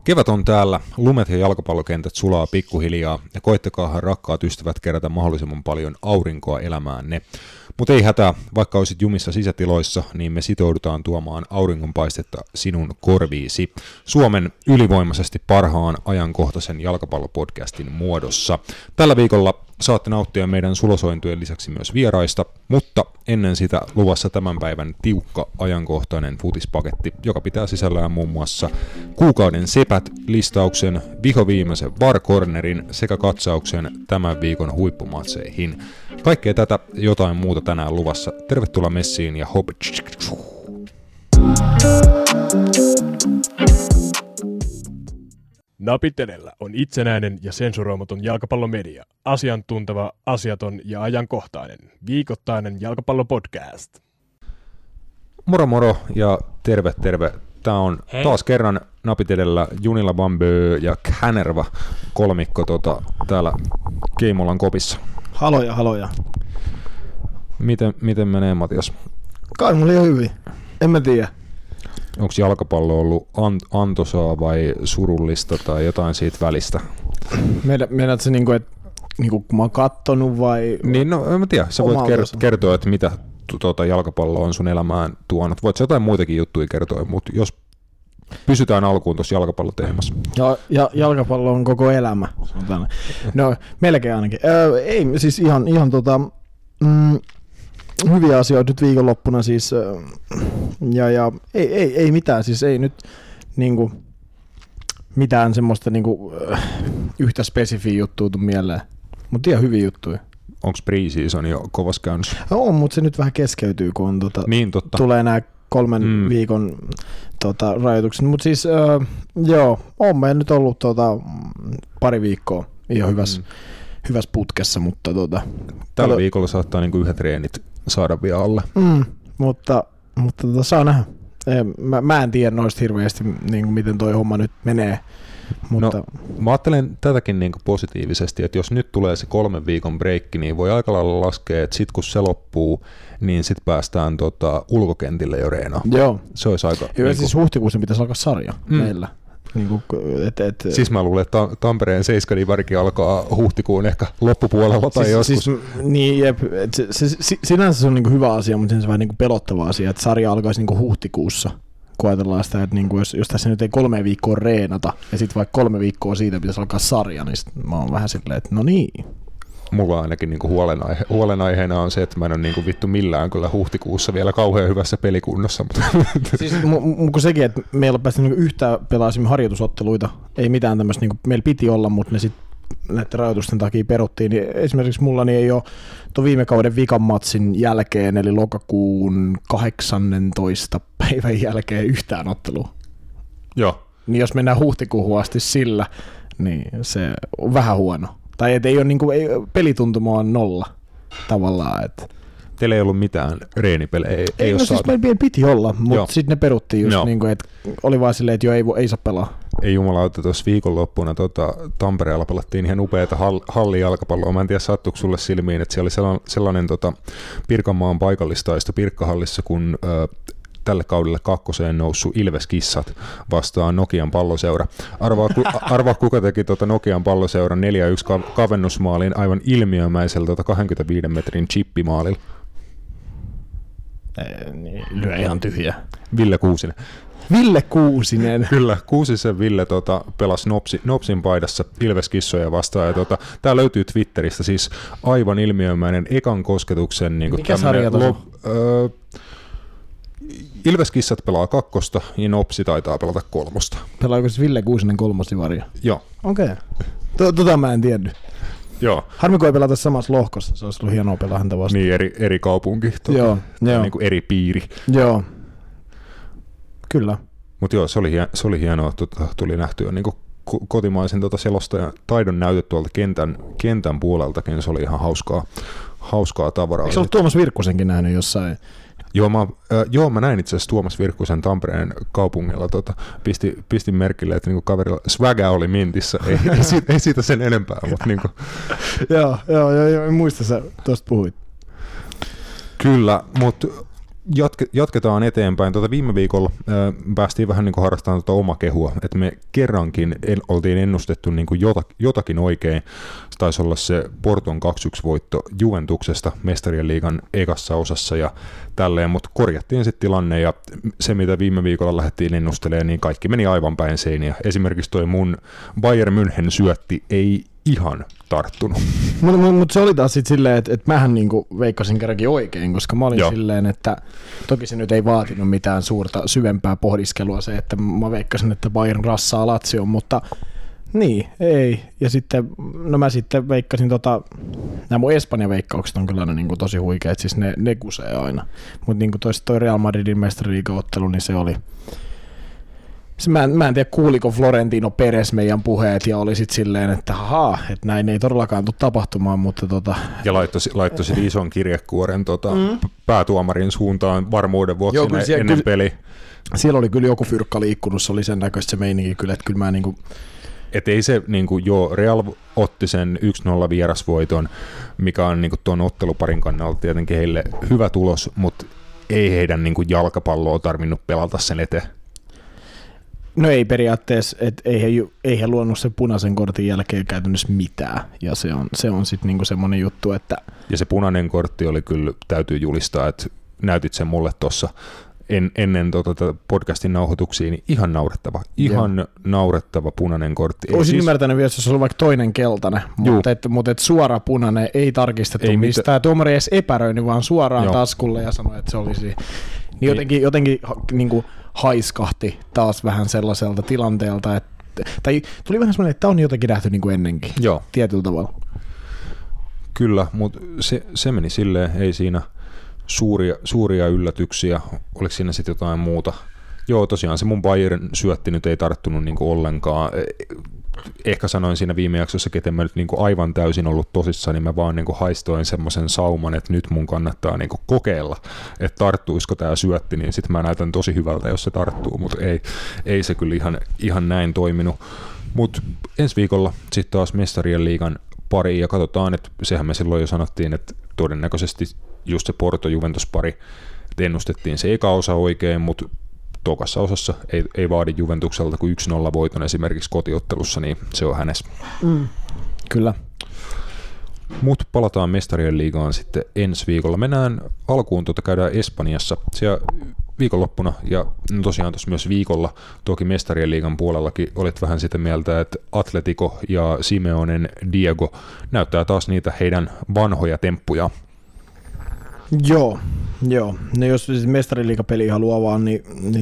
Kevät on täällä, lumet ja jalkapallokentät sulaa pikkuhiljaa ja koittakaahan rakkaat ystävät kerätä mahdollisimman paljon aurinkoa elämäänne. Mutta ei hätää, vaikka olisit jumissa sisätiloissa, niin me sitoudutaan tuomaan auringonpaistetta sinun korviisi Suomen ylivoimaisesti parhaan ajankohtaisen jalkapallopodcastin muodossa. Tällä viikolla saatte nauttia meidän sulosointujen lisäksi myös vieraista, mutta ennen sitä luvassa tämän päivän tiukka ajankohtainen futispaketti, joka pitää sisällään muun muassa kuukauden sepät, listauksen, vihoviimeisen VAR-cornerin sekä katsauksen tämän viikon huippumatseihin. Kaikkea tätä jotain muuta tänään luvassa. Tervetuloa messiin ja hop. Napit edellä on itsenäinen ja sensuroimaton jalkapallomedia. Asiantunteva, asiaton ja ajankohtainen. Viikoittainen jalkapallopodcast. Moro moro ja terve. Tää on taas kerran Napit edellä Junila Bambö ja Känerva kolmikko täällä Keimolan kopissa. Haloja. Miten menee, Matias? Kai mulla ihan hyvin. En mä tiedä. Onko jalkapallo ollut antoisaa vai surullista tai jotain siitä välistä? Meidät se että kun mä oon kattonut vai... Niin, no en mä tiedä. Sä voit kertoa, että mitä jalkapallo on sun elämään tuonut. Voit sä jotain muitakin juttuja kertoa, mutta jos pysytään alkuun tuossa jalkapalloteemassa. Jalkapallo on koko elämä. No, melkein ainakin. Ei, siis ihan hyviä asioita nyt viikonloppuna siis. Ja ei mitään, siis ei nyt niinku mitään semmoista niinku yhtä spesifiä juttua tuu mieleen. Mutta ihan hyviä juttuja. Onko pre-season jo kovassa käynnissä? On, mutta se nyt vähän keskeytyy, kun on niin, totta. Tulee nämä 3 viikon rajoitukset. Mutta siis on meillä nyt ollut pari viikkoa ihan hyvässä putkessa, mutta tällä viikolla saattaa niinku yhdet treenit saada vielä alle. Mutta saa nähdä. Mä en tiedä noista hirveästi, niin miten toi homma nyt menee. Mutta... No, mä ajattelen tätäkin niin positiivisesti, että jos nyt tulee se 3 viikon breikki, niin voi aika lailla laskea, että sit kun se loppuu, niin sit päästään ulkokentille jo reenaan. Joo. Se olisi aika... Joo, siis huhtikuussa pitäisi alkaa sarja meillä. Siis mä luulen, että Tampereen Seiskadivarki alkaa huhtikuun ehkä loppupuolella tai joskus. Siis, niin, jep, sinänsä se on hyvä asia, mutta se on vähän pelottava asia, että sarja alkaisi huhtikuussa. Kun ajatellaan sitä, että jos tässä nyt ei 3 viikkoa reenata ja sitten vaikka 3 viikkoa siitä pitäisi alkaa sarja, niin mä oon vähän silleen, että no niin. Mulla ainakin huolenaiheena on se, että mä en ole vittu millään kyllä huhtikuussa vielä kauhean hyvässä pelikunnossa. Siis kun sekin, että meillä on päästy yhtään pelaasimme harjoitusotteluita, ei mitään tämmöistä, meillä piti olla, mutta ne sitten näiden rajoitusten takia peruttiin, niin esimerkiksi mulla niin ei ole tuon viime kauden vikan matsin jälkeen, eli lokakuun 18 päivän jälkeen yhtään ottelua. Joo. Niin jos mennään huhtikuuhun asti sillä, niin se on vähän huono. Tai et ei ole pelituntuma on 0 tavallaan. Että. Teillä ei ollut mitään reenipelejä? Ei no siis meillä piti olla, mutta sitten ne peruttiin just että oli vaan silleen, että ei saa pelaa. Ei jumalauta, tuossa viikonloppuna Tampereella pelattiin ihan upeata hallijalkapalloa. Mä en tiedä, sattuiko sulle silmiin, että siellä oli sellainen Pirkanmaan paikallistaisto Pirkkahallissa, kun tälle kaudelle 2. noussut Ilves-kissat vastaan Nokian Palloseura. Arvaa kuka teki Nokian Palloseuran 4-1 kavennusmaalin aivan ilmiömäisellä 25 metrin chippimaalilla. Niin, lyö ihan tyhjä. Ville Kuusinen. Ville Kuusinen. Kyllä, Kuusisen Ville pelasi Nopsin paidassa Ilves-kissoja vastaan. Ja tää löytyy Twitteristä, siis aivan ilmiömäinen ekan kosketuksen. Mikä sarja Ilves-kissat pelaa 2 ja Nopsi taitaa pelata 3. Pelaako se Ville Kuusinen 3. divaria? Joo. Okei. Mä en tiennyt. Joo. Harmi, kun ei pelata samassa lohkossa. Se olisi ollut hienoa pelaa häntä vastaan. Niin, eri kaupunki. Joo. Niin kuin eri piiri. Joo. Kyllä. Mutta joo, se oli hienoa, että tuli nähtyä niin kotimaisen selostajan taidon näytöt tuolta kentän puoleltakin. Se oli ihan hauskaa tavaraa. Eikö se ollut Tuomas Virkkusenkin nähnyt jossain? Joo, mä näin itse asiassa Tuomas Virkkusen Tampereen kaupungilla. Pistin merkille, että niinku kaverilla swaga oli mintissä. Ei siitä sen enempää. Mutta niinku. Joo, en muista, sä tuosta puhuit. Kyllä, mutta Jatketaan eteenpäin. Viime viikolla päästiin vähän niin kuin harrastamaan omakehua, että me kerrankin oltiin ennustettu niin kuin jotakin oikein. Se taisi olla se Porton 2-1 voitto Juventuksesta Mestarien liigan ekassa osassa ja tälleen, mutta korjattiin sitten tilanne ja se, mitä viime viikolla lähdettiin ennustelemaan, niin kaikki meni aivan päin seiniä. Esimerkiksi toi mun Bayern München syötti ei ihan tarttunut. Mutta se oli taas sitten silleen, että mähän niinku veikkasin kerrankin oikein, koska mä olin silleen, että toki se nyt ei vaatinut mitään suurta syvempää pohdiskelua se, että mä veikkasin, että Bayern rassaa Lazioon, mutta niin, ei. Ja sitten, no mä sitten veikkasin nämä mun Espanjan veikkaukset on kyllä aina niinku tosi huikeat, siis ne kusee aina. Mutta niinku toi Real Madridin mestariliigaottelu, niin se oli... Mä en tiedä, kuuliko Florentino Perez meidän puheet ja oli sitten silleen, että että näin ei todellakaan tule tapahtumaan, mutta Ja laittoi ison kirjekuoren päätuomarin suuntaan varmuuden vuoksi ennen peliä. Siellä oli kyllä joku fyrkka liikkunut, se oli sen näköistä se meininki kyllä, että kyllä mä niinku... Että ei se, niinku, Real otti sen 1-0 vierasvoiton, mikä on niinku tuon otteluparin kannalta tietenkin heille hyvä tulos, mutta ei heidän niinku jalkapalloa tarvinnut pelata sen eteen. No ei periaatteessa, että ei he luonut sen punaisen kortin jälkeen käytännössä mitään, ja se on sitten niinku semmoinen juttu, että... Ja se punainen kortti oli kyllä, täytyy julistaa, että näytit sen mulle tuossa ennen podcastin nauhoituksia, niin ihan naurettava punainen kortti. Olisin ymmärtänyt vielä, jos se oli vaikka toinen keltainen, mutta suora punainen ei tarkistettu mistään. Tuomari edes epäröinyt, vaan suoraan taskulle ja sanoi, että se olisi... Niin jotenkin niin kuin haiskahti taas vähän sellaiselta tilanteelta, tai tuli vähän semmoinen, että tämä on jotenkin nähty niin kuin ennenkin, tietyllä tavalla. Kyllä, mutta se meni silleen, ei siinä suuria yllätyksiä, oliko siinä sitten jotain muuta. Joo, tosiaan se mun Bayern syötti nyt ei tarttunut niin kuin ollenkaan. Ehkä sanoin siinä viime jaksossa, että en mä nyt niin kuin aivan täysin ollut tosissaan, niin mä vaan niin kuin haistoin semmoisen sauman, että nyt mun kannattaa niin kuin kokeilla, että tarttuisiko tämä syötti, niin sitten mä näytän tosi hyvältä, jos se tarttuu, mutta ei se kyllä ihan näin toiminut. Mutta ensi viikolla sitten taas Mestarien liigan pari, ja katsotaan, että sehän me silloin jo sanottiin, että todennäköisesti just se Porto-Juventus-pari, että ennustettiin se eka osa oikein, mutta tokassa osassa ei vaadi Juventukselta kuin 1-0 voiton esimerkiksi kotiottelussa, niin se on hänessä. Kyllä. Mutta palataan Mestarien liigaan sitten ensi viikolla. Mennään alkuun, käydään Espanjassa. Siellä viikonloppuna ja tosiaan tuossa myös viikolla, toki Mestarien liigan puolellakin olet vähän sitä mieltä, että Atletico ja Simeonen Diego näyttää taas niitä heidän vanhoja temppuja. Joo. No jos mestariliigapeli haluaa vaan, niin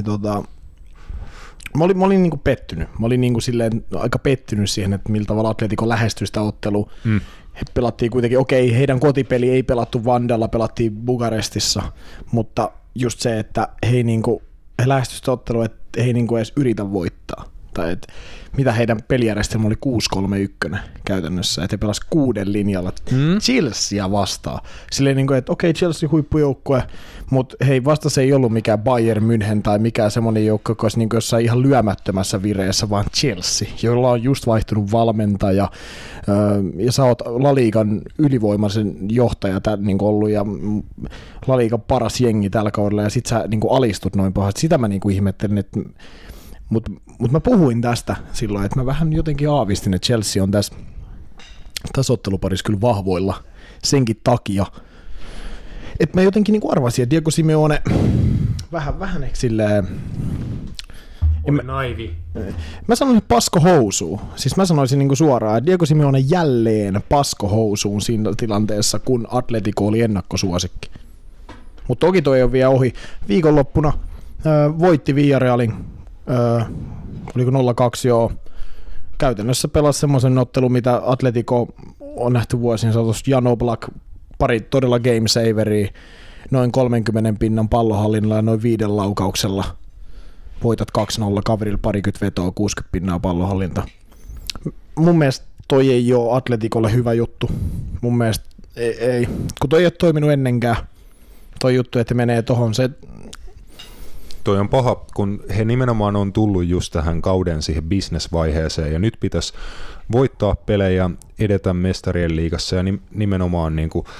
mä olin niinku pettynyt. Mä olin niinku silleen aika pettynyt siihen, että millä tavalla Atletico lähestyi sitä ottelua. He pelattiin kuitenkin, heidän kotipeli ei pelattu Vandalla, pelattiin Bukarestissa, mutta just se, että he lähestyi sitä ottelua, että he ei niinku edes yritä voittaa. Tai että mitä heidän pelijärjestelmä oli 6-3-1 käytännössä, että he pelasivat 6 linjalla Chelsea vastaan. Silleen, että Chelsea huippujoukkue, mutta hei, vastassa ei ollut mikään Bayern München tai mikään semmoinen joukko, joka olisi jossain ihan lyömättömässä vireessä, vaan Chelsea, jolla on just vaihtunut valmentaja, ja sä oot La Ligan ylivoimaisen johtaja ollut, ja La Ligan paras jengi tällä kaudella, ja sit sä alistut noin pahasti. Sitä mä ihmettelin, että Mutta mä puhuin tästä silloin, että mä vähän jotenkin aavistin, että Chelsea on tässä otteluparissa kyllä vahvoilla senkin takia. Että mä jotenkin arvasin, että Diego Simeone vähän ehkä silleen... naivi. Mä sanoisin paskohousuun. Siis mä sanoisin suoraan, että Diego Simeone jälleen paskohousuun siinä tilanteessa, kun Atletico oli ennakkosuosikki. Mutta toki toi on vielä ohi. Viikonloppuna voitti Villarrealin. Oliko 0-2, joo. Käytännössä pelasi semmoisen ottelun, mitä Atletico on nähty vuosien saatossa. Jan Oblak, pari todella game saveria, noin 30 pinnan pallohallinnalla ja noin 5 laukauksella. Voitat 2-0 kaverilla, parikymmentä vetoa, 60 pinnaa pallohallinta. Mun mielestä toi ei ole Atleticolle hyvä juttu. Mun mielestä ei. Kun toi ei ole toiminut ennenkään, toi juttu, että menee tohon se... Toi on paha, kun he nimenomaan on tullut just tähän kauden siihen business-vaiheeseen, ja nyt pitäisi voittaa pelejä, edetä Mestarien liigassa, ja nimenomaan niin kuin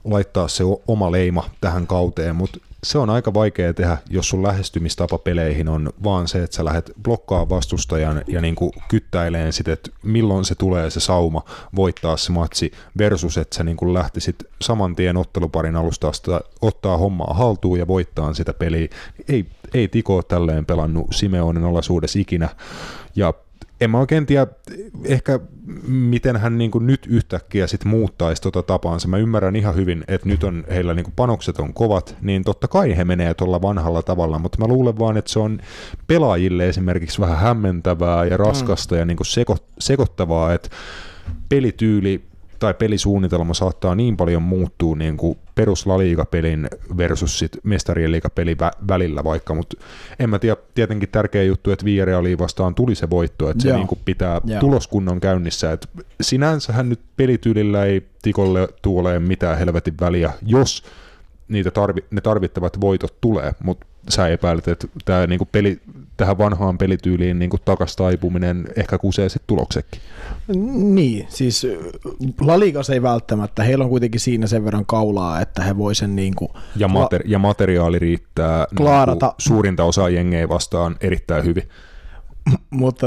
laittaa se oma leima tähän kauteen, mutta se on aika vaikea tehdä, jos sun lähestymistapa peleihin on vaan se, että sä lähdet blokkaa vastustajan ja niin kuin kyttäileen sit, että milloin se tulee se sauma voittaa se matsi versus, että sä niin kuin lähtisit saman tien otteluparin alusta ottaa hommaa haltuun ja voittaa sitä peliä. Ei Tiko tälleen pelannut Simeonen alaisuudessa ikinä ja en mä oikein tiedä ehkä miten hän niin kuin nyt yhtäkkiä sit muuttaisi tapaansa. Mä ymmärrän ihan hyvin, että nyt on heillä niin kuin panokset on kovat, niin totta kai he menee tuolla vanhalla tavalla, mutta mä luulen vaan, että se on pelaajille esimerkiksi vähän hämmentävää ja raskasta ja niin kuin sekoittavaa, että pelityyli tai pelisuunnitelma saattaa niin paljon muuttua niin kuin peruslaliigapelin versus sit mestarien liigapelin välillä vaikka, mutta en mä tiedä, tietenkin tärkeä juttu, että Villarrealia vastaan tuli se voitto, että se niin kuin pitää tuloskunnon käynnissä, että sinänsähän nyt pelityylillä ei Tikolle tule mitään helvetin väliä, jos ne tarvittavat voitot tulee, mutta sä epäilet, että tämä niinku tähän vanhaan pelityyliin niinku takas taipuminen ehkä kusee sitten tuloksekin. Niin, siis La Ligas ei välttämättä, heillä on kuitenkin siinä sen verran kaulaa, että he voi sen niinku ja materiaali riittää niinku suurinta osaa jengejä vastaan erittäin hyvin. Mutta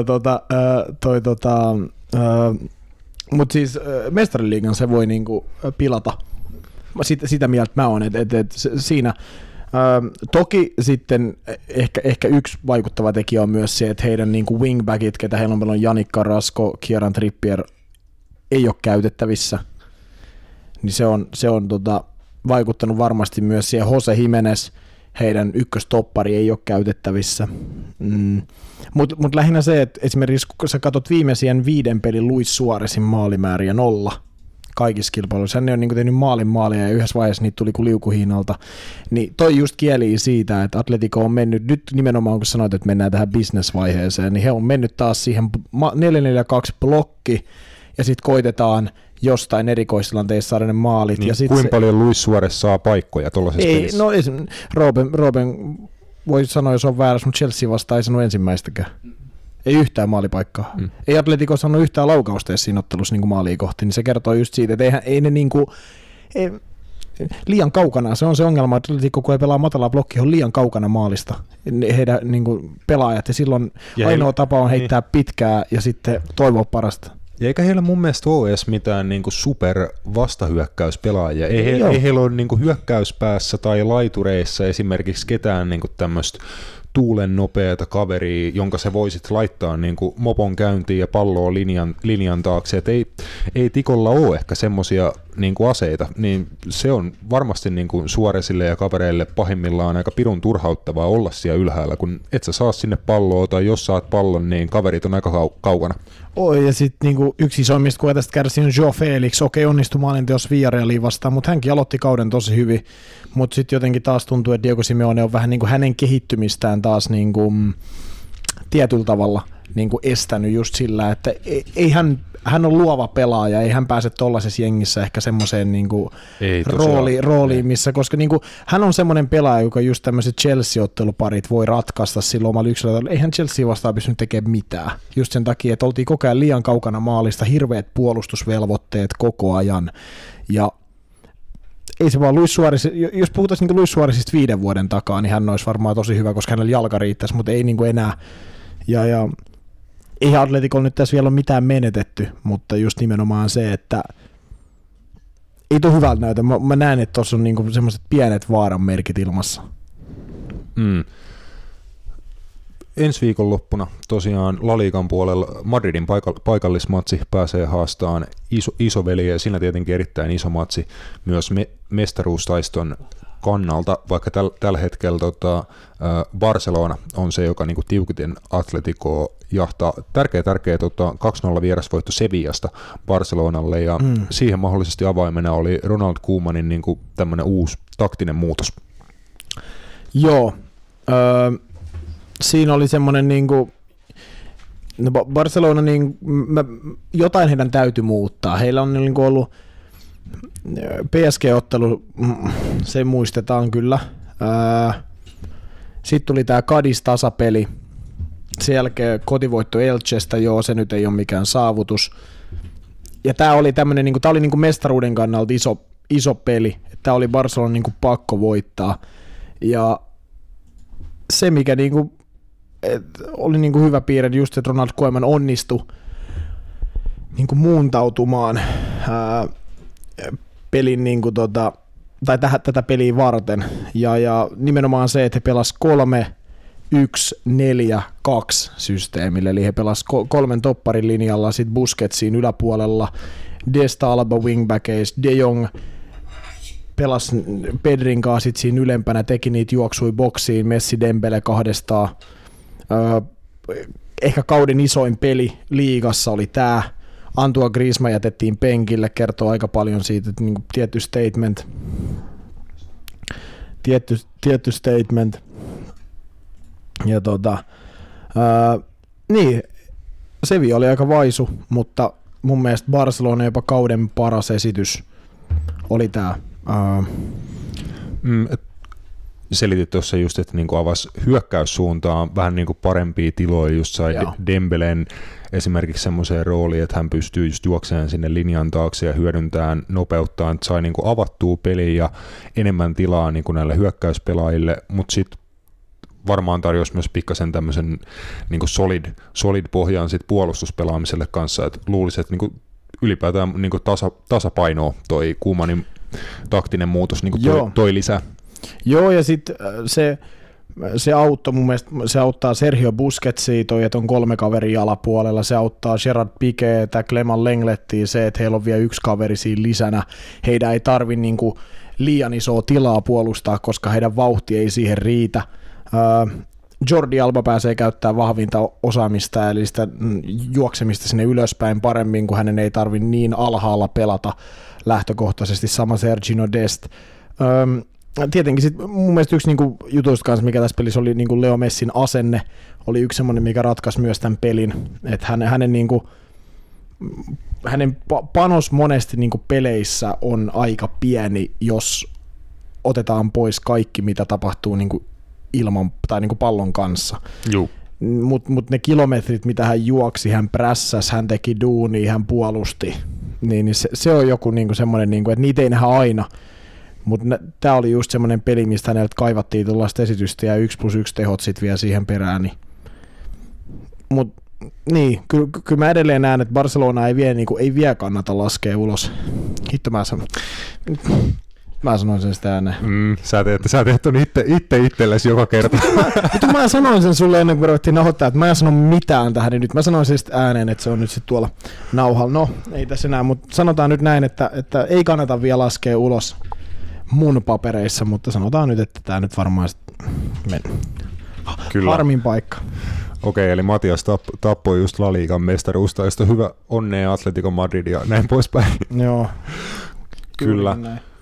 mutta siis mestariliigan se voi niinku pilata. Sitä mieltä mä oon, että siinä toki sitten ehkä yksi vaikuttava tekijä on myös se, että heidän niinku wingbackit, ketä heillä on Yannick Carrasco, Kieran Trippier, ei ole käytettävissä, niin se on vaikuttanut varmasti myös siihen. Jose Jimenez, heidän ykköstoppari, ei ole käytettävissä. Mut lähinnä se, että esimerkiksi kun sä katsot viimeisien 5 pelin Luis Suarezin maalimääriä 0, kaikissa kilpailuissa. Hän on niin tehnyt maalia ja yhdessä vaiheessa niitä tuli kuin liukuhiinalta. Niin toi just kieli siitä, että Atletico on mennyt, nyt nimenomaan kun sanoit, että mennään tähän business-vaiheeseen, niin he on mennyt taas siihen 4-4-2 blokki ja sitten koitetaan jostain erikoistilanteissa saada ne maalit. Niin, ja sit kuinka paljon Luis Suarez saa paikkoja tuollaisessa pelissä? No Robben voi sanoa, jos on väärässä, mutta Chelsea vastaan ei sano ensimmäistäkään. Ei yhtään maalipaikkaa. Ei Atletico saanut yhtään laukausta siinä ottelussa niin maaliin kohti, niin se kertoo just siitä, että ei ne niinku, liian kaukana. Se on se ongelma, että Atletico kun ei pelaa matalaa blokkia, on liian kaukana maalista heidän niinku pelaajat, ja silloin ainoa tapa on heittää pitkää ja sitten toivoa parasta. Ja eikä heillä mun mielestä ole edes mitään niinku super vastahyökkäyspelaajia. Ei heillä ole niinku hyökkäyspäässä tai laitureissa esimerkiksi ketään niinku tämmöistä tuulen nopeata kaveria, jonka sä voisit laittaa niin kuin mopon käyntiin ja palloa linjan taakse. Et ei Tikolla ole ehkä semmoisia niin kuin aseita, niin se on varmasti niin kuin Suarezille ja kavereille pahimmillaan aika pirun turhauttavaa olla siellä ylhäällä, kun et sä saa sinne palloa tai jos saat pallon, niin kaverit on aika kaukana. Ja sitten niinku yksi isommista, kun tästä kärsi, on Joao Felix. Okei, onnistui maalinteos Villarrealiin vastaan, mutta hänkin aloitti kauden tosi hyvin. Mutta sitten jotenkin taas tuntuu, että Diego Simeone on vähän niinku hänen kehittymistään taas niinku tietyllä tavalla niinku estänyt just sillä, että ei hän on luova pelaaja, ei hän pääse tollaisessa jengissä ehkä semmoiseen niinku rooliin, missä, koska niinku, hän on semmoinen pelaaja, joka just tämmöiset Chelsea-otteluparit voi ratkaista silloin omalla yksilöllä. Eihän Chelsea vastaan pystynyt tekemään mitään. Just sen takia, että oltiin koko ajan liian kaukana maalista, hirveät puolustusvelvoitteet koko ajan. Ja ei se vaan Luis Suarez, jos puhutaan niin Luis Suarezista 5 vuoden takaa, niin hän olisi varmaan tosi hyvä, koska hänellä jalka riittäisi, mutta ei niin kuin enää. Ja ei Atleticolla nyt tässä vielä ole mitään menetetty, mutta just nimenomaan se, että ei tuo hyvältä näytä. Mä näen, että tuossa on niinku semmoiset pienet vaaran merkit ilmassa. Ensi viikonloppuna tosiaan La Ligan puolella Madridin paikallismatsi pääsee haastaan isoveli, ja siinä tietenkin erittäin iso matsi myös mestaruustaiston kannalta, vaikka tällä hetkellä Barcelona on se, joka niinku tiukiten Atleticoa jahtaa. Tärkeä 2-0 vierasvoitto Sevillasta Barcelonalle, ja siihen mahdollisesti avaimena oli Ronald Koemanin niinku tämmöinen uusi taktinen muutos. Joo, siinä oli semmoinen niinku, Barcelona, jotain heidän täytyy muuttaa. Heillä on niinku ollut PSG-ottelu, se muistetaan kyllä. Sitten tuli tämä Cadiz-tasapeli. Sen kotivoitto Elchestä, joo, se nyt ei ole mikään saavutus. Ja tämä oli tämmöinen, tää oli mestaruuden kannalta iso peli. Tämä oli Barcelonan niin kuin pakko voittaa. Ja se, mikä niin kuin, oli niin kuin hyvä piirre, just että Ronald Koeman onnistui niin kuin muuntautumaan pelin niin kuin tai tätä peliä varten. Ja nimenomaan se, että he pelasivat 3-1-4-2 systeemille, eli he pelasivat 3 topparin linjalla, sitten Busquetsin yläpuolella, Dest Alba wingbackeis, De Jong pelasi Pedrin kanssa sit siinä ylempänä, teki niitä juoksui boksiin, Messi Dembele kahdestaan. Ehkä kauden isoin peli liigassa oli tämä. Antoine Griezmann jätettiin penkille, kertoo aika paljon siitä, että niinku tietty statement. Ja niin, Sevilla oli aika vaisu, mutta mun mielestä Barcelona jopa kauden paras esitys oli tämä. Selitit tuossa just, että niinku avasi hyökkäyssuuntaan vähän niinku parempia tiloja, just sai Dembelen esimerkiksi semmoiseen rooliin, että hän pystyy just juoksemaan sinne linjan taakse ja hyödyntämään nopeuttaan, että sai niinku avattua peliä ja enemmän tilaa niinku näille hyökkäyspelaajille, mutta sitten varmaan tarjosi myös pikkasen tämmöisen niinku solid pohjaan sit puolustuspelaamiselle kanssa, että luulisin, että niinku ylipäätään niinku tasapainoa toi Koemanin taktinen muutos niinku toi lisää. Joo, ja sitten se auttoi mun mielestä, se auttaa Sergio Busquetsia, toi, että on 3 kaveria alapuolella, se auttaa Gerard Piquetä, Clement Lenglettiä, se, että heillä on vielä 1 kaveri siinä lisänä, heidän ei tarvi niinku liian isoa tilaa puolustaa, koska heidän vauhti ei siihen riitä. Jordi Alba pääsee käyttämään vahvinta osaamista, eli sitä juoksemista sinne ylöspäin paremmin, kun hänen ei tarvi niin alhaalla pelata lähtökohtaisesti, sama Sergio Dest. Tietenkin sit mun mielestä yksi niinku jutuista kanssa, mikä tässä pelissä oli niinku Leo Messin asenne, oli yksi semmoinen, mikä ratkaisi myös tämän pelin, että hänen panos monesti niinku peleissä on aika pieni, jos otetaan pois kaikki, mitä tapahtuu niinku ilman tai niinku pallon kanssa. Mut ne kilometrit, mitä hän juoksi, hän prässäsi, hän teki duunia, hän puolusti, niin se on joku niinku semmoinen, niinku, että niitä ei nähdä aina. Mutta tämä oli just semmoinen peli, mistä häneltä kaivattiin tuollaista esitystä ja 1+1 tehot sitten vielä siihen perään. Mutta niin, kyllä mä edelleen näen, että Barcelona ei vielä kannata laskea ulos. Hitto mä sanoin sen sitä ääneen. Sä teet ton itse itsellesi joka kerta. Mutta mä sanoin sen sulle ennen kuin ruvettiin nauhoittaa, että mä en sano mitään tähän, niin nyt mä sanoin sen ääneen, että se on nyt sitten tuolla nauhalla. No, ei tässä enää, mutta sanotaan nyt näin, että ei kannata vielä laskea ulos mun papereissa, mutta sanotaan nyt, että tämä nyt varmaan harmin paikka. Okei, eli Matias tappoi just La Ligan mestaruusta, josta hyvä onnea Atletico Madrid ja näin poispäin. Joo. Kyllä.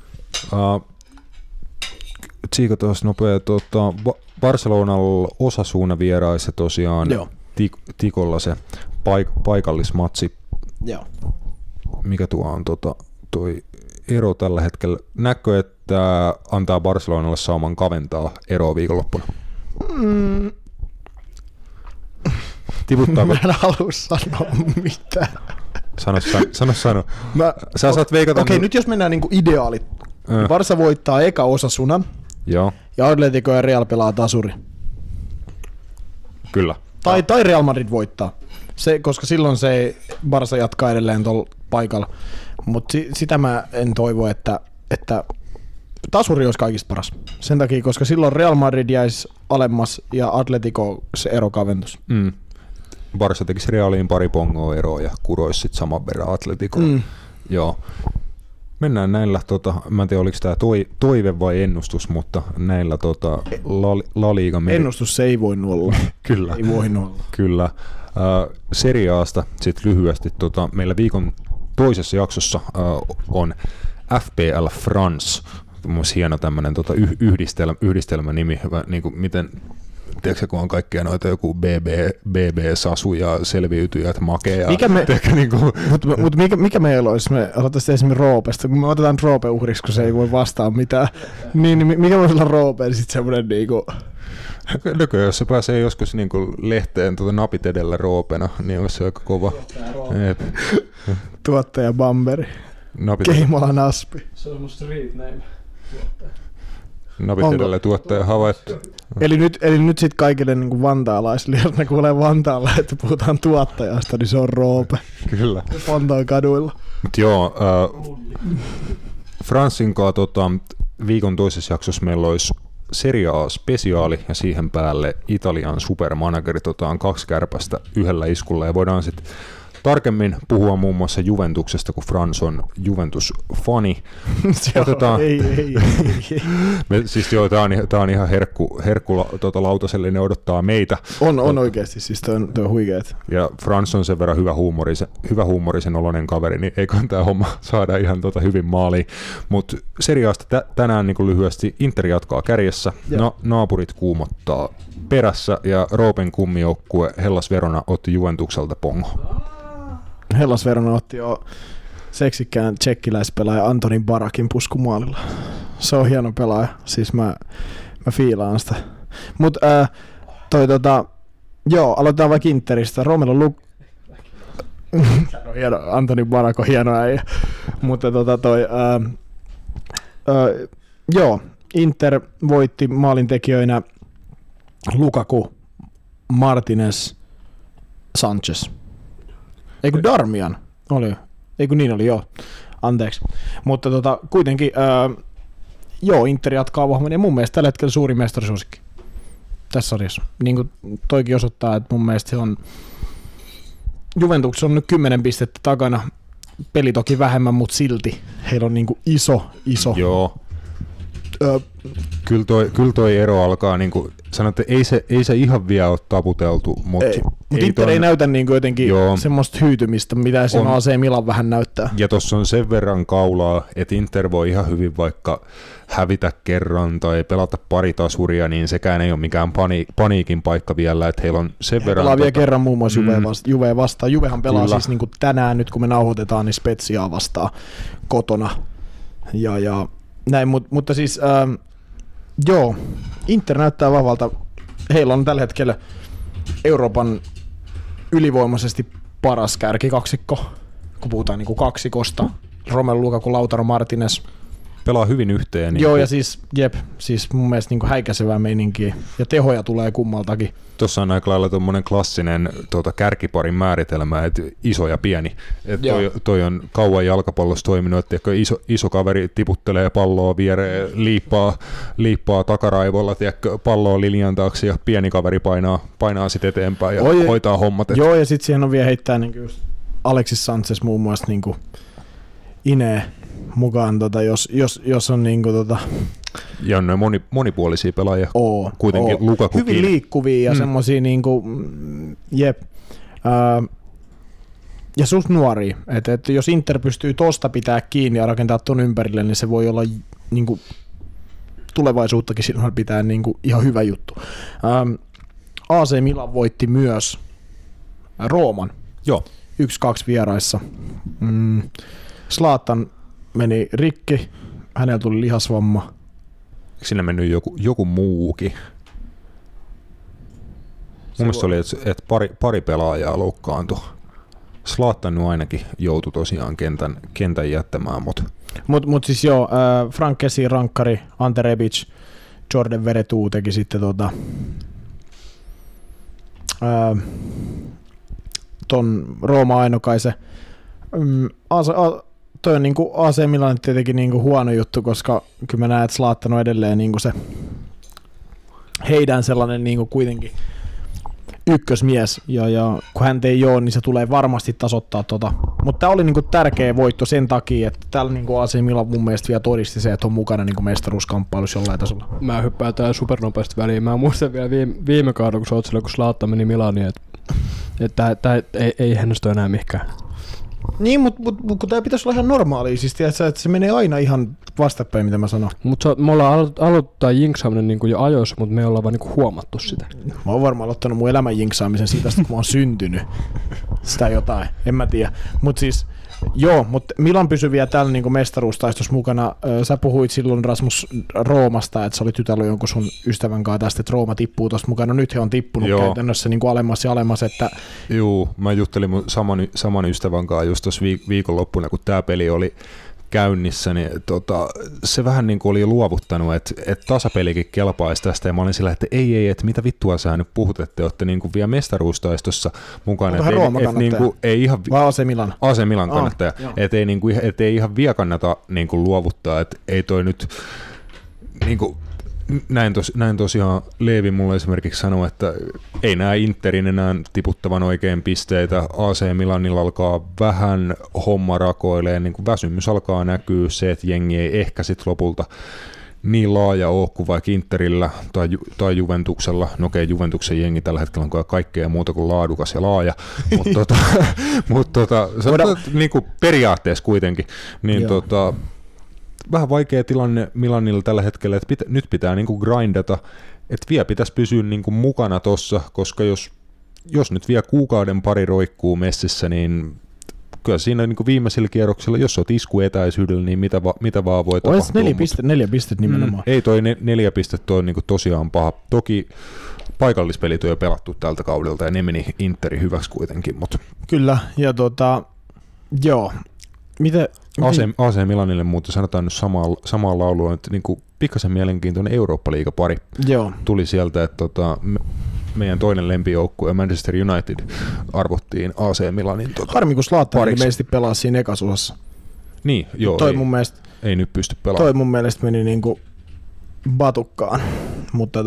Tsiika tuossa nopea. Barcelonalla Osasuna vieraissa tosiaan Tikolla se paikallismatsi. Joo. Mikä tuo on toi ero tällä hetkellä? Näkö, että antaa Barcelonalle saaman kaventaa eroa viikonloppuna? Tiputtaako? Mä en halua sanoa mitään. Sano. Sä saat veikata. Okei, nyt jos mennään niinku ideaalit. Barca voittaa eka Osasunan. Joo. Ja Atletico ja Real pelaa tasuri. Kyllä. Tai Real Madrid voittaa. Koska silloin se Barca jatkaa edelleen tuolla paikalla. Mutta sitä mä en toivo, että tasuri olisi kaikista paras. Sen takia, koska silloin Real Madrid jäisi alemmas ja Atletico se ero kaventus. Barca tekisi Realiin pari pongoa eroa ja kuroisi sitten saman verran Atleticoon. Joo. Mennään näillä, mä en tiedä oliko tämä toive vai ennustus, mutta näillä La Liga... Ennustus se ei voi olla. Kyllä. Ei voi olla. Kyllä. Serie A:sta sitten lyhyesti. Meillä viikon toisessa jaksossa on FPL France. Hieno tämmöinen yhdistelmänimi, niin kuin miten... Tiedätkö, kun on kaikkea noita joku BB Sasu ja selviytyjät Make. Mikä meillä olisi? Me aloittaisiin esimerkiksi Roopesta. Kun me otetaan Roope uhriksi, kun se ei voi vastaa mitään. Niin mikä voisi olla Roope? Sitten semmoinen niinku... No, jos se pääsee joskus niinku lehteen napit edellä Roopena, niin olisi se aika kova. Tuottaja Bamberi. Keimolan Aspi. Se on mun street name. Napit edelleen tuottaja havaittu. Eli nyt sitten kaikille niin vantaalaisille, jos ne kuulee Vantaalla, että puhutaan tuottajasta, niin se on Roope. Kyllä. Vantaan kaduilla. Mut joo, Fransinkaan viikon toisessa jaksossa meillä olisi Serie A-spesiaali ja siihen päälle Italian supermanagerit, otetaan 2 kärpästä yhdellä iskulla ja voidaan sitten tarkemmin puhua muun muassa Juventuksesta, kun Frans on Juventus-fani. Otetaan... ei. Siis joo, tää on ihan herkku lautaselle, ne odottaa meitä. On oikeasti, siis toi on huikeet. Ja Frans on sen verran hyvähuumorisen oloinen kaveri, niin eiköhän tämä homma saada ihan hyvin maaliin. Mutta Seriaasta tänään niin lyhyesti Inter jatkaa kärjessä, naapurit kuumottaa perässä ja Roopen kummijoukkue Hellas Verona otti Juventukselta pongo. Hellas Verona otti jo seksikkään tsekkiläispelaaja Antonin Barakin puskumaalilla. Se on hieno pelaaja, siis mä fiilaan sitä. Mut aloitetaan vaikka Interistä. Romelu hieno, Antonin Barak on hieno äijä. Mutta Inter voitti maalintekijöinä Lukaku, Martinez, Sanchez. Eiku Darmian oli. Eiku niin oli, joo. Anteeksi. Mutta kuitenkin, Inter jatkaa vahvan ja mun mielestä tällä hetkellä suuri mestarisuosikki tässä sarjassa. Niin kuin toikin osoittaa, että mun mielestä se on Juventus on nyt 10 pistettä takana. Peli toki vähemmän, mutta silti heillä on niin kuin iso. Joo. Kyllä toi ero alkaa, niin kuin sanotte, ei se ihan vielä ole taputeltu, mutta Inter ei näytä niin kuin jotenkin semmoista hyytymistä, mitä se AC Milan vähän näyttää. Ja tuossa on sen verran kaulaa, että Inter voi ihan hyvin vaikka hävitä kerran tai pelata pari tasuria, niin sekään ei ole mikään paniikin paikka vielä, että heillä on sen verran... Pelaa vielä kerran muun muassa Juvea vastaan. Juvehan pelaa siis niin kuin tänään, nyt kun me nauhoitetaan, niin Speziaa vastaan kotona. Ja näin, mutta siis Inter näyttää vahvalta. Heillä on tällä hetkellä Euroopan ylivoimaisesti paras kärkikaksikko, kun puhutaan niin kuin kaksikosta. Romelu Lukaku, Lautaro Martinez. Pelaa hyvin yhteen. Joo, ja siis mun mielestä niin kuin häikäisevää meininkiä. Ja tehoja tulee kummaltakin. Tuossa on aika lailla tuommoinen klassinen kärkiparin määritelmä, että iso ja pieni. Toi on kauan jalkapallossa toiminut, että iso kaveri tiputtelee palloa viereen, liippaa takaraivolla, palloa linjan taakse ja pieni kaveri painaa sitten eteenpäin ja hoitaa hommat. Joo, ja sitten siihen on vielä heittää niin just Alexis Sanchez muun muassa niin kuin Inee mukaan, jos on niin kuin ja on noin monipuolisia pelaajia. Kuitenkin Lukakukin. Hyvin liikkuvia ja semmosia niinku, ja suht nuoria. Et jos Inter pystyy tosta pitää kiinni ja rakentaa ton ympärille, niin se voi olla niinku, tulevaisuuttakin silloin pitää niinku, ihan hyvä juttu. AC Milan voitti myös Rooman. Joo. 1-2 vieraissa. Zlatan meni rikki, hänellä tuli lihasvamma. Sinne mennyt joku muukin. Mun mielestä oli, että pari pelaajaa loukkaantui. Zlatan ainakin joutui tosiaan kentän jättämään. Mut siis Frank Kessi, rankkari, Ante Rebic, Jordan Veretout teki sitten ton Rooma Ainokaisen. Toi on niinku AC Milan tietenkin niinku huono juttu, koska kyllä mä näen, että Zlatan on edelleen niinku se heidän sellainen niinku kuitenkin ykkösmies, ja kun hän ei ole, niin se tulee varmasti tasoittaa Mutta tää oli niinku tärkeä voitto sen takia, että täällä niinku AC Milan mun mielestä vielä todisti se, että on mukana niinku mestaruuskamppailussa jollain tasolla. Mä hyppään tää supernopeasti väliin. Mä muistan vielä viime kaudella, kun sä oot siellä, kun Zlatan meni Milaniin, että ei hänestä enää mihinkään. Niin, mutta kun tämä pitäisi olla ihan normaalia, siis tiedätkö, että se menee aina ihan vastapäin, mitä mä sanon. Mutta me ollaan aloittaa jinksaaminen niin jo ajoissa, mutta me ei olla vaan niin huomattu sitä. Mä oon varmaan aloittanut mun elämän jinksaamisen siitä, kun mä oon syntynyt. Sitä jotain, en mä tiedä. Mutta siis Joo, mutta Milan pysyi vielä täällä niin mestaruustaistossa mukana. Sä puhuit silloin Rasmus Roomasta, että sä olit jutellut jonkun sun ystävän kanssa tästä, että Rooma tippuu tuosta mukana. No, nyt he on tippunut käytännössä niin alemmas ja alemmas. Että... Joo, mä juttelin mun saman ystävän kanssa just tuossa viikonloppuna, kun tää peli oli käynnissä, niin se vähän niin kuin oli luovuttanut, että tasapelikin kelpaisi tästä, ja mä olin sillä, että ei, että mitä vittua sä nyt puhut, että te olette niin kuin vielä mestaruustaistossa mukana. Vähän Rooma kannattaja. Ei ihan, vai AC Milan? AC Milan kannattaja. Että ei, niin kuin, ei ihan vielä kannata niin kuin luovuttaa, että ei toi nyt niin kuin, näin tosiaan Leevi mulle esimerkiksi sanoi, että ei näe Interin enää tiputtavan oikein pisteitä. AC Milanilla alkaa vähän homma rakoilee, niin kuin väsymys alkaa näkyä, se, että jengi ei ehkä sitten lopulta niin laaja ole kuin vaikka Interillä tai Juventuksella. No okei, Juventuksen jengi tällä hetkellä on kaikkea muuta kuin laadukas ja laaja, mutta se on niin kuin periaatteessa kuitenkin. Niin vähän vaikea tilanne Milanilla tällä hetkellä, että nyt pitää niin kuin grindata, että vielä pitäisi pysyä niin kuin mukana tossa, koska jos nyt vielä kuukauden pari roikkuu messissä, niin kyllä siinä niin kuin viimeisellä kierroksella, jos olet iskuetäisyydellä, niin mitä vaan voi tapahtua. 4 pistet nimenomaan. Ei toi 4 pistettä ole niin kuin tosiaan paha. Toki paikallispelit on jo pelattu tältä kaudelta ja ne meni Interi hyväksi kuitenkin. Mutta. Kyllä, ja joo. AC Milanille muuten sanotaan nyt samaa laulua, että niin kuin pikkasen mielenkiintoinen Eurooppa-liigapari tuli sieltä, että meidän toinen lempijoukkue Manchester United arvottiin AC Milanin harmi, kun Zlatan ilmeisesti pelasi siinä ekasosassa. Niin, joo. Ei nyt pysty pelaamaan. Toi mun mielestä meni niinku batukkaan, mutta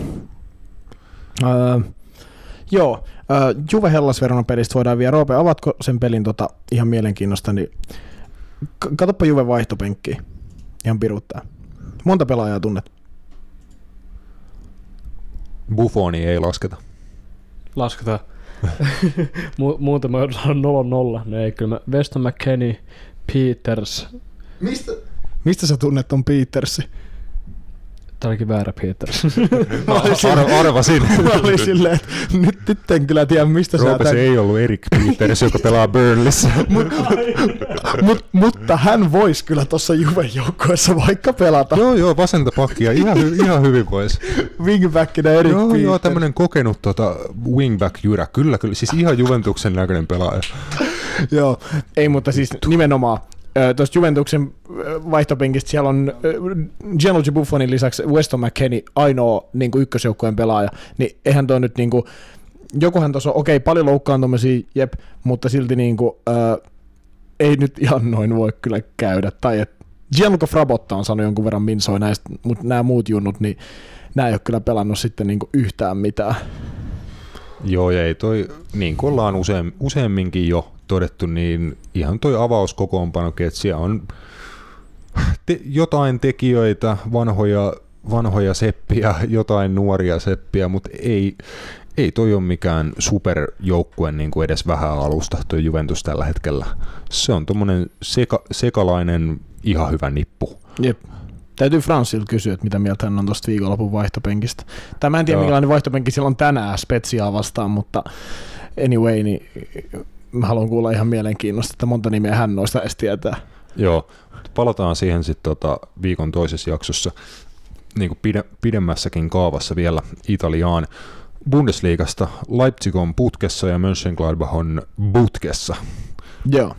Juve Hellas Verona pelistä voidaan vielä. Roope, avatko sen pelin ihan mielenkiinnosta, niin katoppa Juve vaihtopenkkiä. Ihan piruttaa. Monta pelaajaa tunnet? Buffoni ei lasketa. Lasketaan. Muuten mä sanon 0-0. No ei kyllä. Weston McKennie, Peters. Mistä sä tunnet ton Petersi? Tää olikin väärä Peters. Arvasin. Mä olin silleen, että nyt en kyllä tiedä mistä sä... Roope, se ei ollut Erik Peters, joka pelaa Burnleyssä. Mutta hän voisi kyllä tuossa Juven joukkueessa vaikka pelata. Joo, vasenta pakkia. Ihan hyvin voisi. Wingbackinä Erik Peters. Joo, tämmönen kokenut wingback-jyrä. Kyllä, siis ihan Juventuksen näköinen pelaaja. Joo, ei, mutta siis nimenomaan. Tuosta Juventuksen vaihtopenkistä siellä on Gianluigi Buffonin lisäksi Weston McKennie ainoa niin ykkösjoukkueen pelaaja, niin eihän tuo nyt niinku, jokuhan tuossa on paljon loukkaantumisia, jep, mutta silti niinku, ei nyt ihan noin voi kyllä käydä, tai että Gianluca Frabotta on saanut jonkun verran minsoi näistä, mutta nämä muut junnut, niin nämä ei ole kyllä pelannut sitten niinku yhtään mitään. Joo, ja ei toi, niin kuin ollaan useamminkin jo todettu, niin ihan toi avauskokoonpanokin, että siellä on jotain tekijöitä, vanhoja seppiä, jotain nuoria seppiä, mutta ei toi ole mikään superjoukkue niin kuin edes vähän alusta toi Juventus tällä hetkellä. Se on tommonen sekalainen ihan hyvä nippu. Jep. Täytyy Franssilta kysyä, että mitä mieltä hän on tuosta viikonlopun vaihtopenkistä. Mä en tiedä, minkälainen vaihtopenkki siellä on tänään Speziaa vastaan, mutta anyway, niin mä haluan kuulla ihan mielenkiinnosta, että monta nimeä hän noista edes tietää. Joo, palataan siihen sitten viikon toisessa jaksossa niin kuin pidemmässäkin kaavassa vielä Italiaan. Bundesliigasta Leipzig on putkessa ja Mönchengladbach on butkessa. Joo.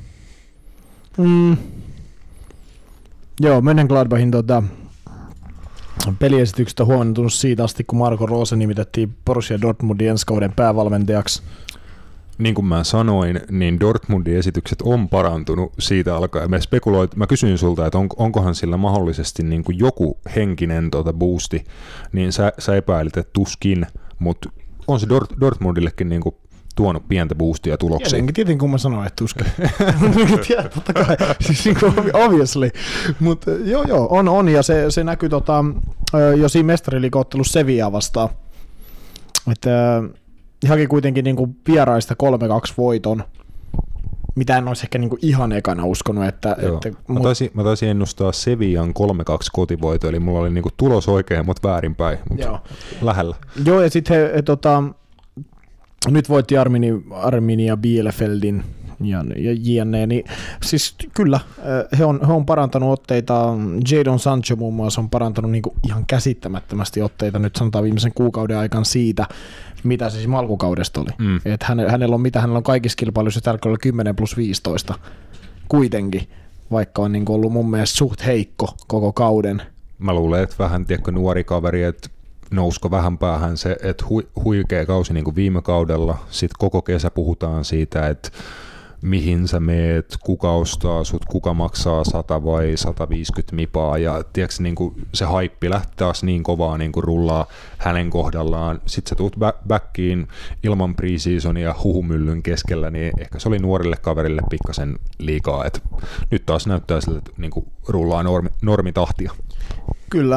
Joo, Mönchengladbachin peliesitykset on huomioitunut siitä asti, kun Marco Rose nimitettiin Borussia Dortmundin ensi kauden päävalmentajaksi. Niin kuin mä sanoin, niin Dortmundin esitykset on parantunut siitä alkaen. Mä kysyin sulta, että onkohan sillä mahdollisesti niin kuin joku henkinen boosti, niin sä epäilit, että tuskin, mutta on se Dortmundillekin niin kuin tuonut pientä boostia tuloksiin. Tietenkin kun mä sanoin, että tuskin. Tiedät, totta kai, siis niin kuin obviously. Mutta joo, on ja se näkyy jo siinä mestariliigaottelussa Sevillaa vastaan. Että haki kuitenkin niin kuin vieraista 3-2 voiton, mitä en olisi ehkä niin kuin ihan ekana uskonut. Mä taisin ennustaa Sevillan 3-2 kotivoito, eli mulla oli niin kuin tulos oikein, mutta väärinpäin, mutta lähellä. Joo, ja sitten he nyt voitti Arminia Bielefeldin, ja jne. Niin, siis kyllä, he on parantanut otteita. Jadon Sancho muun muassa on parantanut niin kuin ihan käsittämättömästi otteita nyt sanotaan viimeisen kuukauden aikana siitä, mitä se siis alkukaudesta oli. Että hänellä on kaikissa kilpailuissa tällä kaudella 10+15 kuitenkin, vaikka on niin kuin ollut mun mielestä suht heikko koko kauden. Mä luulen, että vähän nuori kaveri, että nousko vähän päähän se, että huikea kausi niin kuin viime kaudella. Sitten koko kesä puhutaan siitä, että mihin sä meet, kuka ostaa sut, kuka maksaa 100 vai 150 mipaa. Ja tiedätkö, niin kuin se haippi lähti taas niin kovaa niin kuin rullaa hänen kohdallaan. Sitten sä tuut backiin ilman pre-seasonia huhumyllyn keskellä, niin ehkä se oli nuorille kaverille pikkasen liikaa. Et nyt taas näyttää siltä, että niin kuin rullaa normitahtia. Kyllä.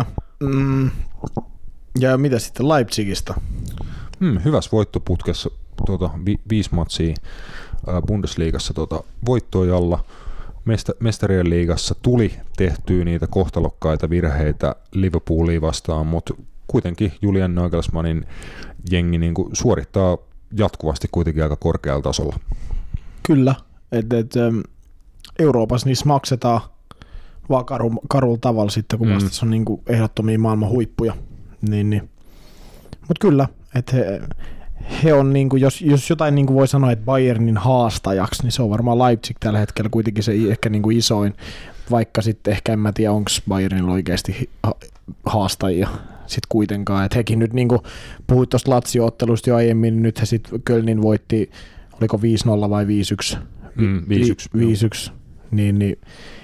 Ja mitä sitten Leipzigistä? Hyvässä voittoputkessa 5 matsia Bundesliigassa voittojalla. Mestarien liigassa tuli tehtyä niitä kohtalokkaita virheitä Liverpoolia vastaan, mutta kuitenkin Julian Nagelsmannin jengi niin kuin suorittaa jatkuvasti kuitenkin aika korkealla tasolla. Kyllä, että Euroopassa niissä maksetaan vaan karulla tavalla sitten, kun vasta se on niin kuin ehdottomia maailman huippuja. Niin. Mutta kyllä, että he on, niin kuin, jos jotain niin kuin voi sanoa, että Bayernin haastajaksi, niin se on varmaan Leipzig tällä hetkellä kuitenkin se ehkä niin kuin isoin, vaikka sitten ehkä en mä tiedä, onko Bayernilla oikeasti haastajia sitten kuitenkaan. Että hekin nyt, niin kuin puhuit tuosta Lazio-ottelusta jo aiemmin, niin nyt he sitten Kölnin voitti, oliko 5-0 vai 5-1? 5-1. Niin.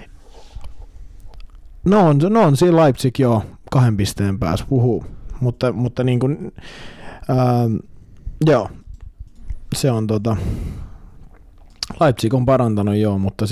No on siinä Leipzig joo, 2 pisteen päässä, mutta niin kuin, joo, se on Leipzig on parantanut joo, mutta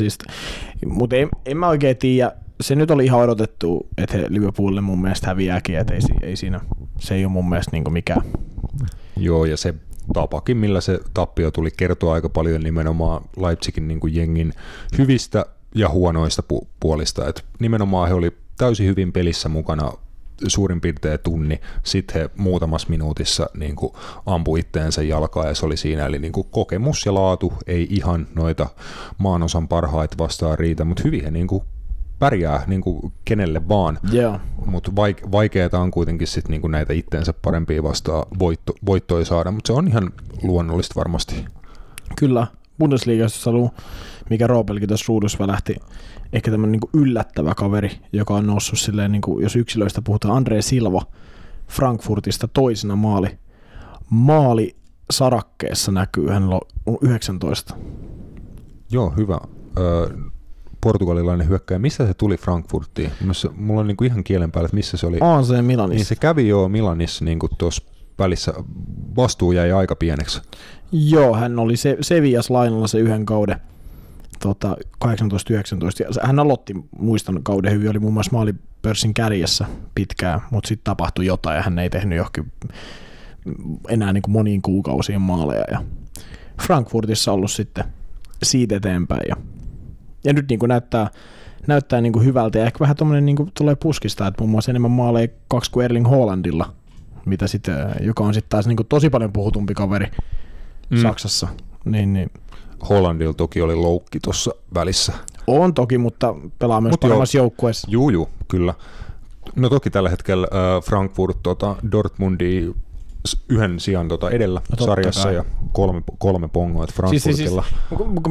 en mä oikein tiedä, se nyt oli ihan odotettu, että he Liverpoolille mun mielestä häviääkin, että ei siinä, se ei ole mun mielestä niin kuin mikään. Joo, ja se tapakin, millä se tappio tuli, kertoa aika paljon nimenomaan Leipzigin niin kuin jengin hyvistä ja huonoista puolista, että nimenomaan he oli täysin hyvin pelissä mukana suurin piirtein tunni, sitten he muutamassa minuutissa niin kuin ampui itteensä jalkaa ja se oli siinä, eli niin kuin kokemus ja laatu ei ihan noita maanosan parhaita vastaan riitä, mutta hyvin he niin kuin pärjää niin kuin kenelle vaan, mutta vaikeaa on kuitenkin sitten niin kuin näitä itteensä parempia vastaan voittoja saada, mutta se on ihan luonnollista varmasti. Kyllä, Bundesliigassa mikä Roopelkin tässä ruudussa välähti, ehkä tämmöinen niin kuin yllättävä kaveri, joka on noussut silleen, niin kuin, jos yksilöistä puhutaan, André Silva Frankfurtista toisena maali sarakkeessa näkyy, hänellä on 19. Joo, hyvä. Portugalilainen hyökkäjä. Missä se tuli Frankfurtiin? Mulla on niin kuin ihan kielen päällä, että missä se oli. Se Milanissa. Niin se kävi jo Milanissa niin kuin tuossa välissä. Vastuu jäi aika pieneksi. Joo, hän oli Sevillas lainalla se yhden kauden. 18-19. Hän aloitti, muistan kauden hyvin, oli muun muassa maalipörssin kärjessä pitkään, mutta sitten tapahtui jotain ja hän ei tehnyt johonkin enää niin kuin moniin kuukausien maaleja. Ja Frankfurtissa ollut sitten siitä eteenpäin. Ja nyt niin kuin näyttää niin kuin hyvältä ja ehkä vähän tuommoinen niin kuin tulee puskista, että muun muassa enemmän maaleja 2 kuin Erling Haalandilla, joka on sitten taas niin kuin tosi paljon puhutumpi kaveri Saksassa. Niin. Hollandilla toki oli loukki tuossa välissä. On toki, mutta pelaa myös paremmassa joukkueessa. Juu, kyllä. No toki tällä hetkellä Frankfurt Dortmundia yhden sijaan edellä sarjassa kai. Ja kolme pongoa Frankfurtilla. Siis,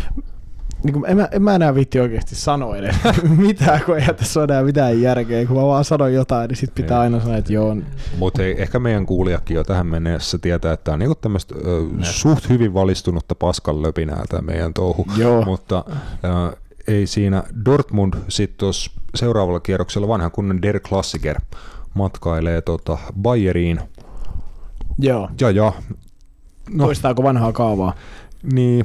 en mä enää viitti oikeasti sanoa edes mitään, kun ei tässä ole enää mitään järkeä. Kun mä vaan sanon jotain, niin sit pitää aina sanoa, että joo. Mutta ehkä meidän kuulijakin jo tähän mennessä tietää, että tämä on niinku tämmöistä suht hyvin valistunutta paskan löpinää tämä meidän touhu. Mutta ei siinä. Dortmund sitten tuossa seuraavalla kierroksella vanha kunnon Der Klassiker matkailee Bayeriin. Joo. Ja. No. Toistaako vanhaa kaavaa? Niin.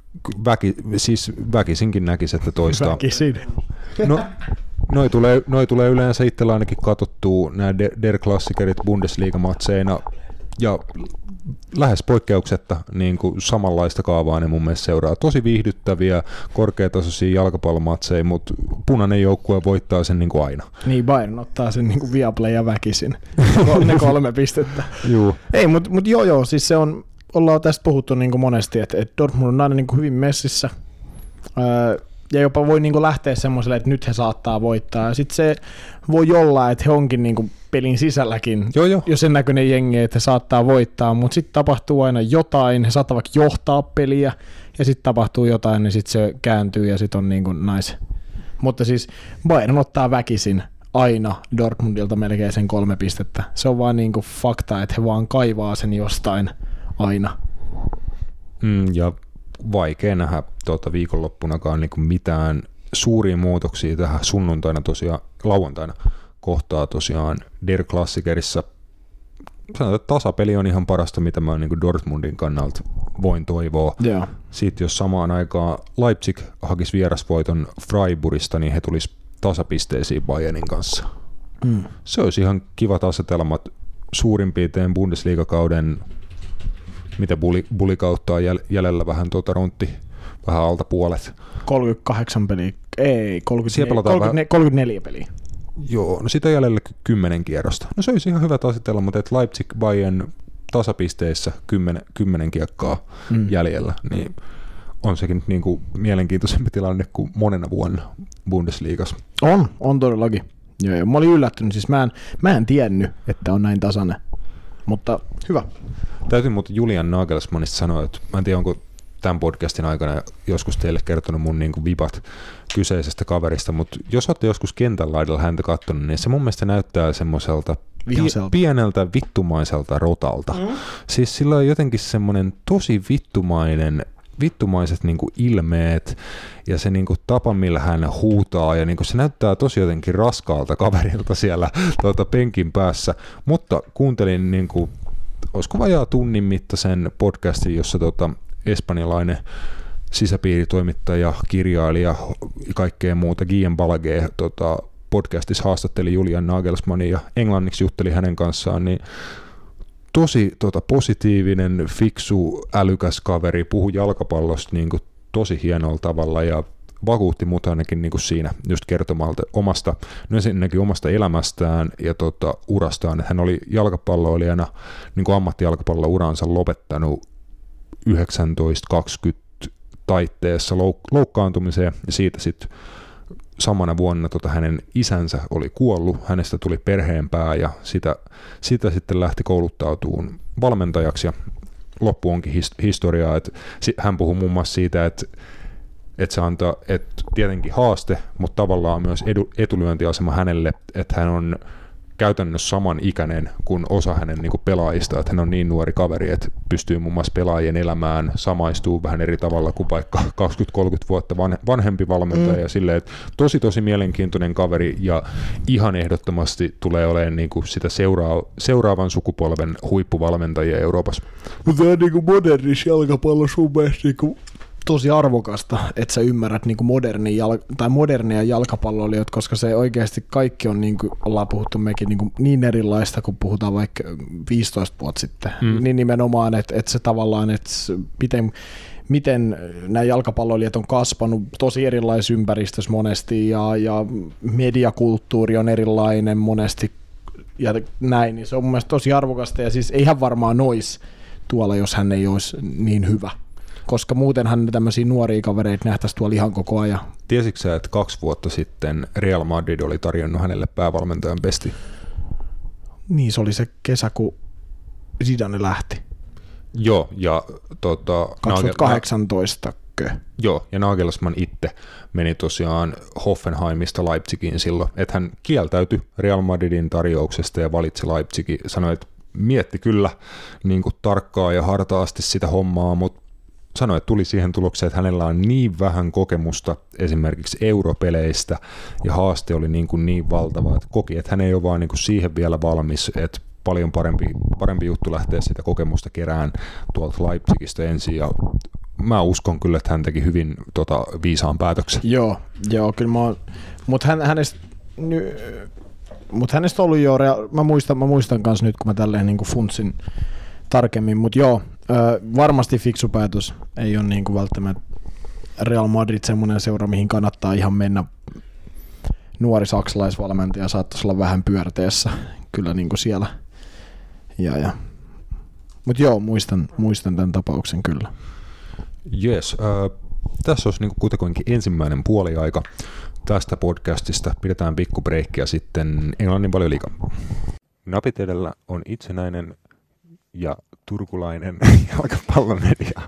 Väkisinkin näkisi, että toistaa. Väkisin. No, noi tulee yleensä itsellä ainakin katsottua nämä Der Klassikerit Bundesliga-matseina ja lähes poikkeuksetta niin kuin samanlaista kaavaa ne mun mielestä seuraa. Tosi viihdyttäviä, korkeatasoisia jalkapallomatseja, mutta punainen joukkue voittaa sen niin kuin aina. Niin, Bayern ottaa sen niin kuin Viaplay ja väkisin. Ne 3 pistettä. Juu. Ei, mutta joo, siis se on ollaan tästä puhuttu niin kuin monesti, että Dortmund on aina niin kuin hyvin messissä. Ja jopa voi niin kuin lähteä semmoiselle, että nyt he saattaa voittaa. Ja sitten se voi olla, että he onkin niin kuin pelin sisälläkin jo sen näköinen jengi, että he saattaa voittaa. Mutta sitten tapahtuu aina jotain, he saattavat johtaa peliä. Ja sitten tapahtuu jotain, niin sitten se kääntyy ja sitten on niin kuin nice. Mutta siis Bayern ottaa väkisin aina Dortmundilta melkein sen 3 pistettä. Se on vaan niin kuin fakta, että he vaan kaivaa sen jostain aina. Ja vaikea nähdä viikonloppunakaan niin kuin mitään suuria muutoksia tähän lauantaina kohtaa tosiaan Der Klassikerissa. Sanotaan, että tasapeli on ihan parasta, mitä mä niin kuin Dortmundin kannalta voin toivoa. Yeah. Sitten jos samaan aikaan Leipzig hakisi vierasvoiton Freiburgista, niin he tulisi tasapisteisiin Bayernin kanssa. Se olisi ihan kivat asetelmat suurin piirtein Bundesliga-kauden, mitä bulikautta on jäljellä vähän runtti, vähän alta puolet. 38 peliä, ei, 34 peliä. Joo, no sitä jäljellä 10 kierrosta. No se olisi ihan hyvät asetelmat, että Leipzig Bayern tasapisteissä 10 kiekkaa jäljellä, niin on sekin niin kuin mielenkiintoisempi tilanne kuin monena vuonna Bundesliigassa. On todellakin. Joo, mä olin yllättynyt, siis mä en tiennyt, että on näin tasainen, mutta hyvä. Täytyy muuten Julian Nagelsmannista sanoa, että mä en tiedä, onko tämän podcastin aikana joskus teille kertonut mun niin kuin vibat kyseisestä kaverista, mutta jos olette joskus kentän laidalla häntä katsonut, niin se mun mielestä näyttää semmoiselta pieneltä vittumaiselta rotalta. Siis sillä on jotenkin semmoinen tosi vittumaiset niinku ilmeet ja se niinku tapa, millä hän huutaa ja niinku se näyttää tosi jotenkin raskaalta kaverilta siellä penkin päässä, mutta kuuntelin niinku, olisiko vajaa tunnin mittaisen podcastin, jossa espanjalainen sisäpiiritoimittaja, kirjailija ja kaikkea muuta, Guillem Balaguer podcastissa haastatteli Julian Nagelsmannin ja englanniksi jutteli hänen kanssaan, niin tosi positiivinen, fiksu, älykäs kaveri, puhui jalkapallosta niin kuin tosi hienolla tavalla ja vakuutti mut ainakin niin kuin siinä just kertomalta omasta elämästään ja urastaan, että hän oli jalkapalloilijana niin kuin ammattijalkapallouransa lopettanut 1920 taitteessa loukkaantumiseen ja siitä sitten samana vuonna hänen isänsä oli kuollut, hänestä tuli perheenpää ja sitä sitten lähti kouluttautumaan valmentajaksi ja loppu onkin historiaa. Hän puhui muun muassa siitä, että se antaa tietenkin haaste, mutta tavallaan myös etulyöntiasema hänelle, että hän on käytännössä samanikäinen kuin osa hänen niin kuin pelaajista, että hän on niin nuori kaveri, että pystyy muun muassa pelaajien elämään, samaistuu vähän eri tavalla kuin vaikka 20-30 vuotta vanhempi valmentaja ja silleen, että tosi mielenkiintoinen kaveri ja ihan ehdottomasti tulee olemaan niin kuin sitä seuraavan sukupolven huippuvalmentajia Euroopassa. Mutta tämä on niin kuin modernissa jalkapallossa sun mielestä niin kuin tosi arvokasta, että sä ymmärrät niin kuin modernia jalkapalloilijoita, koska se oikeasti kaikki on, niin kuin ollaan puhuttu mekin, niin erilaista, kun puhutaan vaikka 15 vuotta sitten. Niin nimenomaan, että se tavallaan, että miten nämä jalkapalloilijat on kasvanut tosi erilaisissa ympäristössä monesti ja mediakulttuuri on erilainen monesti ja näin, niin se on mun mielestä tosi arvokasta ja siis eihän varmaan olisi tuolla, jos hän ei olisi niin hyvä. Koska muutenhan tämmöisiä nuoria kavereita nähtäisi tuolla ihan koko ajan. Tiesitkö sä, että 2 vuotta sitten Real Madrid oli tarjonnut hänelle päävalmentajan pesti? Niin, se oli se kesä, kun Zidane lähti. Joo, ja 2018. Joo, ja Nagelsmann itse meni tosiaan Hoffenheimista Leipzigiin silloin, että hän kieltäytyi Real Madridin tarjouksesta ja valitsi Leipzigin. Sanoi, että mietti kyllä niin kuin tarkkaa ja hartaasti sitä hommaa, mutta sanoi, että tuli siihen tulokseen, että hänellä on niin vähän kokemusta esimerkiksi europeleistä ja haaste oli niin valtava, että koki, että hän ei ole vaan niin kuin siihen vielä valmis, että paljon parempi juttu lähteä sitä kokemusta kerään tuolta Leipzigistä ensin ja mä uskon kyllä, että hän teki hyvin viisaan päätöksen. Joo, kyllä mutta hänestä ollut jo, mä muistan kanssa nyt, kun mä tälleen niin kuin funtsin tarkemmin, mutta joo, varmasti fiksu päätös. Ei ole niin kuin välttämättä Real Madrid semmoinen seura, mihin kannattaa ihan mennä. Nuori saksalaisvalmentaja saattaisi olla vähän pyörteessä kyllä niin kuin siellä. Mutta joo, muistan tämän tapauksen kyllä. Jes, tässä olisi niin kuitenkin ensimmäinen puoliaika tästä podcastista. Pidetään pikku breikkiä sitten Englannin Valioliiga. Napit edellä on itsenäinen ja turkulainen jalkapallomedia.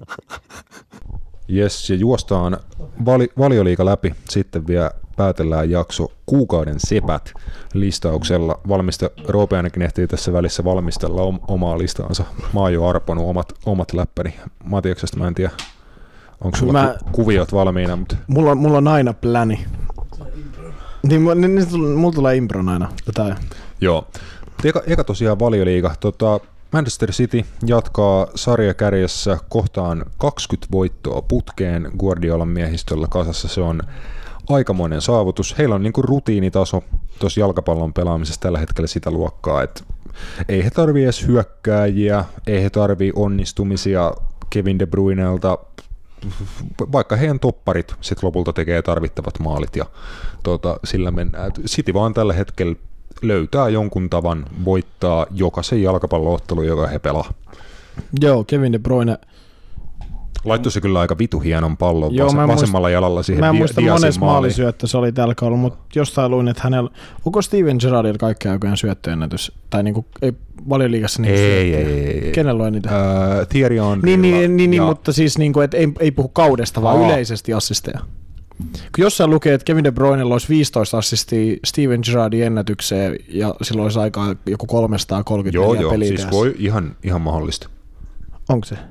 Jes, ja juostaan Valioliiga läpi. Sitten vielä päätellään jakso kuukauden sepät listauksella. Roope ainakin ehtii tässä välissä valmistella omaa listaansa. Mä oon jo arponut omat läppäni. Matiaksesta mä en tiedä, onko sulla kuviot valmiina. Mutta Mulla on aina pläni. Niin, mulla tulee impron aina. Joo. Eka tosiaan Valioliiga. Manchester City jatkaa sarjakärjessä kohtaan 20 voittoa putkeen Guardiolan miehistöllä kasassa. Se on aikamoinen saavutus. Heillä on niinku rutiinitaso tuossa jalkapallon pelaamisessa tällä hetkellä sitä luokkaa, että ei he tarvii edes hyökkääjiä, ei he tarvii onnistumisia Kevin De Bruynelta, vaikka heidän topparit sit lopulta tekee tarvittavat maalit ja sillä mennään. City vaan tällä hetkellä löytää jonkun tavan voittaa jokaisen jalkapallo-ottelu, joka he pelaa. Joo, Kevin De Bruyne laittoi se kyllä aika vitu hienon pallon vasemmalla jalalla siihen Mä en muista monessa maaliin. maalisyöttö se oli tällä kaudella, mutta jostain luin, että hänellä, onko Steven Gerrardilla kaikkea aikojen syöttöennätys? Tai niinku, ei Valioliigassa niitä ei. Kenellä on niitä? Thierry Henrylla. Niin, mutta siis niinku, et ei puhu kaudesta, vaan yleisesti assisteja. Kun jossain lukee, että Kevin De Bruynella olisi 15 assistia Steven Gerrardin ennätykseen ja silloin olisi aikaa joku 334 peliä. Joo, siis voi ihan mahdollista. Onko se?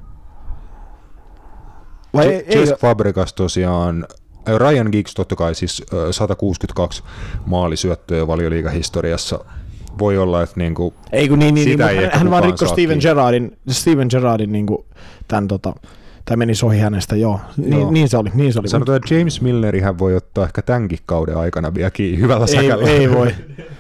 Cesc Fabregas tosiaan, Ryan Giggs totta kai siis 162 maalisyöttöä Valioliigahistoriassa. Voi olla, että niinku sitä ei ehkä hän vaan kukaan rikkoi Steven Gerrardin niinku tämän tai menisi ohi hänestä, joo. Niin se oli. Sanotaan, että James Milnerihän voi ottaa ehkä tämänkin kauden aikana vielä hyvällä säkällä. Ei voi.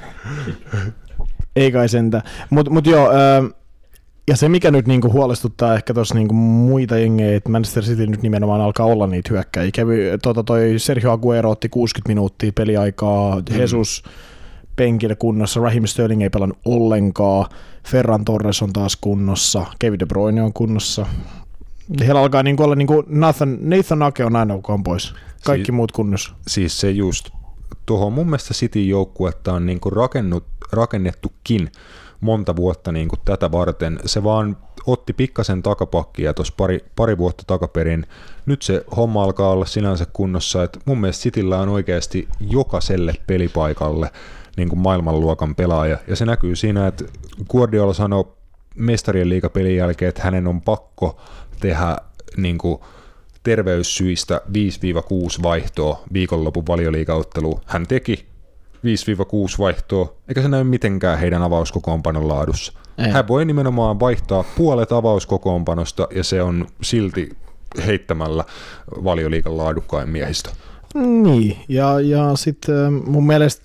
Ei kai sentään. Mut joo, ja se mikä nyt niinku huolestuttaa ehkä tuossa niinku muita jengejä, että Manchester City nyt nimenomaan alkaa olla niitä hyökkäjiä. Toi Sergio Aguero otti 60 minuuttia peliaikaa, Jesus penkillä kunnossa, Raheem Sterling ei pelannut ollenkaan, Ferran Torres on taas kunnossa, Kevin De Bruyne on kunnossa. Heillä alkaa niinku olla niinku Nathan Ake on aina kun pois. Kaikki muut kunnossa. Siis se just, tuohon mun mielestä Cityn joukkuetta on niinku rakennettukin monta vuotta niinku tätä varten. Se vaan otti pikkasen takapakkia tuossa pari vuotta takaperin. Nyt se homma alkaa olla sinänsä kunnossa, että mun mielestä Cityllä on oikeasti jokaiselle pelipaikalle niinku maailmanluokan pelaaja. Ja se näkyy siinä, että Guardiola sanoi mestarien liigapelin jälkeen, että hänen on pakko tehdä niinku terveyssyistä 5-6 vaihtoa viikonlopun Valioliigaotteluun. Hän teki 5-6 vaihtoa, eikä se näy mitenkään heidän avauskokoonpanon laadussa. Ei. Hän voi nimenomaan vaihtaa puolet avauskokoonpanosta, ja se on silti heittämällä Valioliigan laadukkain miehistä. Niin, ja sitten mun mielestä,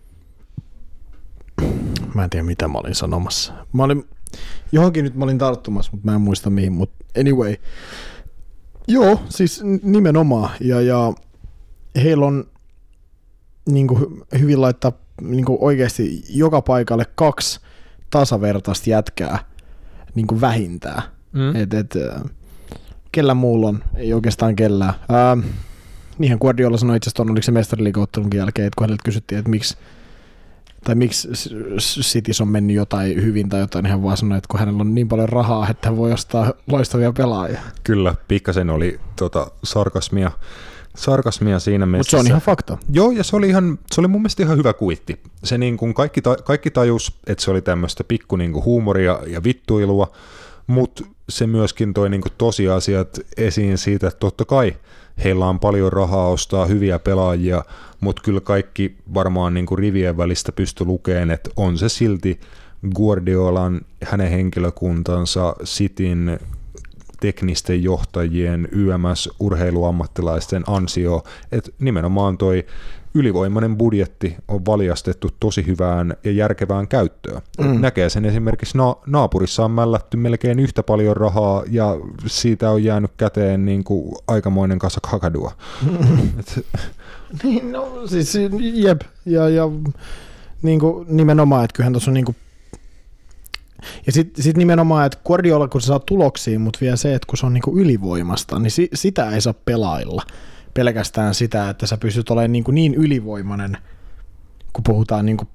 mä en tiedä mitä mä olin sanomassa. Johonkin nyt mä olin tarttumassa, mutta mä en muista mihin, mutta anyway. Joo, siis nimenomaan, ja heillä on niinku hyvin laittaa niinku oikeasti joka paikalle 2 tasavertaista jätkää niinku vähintään. Kellä muulla on, ei oikeastaan kellään. Niinhän Guardiola sanoi itse asiassa, oliko se mestariliigaottelunkin jälkeen, että kun häneltä kysyttiin, että miksi Citys on mennyt jotain hyvin tai jotain, niin hän vaan sanoi, että kun hänellä on niin paljon rahaa, että hän voi ostaa loistavia pelaajia. Kyllä, pikkasen oli sarkasmia siinä mielessä. Mutta se on ihan fakta. Joo, ja se oli mun mielestä ihan hyvä kuitti. Se niin kuin kaikki tajus, että se oli tämmöistä pikku niin kuin huumoria ja vittuilua, mutta se myöskin toi niin kuin tosiasiat esiin siitä, että totta kai heillä on paljon rahaa ostaa hyviä pelaajia, mutta kyllä kaikki varmaan niin kuin rivien välistä pysty lukemaan, että on se silti Guardiolan, hänen henkilökuntansa, Cityn teknisten johtajien, YMS-urheiluammattilaisten ansio, että nimenomaan toi ylivoimainen budjetti on valjastettu tosi hyvään ja järkevään käyttöön. Näkee sen esimerkiksi naapurissa on mällätty melkein yhtä paljon rahaa ja siitä on jäänyt käteen niin kuin aikamoinen kasa kakadua. No siis jep, ja niin kuin nimenomaan, että kyllähän tuossa on niin kuin Ja sit nimenomaan, että Guardiola, kun se saa tuloksiin, mutta vielä se, että kun se on niinku ylivoimasta, niin sitä ei saa pelailla. Pelkästään sitä, että sä pystyt olemaan niin ylivoimainen, kun puhutaan niinku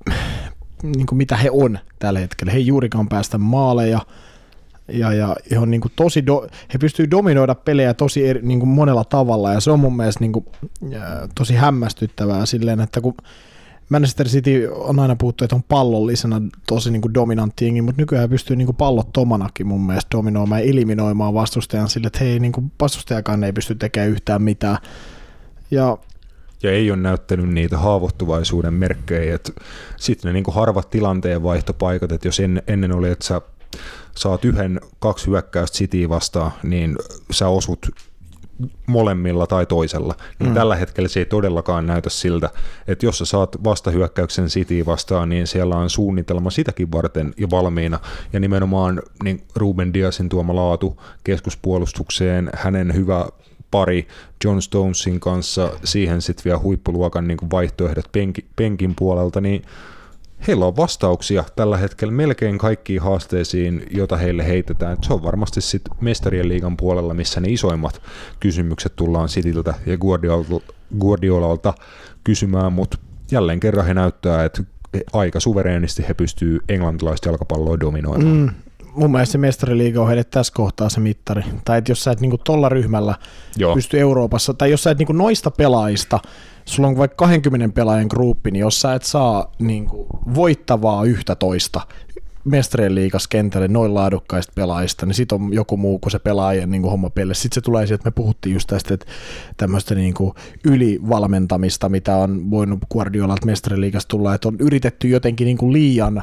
mitä he on tällä hetkellä. He ei juurikaan päästä maaleja, ja he on niinku he pystyy dominoida pelejä tosi niinku monella tavalla, ja se on mun mielestä niinku, tosi hämmästyttävää silleen, että kun Manchester City on aina puhuttu, että on pallollisena tosi niinku dominantti jengi, mutta nykyään pystyy niinku pallottomanakin mun mielestä dominoimaan ja eliminoimaan vastustajan sille, että hei, niinku vastustajakaan ei pysty tekemään yhtään mitään. Ja ei ole näyttänyt niitä haavoittuvaisuuden merkkejä, että sitten ne niinku harvat tilanteen vaihtopaikat, että jos ennen oli, että sä saat 1-2 hyökkäystä Cityä vastaan, niin sä osut molemmilla tai toisella. Niin tällä hetkellä se ei todellakaan näytä siltä, että jos sä saat vastahyökkäyksen Cityä vastaan, niin siellä on suunnitelma sitäkin varten ja valmiina. Ja nimenomaan niin Ruben Diasin tuoma laatu keskuspuolustukseen, hänen hyvä pari John Stonesin kanssa, siihen sitten vielä huippuluokan niin kuin vaihtoehdot penkin puolelta, niin heillä on vastauksia tällä hetkellä melkein kaikkiin haasteisiin, joita heille heitetään. Se on varmasti sitten Mestarien liigan puolella, missä ne isoimmat kysymykset tullaan Cityltä ja Guardiolalta kysymään, mutta jälleen kerran he näyttää, että aika suvereenisti he pystyy englantilaista jalkapalloa dominoimaan. Mun mielestä se Mestariliiga on heille tässä kohtaa se mittari. Tai että jos sä et niinku tolla ryhmällä pysty Euroopassa, tai jos sä et niinku noista pelaajista, sulla on vaikka 20 pelaajan gruppi, niin jos sä et saa niinku voittavaa 11 Mestarien liigas kentälle noin laadukkaista pelaajista, niin sit on joku muu kuin se pelaajien niinku hommapelle. Sitten se tulee sieltä, että me puhuttiin just tästä, että tämmöistä niinku ylivalmentamista, mitä on voinut Guardiolalta Mestarien liigasta tulla, että on yritetty jotenkin niinku liian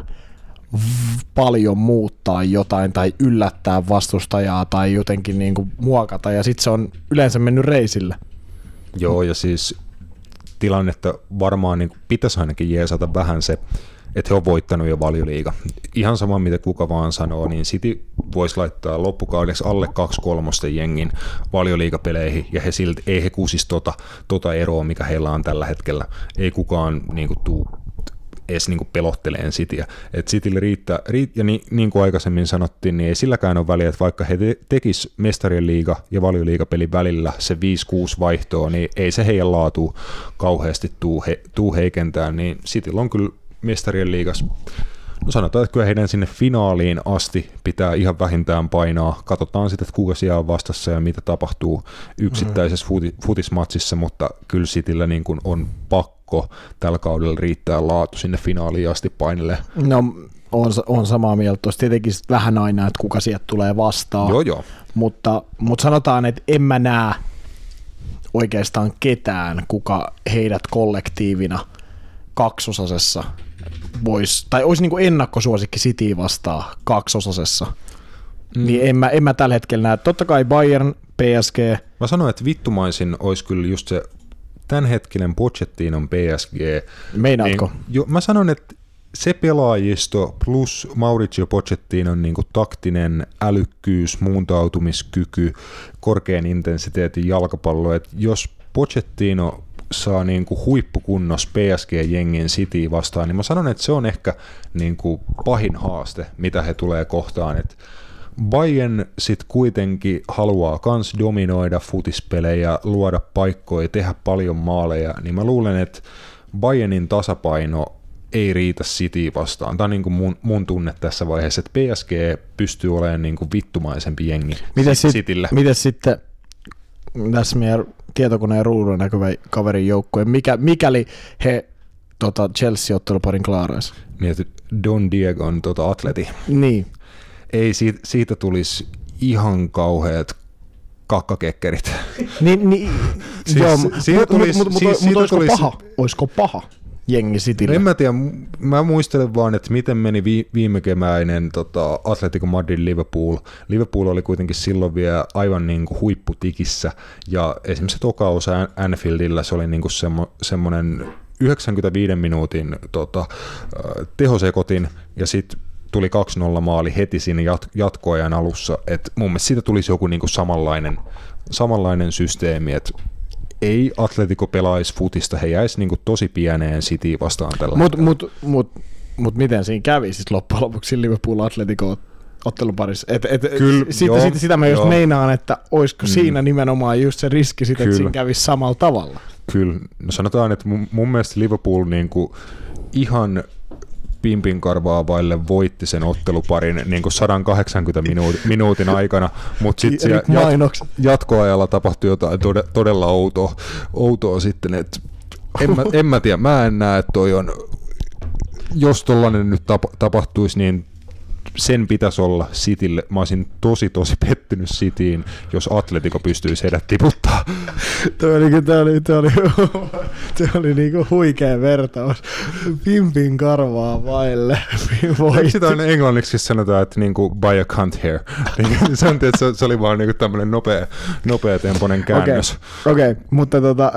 paljon muuttaa jotain tai yllättää vastustajaa tai jotenkin niinku muokata, ja sitten se on yleensä mennyt reisille. Joo, ja siis tilannetta varmaan niin pitäisi ainakin jeesata vähän se, että he on voittanut jo Valioliiga. Ihan sama, mitä kuka vaan sanoo, niin City voisi laittaa loppukaudeksi alle 2/3 jengin Valioliigapeleihin, ja he silti ei he kuusisi tota eroa, mikä heillä on tällä hetkellä. Ei kukaan tuu edes pelotteleen Cityä. Et Citylle riittää, ja niin kuin aikaisemmin sanottiin, niin ei silläkään ole väliä, että vaikka he tekis Mestarien liiga ja Valioliigapelin välillä se 5-6 vaihtoa, niin ei se heidän laatu kauheasti tuu heikentää, niin Cityllä on kyllä Mestarien liigas. No sanotaan, että kyllä heidän sinne finaaliin asti pitää ihan vähintään painaa. Katsotaan sitten, että kuka siellä on vastassa ja mitä tapahtuu yksittäisessä futismatsissa, mutta kyllä Cityllä niin kuin on pakko tällä kaudella riittää laatu sinne finaaliin asti painille. No on samaa mieltä. Tuossa tietenkin vähän aina, että kuka sieltä tulee vastaan. Joo. Mutta sanotaan, että en mä näe oikeastaan ketään, kuka heidät kollektiivina kaksosasessa voisi, tai olisi niin kuin ennakkosuosikki City vastaan kaksosasessa. Niin en mä tällä hetkellä näe. Totta kai Bayern, PSG. Mä sanoin, että vittumaisin olisi kyllä just se tämänhetkinen Pochettinon PSG. Meinaatko? Niin, mä sanon, että se pelaajisto plus Mauricio Pochettinon niin kuin taktinen älykkyys, muuntautumiskyky, korkean intensiteetin jalkapallo, että jos Pochettino saa niin kuin huippukunnos PSG-jengin City vastaan, niin mä sanon, että se on ehkä niin kuin pahin haaste, mitä he tulee kohtaan. Et Bayern sit kuitenkin haluaa kans dominoida futispelejä, luoda paikkoja, tehdä paljon maaleja, niin mä luulen, että Bayernin tasapaino ei riitä City vastaan. Tämä on niin kuin mun tunne tässä vaiheessa, että PSG pystyy olemaan niin kuin vittumaisempi jengi Citylle. Miten sitten tässä meidän tietokoneen ruudun näkyvä kaverin joukkojen, mikäli he Chelsea-otteluparin klaaraisi? Niin, että Don Diegon atleti. Niin. Ei siitä tulisi ihan kauheat kakkakekkerit. Olisiko paha jengi Citylle? En mä tiedä, mä muistelen vaan, että miten meni viime keväinen Atletico Madrid Liverpool. Liverpool oli kuitenkin silloin vielä aivan niin kuin huipputikissä, ja esimerkiksi toka osa Anfieldillä se oli niin kuin semmoinen 95 minuutin tehosekotin, ja sitten tuli 2-0 maali heti siinä jatkoajan alussa, että mun mielestä siitä tulisi joku niin kuin samanlainen systeemi, että ei Atletico pelaisi futista, he jäisi niin kuin tosi pieneen City vastaan tällä. Mut Mut miten siinä kävi siis loppujen lopuksi Liverpool-Atletico otteluparissa? Sitä mä just meinaan, että olisiko siinä nimenomaan just se riski sit, että siinä kävisi samalla tavalla. Kyllä, no sanotaan, että mun mielestä Liverpool niinku ihan pimpin karvaa vaille voitti sen otteluparin niin kuin 180 minuutin aikana, mutta sitten jatkoajalla tapahtui jotain todella outoa sitten, että en mä tiedä, mä en näe, että toi on, jos tollainen nyt tapahtuisi, niin sen pitäisi olla Citylle. Mä olisin tosi pettynyt Cityin, jos Atletico pystyisi heidät tiputtaa. Tuo oli niinku huikea vertaus. Pimpin karvaa vaille. Sitä on englanniksi sanotaan, että niinku buy a cunt here. Se oli vaan niinku tämmöinen nopea tempoinen käännös. Okei, mutta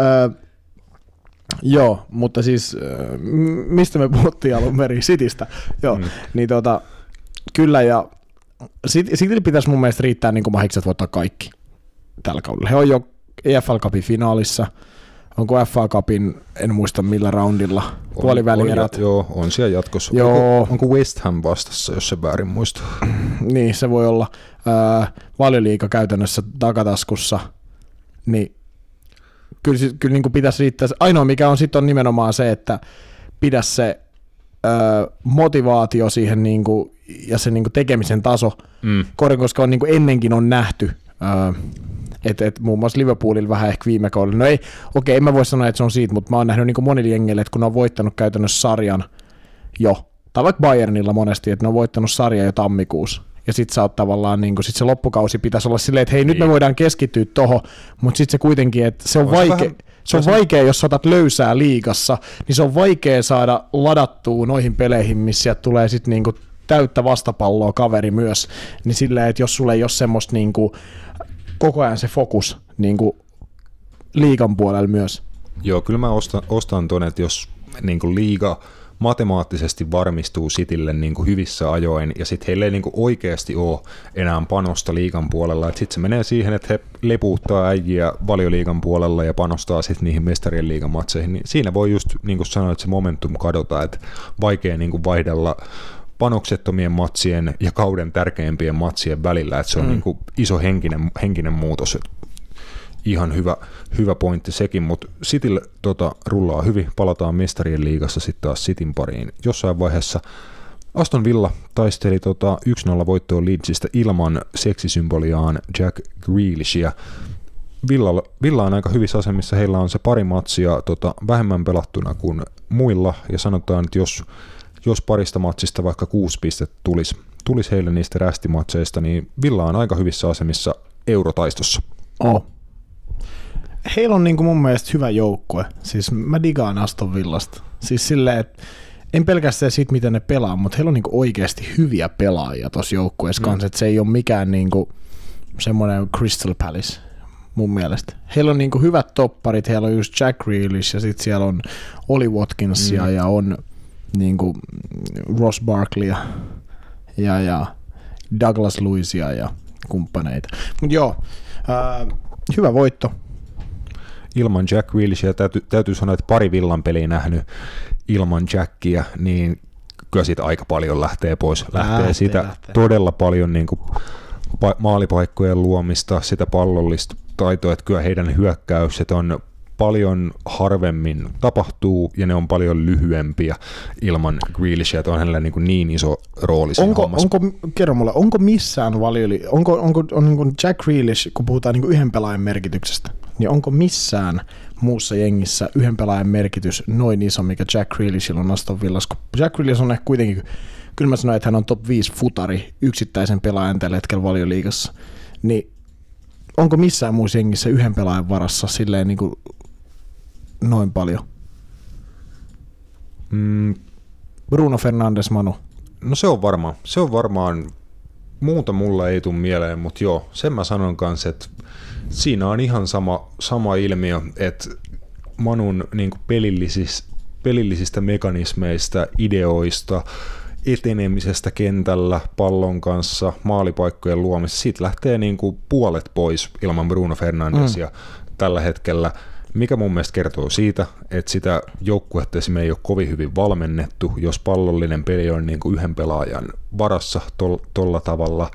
joo, mutta siis mistä me puhuttiin alun perin? Citystä. Joo, niin kyllä, ja Citylle pitäisi mun mielestä riittää niin kuin mahikset voittaa kaikki tällä kaudella. He on jo EFL Cupin finaalissa, onko FA Cupin, en muista millä roundilla, puolivälierät. Joo, on siellä jatkossa. Onko West Ham vastassa, jos se väärin muistaa? Niin, se voi olla. Valioliiga käytännössä takataskussa, niin kyllä niin kuin pitäisi riittää. Ainoa mikä on sitten on nimenomaan se, että pidä se motivaatio siihen niinku, ja se niinku tekemisen taso korkein, koska on niinku ennenkin on nähty, että muun muassa Liverpoolilla vähän ehkä viime kaudella. No en mä voi sanoa, että se on siitä, mutta mä oon nähnyt niinku monilla jengeillä, että kun ne on voittanut käytännössä sarjan jo, tai vaikka Bayernilla monesti, että ne on voittanut sarjan jo tammikuussa. Ja sit sä oot tavallaan, niin sit se loppukausi pitäisi olla silleen, että hei, nyt me voidaan keskittyä tohon, mutta sit se kuitenkin, että se on vaikea. Se on vaikea, jos otat löysää liigassa, niin se on vaikea saada ladattua noihin peleihin, missä tulee sitten niinku täyttä vastapalloa kaveri myös. Niin silleen, että jos sulla ei ole semmoista niinku koko ajan se fokus niinku liigan puolella myös. Joo, kyllä mä ostan ton, että jos niinku liiga matemaattisesti varmistuu Citylle niin kuin hyvissä ajoin, ja sitten heillä ei niin kuin oikeasti ole enää panosta liigan puolella. Sitten se menee siihen, että he lepuuttaa äijiä Valioliigan puolella ja panostaa sitten niihin mestarien liigan matseihin. Niin siinä voi just niin kuin sanoa, että se momentum kadota, että vaikea niin kuin vaihdella panoksettomien matsien ja kauden tärkeimpien matsien välillä, että se on niin kuin iso henkinen muutos. Ihan hyvä pointti sekin, mutta Citylle rullaa hyvin. Palataan mestarien liigassa sitten taas Cityn pariin. Jossain vaiheessa Aston Villa taisteli 1-0 voittoon Leedsistä ilman seksisymboliaan Jack Grealishia. Villa on aika hyvissä asemissa. Heillä on se pari matsia vähemmän pelattuna kuin muilla, ja sanotaan, että jos parista matsista vaikka 6 pistettä tulisi heille niistä rästimatseista, niin Villa on aika hyvissä asemissa eurotaistossa. Heillä on niin kuin mun mielestä hyvä joukkue. Siis mä digaan Aston Villasta. Siis silleen, että en pelkästään siitä, miten ne pelaa, mutta heillä on niin kuin oikeasti hyviä pelaajia tuossa joukkueessa kanssa. Että se ei ole mikään niin kuin semmoinen Crystal Palace mun mielestä. Heillä on niin kuin hyvät topparit. Heillä on just Jack Grealish ja sitten siellä on Oli Watkinsia ja on niin kuin Ross Barkleyja ja Douglas Luizia ja kumppaneita. Mutta joo, hyvä voitto. Ilman Jack Grealishia täytyy sanoa, että pari Villan peliä nähnyt ilman Jackia, niin kyllä siitä aika paljon lähtee pois. Lähtee todella paljon niin kuin maalipaikkojen luomista, sitä pallollista taitoa, että kyllä heidän hyökkäykset on paljon harvemmin tapahtuu ja ne on paljon lyhyempiä ilman Grealishia, että on hänellä niin iso rooli siinä hommassa. Kerro mulle, onko missään onko Jack Grealish, kun puhutaan niin yhden pelaajan merkityksestä, niin onko missään muussa jengissä yhden pelaajan merkitys noin iso, mikä Jack Grealishilla on Aston Villassa? Kun Jack Grealish on ehkä kuitenkin, kyllä mä sanoin, että hän on top 5 futari yksittäisen pelaajan tällä hetkellä Valioliigassa, niin onko missään muussa jengissä yhden pelaajan varassa silleen niin kuin noin paljon? Bruno Fernandes, Manu. No se on varmaan, muuta mulla ei tule mieleen, mutta joo, sen mä sanon kanssa, että siinä on ihan sama ilmiö, että Manun niin kuin pelillisistä mekanismeista, ideoista, etenemisestä kentällä, pallon kanssa, maalipaikkojen luomista, siitä lähtee niin kuin puolet pois ilman Bruno Fernandesia tällä hetkellä, mikä mun mielestä kertoo siitä, että sitä joukkuetta ei ole kovin hyvin valmennettu, jos pallollinen peli on niin kuin yhden pelaajan varassa tolla tavalla.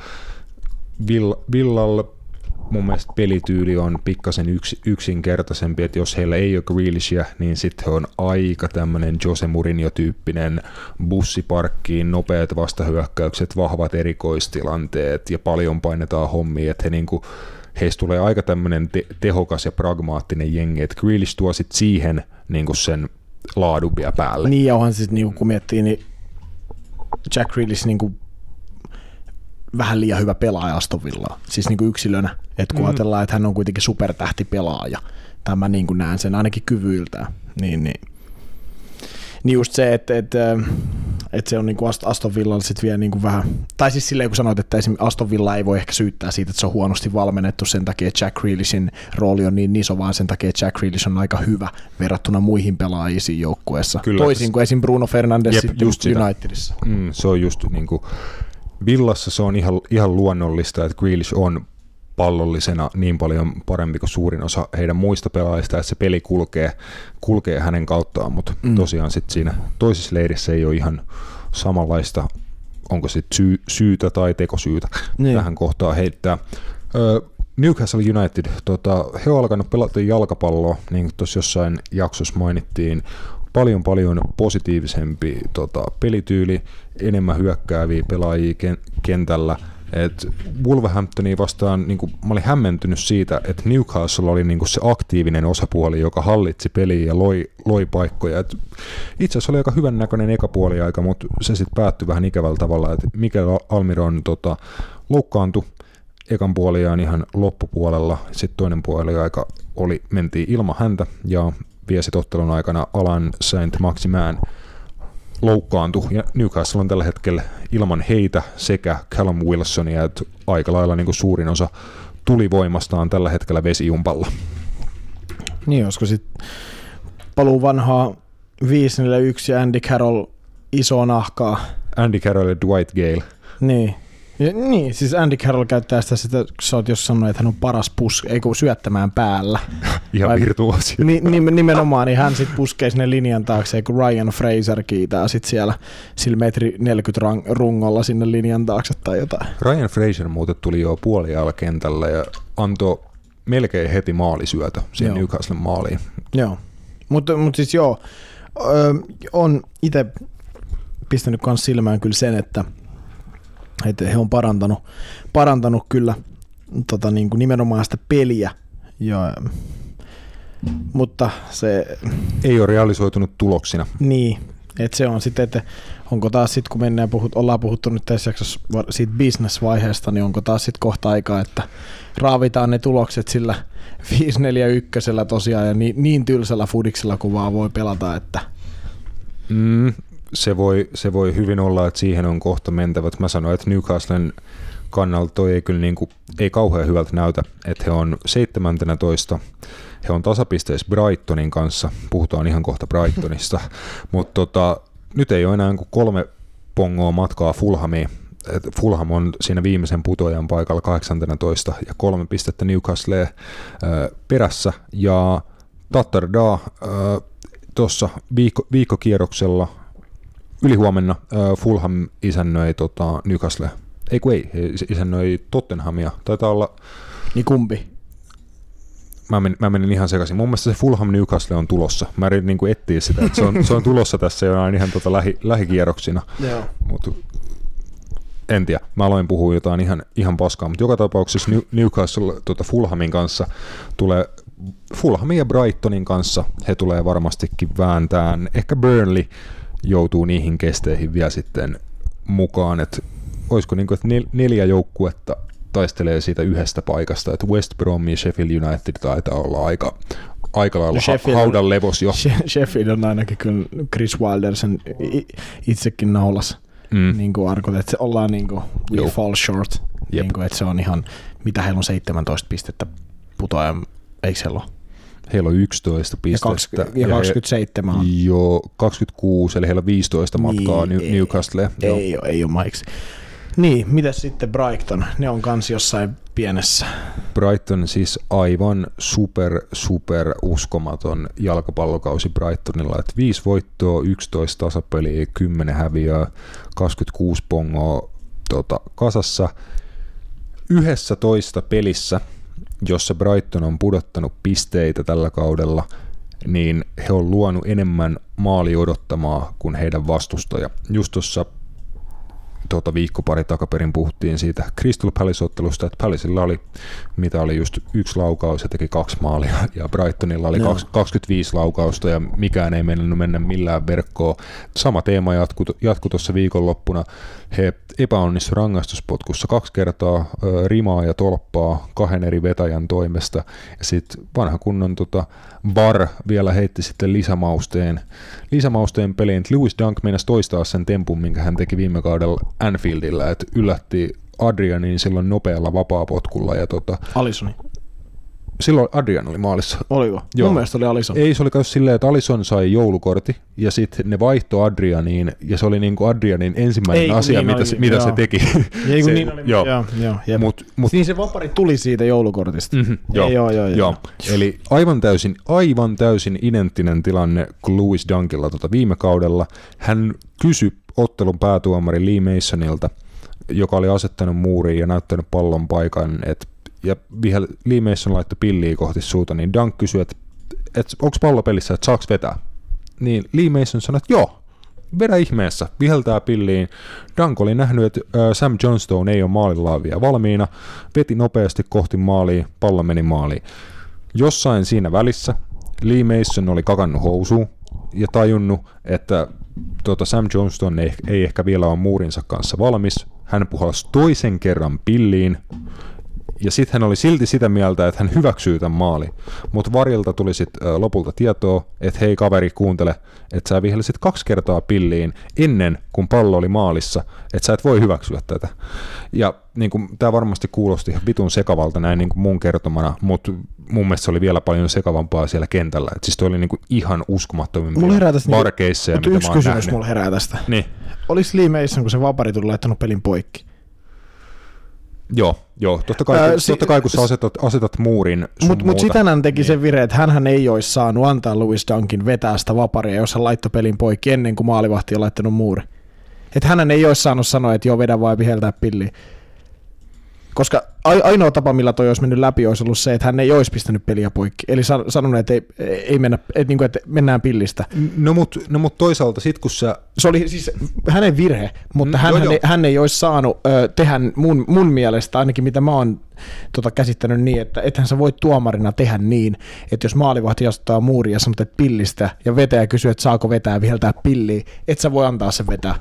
Villalla mun mielestä pelityyli on pikkasen yksinkertaisempi, että jos heillä ei ole Grealishia, niin sitten he on aika tämmöinen Jose Mourinho-tyyppinen bussiparkkiin, nopeat vastahyökkäykset, vahvat erikoistilanteet ja paljon painetaan hommia, että heistä tulee aika tämmöinen tehokas ja pragmaattinen jengi, että Grealish tuo sitten siihen niin kuin sen laadun vielä päälle. Niin ja onhan siis niin kun miettii, niin Jack Grealish niin kuin vähän liian hyvä pelaaja Aston Villaa, siis niin kuin yksilönä, että kun ajatellaan, että hän on kuitenkin supertähtipelaaja, tai mä niin kuin näen sen ainakin kyvyiltään, niin just se, että se on niin kuin Aston Villalla sitten vielä niin kuin vähän, tai siis silleen kun sanoit, että esimerkiksi Aston Villa ei voi ehkä syyttää siitä, että se on huonosti valmennettu sen takia, että Jack Grealishin rooli on niin iso, vaan sen takia, että Jack Grealish on aika hyvä verrattuna muihin pelaajiin siinä joukkueessa, toisin kuin esim. Bruno Fernandes sitten Unitedissa. Se on just niin kuin Villassa se on ihan luonnollista, että Grealish on pallollisena niin paljon parempi kuin suurin osa heidän muista pelaajista, että se peli kulkee hänen kauttaan, mutta tosiaan sitten siinä toisessa leirissä ei ole ihan samanlaista, onko sitten syytä tai tekosyytä tähän kohtaan heittää. Newcastle United, he on alkanut pelata jalkapalloa, niin kuin tuossa jossain jaksossa mainittiin, paljon positiivisempi pelityyli, enemmän hyökkääviä pelaajia kentällä. Et Wolverhamptonia vastaan niin mä olin hämmentynyt siitä, että Newcastle oli niin se aktiivinen osapuoli, joka hallitsi peliä ja loi paikkoja. Et itse asiassa oli aika hyvän näköinen eka puoliaika, mutta se sitten päättyi vähän ikävällä tavalla, että Mikel Almiron loukkaantui ekan puoliaan ihan loppupuolella, sitten toinen puoliaika mentiin ilman häntä ja vielä sitten ottelun aikana Alan Saint-Maximin loukkaantui, ja Newcastle on tällä hetkellä ilman heitä sekä Callum Wilsonia, että aika lailla niin kuin suurin osa tulivoimastaan tällä hetkellä vesijumpalla. Niin, olisiko sitten paluu vanhaa 5-4-1 ja Andy Carroll iso nahkaa. Andy Carroll ja Dwight Gale. Niin. Niin, siis Andy Carroll käyttää sitä, kun sä oot jos sanonut, että hän on paras syöttämään päällä. Ihan virtuosi. Nimenomaan, niin hän sitten puskee sinne linjan taakse, kun Ryan Fraser kiitää sitten siellä sillä metri 40 rungolla sinne linjan taakse tai jotain. Ryan Fraser muuten tuli jo puoliajalla kentällä ja antoi melkein heti maalisyötä siihen Newcastlen maaliin. Joo, mutta siis on itse pistänyt kans silmään kyllä sen, että he on parantanut kyllä niin kuin nimenomaan sitä peliä, mutta se ei ole realisoitunut tuloksina. Niin, että se on sitten, että onko taas sitten, kun ollaan puhuttu nyt tässä jaksossa siitä business-vaiheesta, niin onko taas sitten kohta aikaa, että raavitaan ne tulokset sillä 5-4-1 tosiaan ja niin tylsällä fudiksella kuin vaan voi pelata, että Se voi hyvin olla, että siihen on kohta mentävät. Mä sanoin, että Newcastlen kannalta toi ei kyllä ei kauhean hyvältä näytä, että he on 17. He on tasapisteissä Brightonin kanssa. Puhutaan ihan kohta Brightonista. Mutta nyt ei ole enää kuin 3 pongoa matkaa Fulhamiin. Fulham on siinä viimeisen putoajan paikalla 18 ja 3 pistettä Newcastle perässä. Ja Tattardaa tuossa viikkokierroksella ylihuomenna Fulham isännöi Newcastle. Ei, isännöi Tottenhamia. Taitaa olla... Niin kumpi? Mä menin ihan sekaisin. Mun mielestä se Fulham Newcastle on tulossa. Mä yritin niin kuin etsiä sitä, että se on tulossa tässä jo ihan lähikierroksina. Joo. Mut en tiedä. Mä aloin puhua jotain ihan paskaa, mutta joka tapauksessa Newcastle Fulhamin kanssa tulee... Fulhamin ja Brightonin kanssa he tulee varmastikin vääntään. Ehkä Burnley joutuu niihin kesteihin vielä sitten mukaan, että olisiko niin kuin, että 4 joukkuetta taistelee siitä yhdestä paikasta, että West Brom ja Sheffield United taitaa olla aika lailla haudan levos jo. Sheffield on ainakin kyllä Chris Wilder sen itsekin naulas niin kuin arkot, että se ollaan niin kuin we fall short, niin kuin, että se on ihan, mitä heillä on 17 pistettä putoajan, eikö heillä ole? Heillä on 11 pistettä. Ja 27. Joo, 26, eli heillä on 15 matkaa Newcastle. Ei ole maiksi. Niin, mitäs sitten Brighton? Ne on kans jossain pienessä. Brighton siis aivan super uskomaton jalkapallokausi Brightonilla, että 5 voittoa, 11 tasapeliä, 10 häviöä, 26 pongoa kasassa. 11 pelissä, jossa Brighton on pudottanut pisteitä tällä kaudella, niin he on luonut enemmän maali odottamaa kuin heidän vastustaja. Just tuossa viikko pari takaperin puhuttiin siitä Crystal Palace-ottelusta, että Palacella oli, mitä oli just 1 laukaus ja teki 2 maalia, ja Brightonilla oli 25 laukausta, ja mikään ei mennä millään verkkoon. Sama teema jatkui tuossa viikonloppuna. He epäonnistuivat rangaistuspotkussa 2 kertaa rimaa ja tolppaa 2 eri vetäjän toimesta, ja sitten vanha kunnon VAR vielä heitti sitten lisämausteen peliin. Lewis Dunk meinasi toistaa sen tempun, minkä hän teki viime kaudella Anfieldillä, että yllätti Adrianin silloin nopealla vapaapotkulla. Ja Alissoni. Silloin Adrian oli maalissa. Oliko? Joo. Mun mielestä oli Alisson. Ei, se oli myös silleen, että Alisson sai joulukortti ja sitten ne vaihtoi Adrianiin ja se oli niinku Adrianin ensimmäinen asia, mitä se teki. Ei kun niin oli. Joo. Mut, niin se vapari tuli siitä joulukortista. Joo. Eli aivan täysin identtinen tilanne kuin Lewis Dunkilla viime kaudella. Hän kysyi ottelun päätuomari Lee Masonilta, joka oli asettanut muuriin ja näyttänyt pallon paikan, ja Lee Mason laittoi pilliä kohti suuta, niin Dunk kysyi, että onko pallo pelissä, että saaks vetää? Niin Lee Mason sanoi, että joo, vedä ihmeessä, viheltää pilliin. Dunk oli nähnyt, että Sam Johnstone ei ole maalillaan vielä valmiina, veti nopeasti kohti maalia, pallo meni maaliin. Jossain siinä välissä Lee Mason oli kakannut housuun ja tajunnut, että Sam Johnstone ei ehkä vielä ole muurinsa kanssa valmis. Hän puhalsi toisen kerran pilliin, ja sitten hän oli silti sitä mieltä, että hän hyväksyy tämän maalin. Mutta varilta tuli sitten lopulta tietoa, että hei kaveri, kuuntele, että sä vihelsit 2 kertaa pilliin ennen kuin pallo oli maalissa, että sä et voi hyväksyä tätä. Ja niin tämä varmasti kuulosti ihan vitun sekavalta näin niin mun kertomana, mutta mun mielestä se oli vielä paljon sekavampaa siellä kentällä. Et siis toi oli niin ihan uskomattomimpia varkeisseja, mitä yksi kysymys mulla herää tästä. Niin. Olisi Lee Mason, kun se vapari tuli laittanut pelin poikki? Joo, totta kai kun sä asetat muurin sun Mutta sitten hän teki sen virhe, että hänhän ei olisi saanut antaa Lewis Dunkin vetää sitä vaparia, jos hän laittoi pelin poikki ennen kuin maalivahti on laittanut muuri. Että hän ei olisi saanut sanoa, että joo, vedä vai viheltää pilliin. Koska ainoa tapa, millä toi olisi mennyt läpi, olisi ollut se, että hän ei olisi pistänyt peliä poikki. Eli sanonut, että ei mennä, että mennään pillistä. No mut toisaalta sit kun sä... Se oli siis hänen virhe, mutta hän ei olisi saanut tehdä mun mielestä, ainakin mitä mä oon käsittänyt niin, että ethän sä voi tuomarina tehdä niin, että jos maalivahti asuttaa muuria ja sanot, että pillistä, ja vetäjä kysyy, että saako vetää viheltää pilliä, et sä voi antaa sen vetää.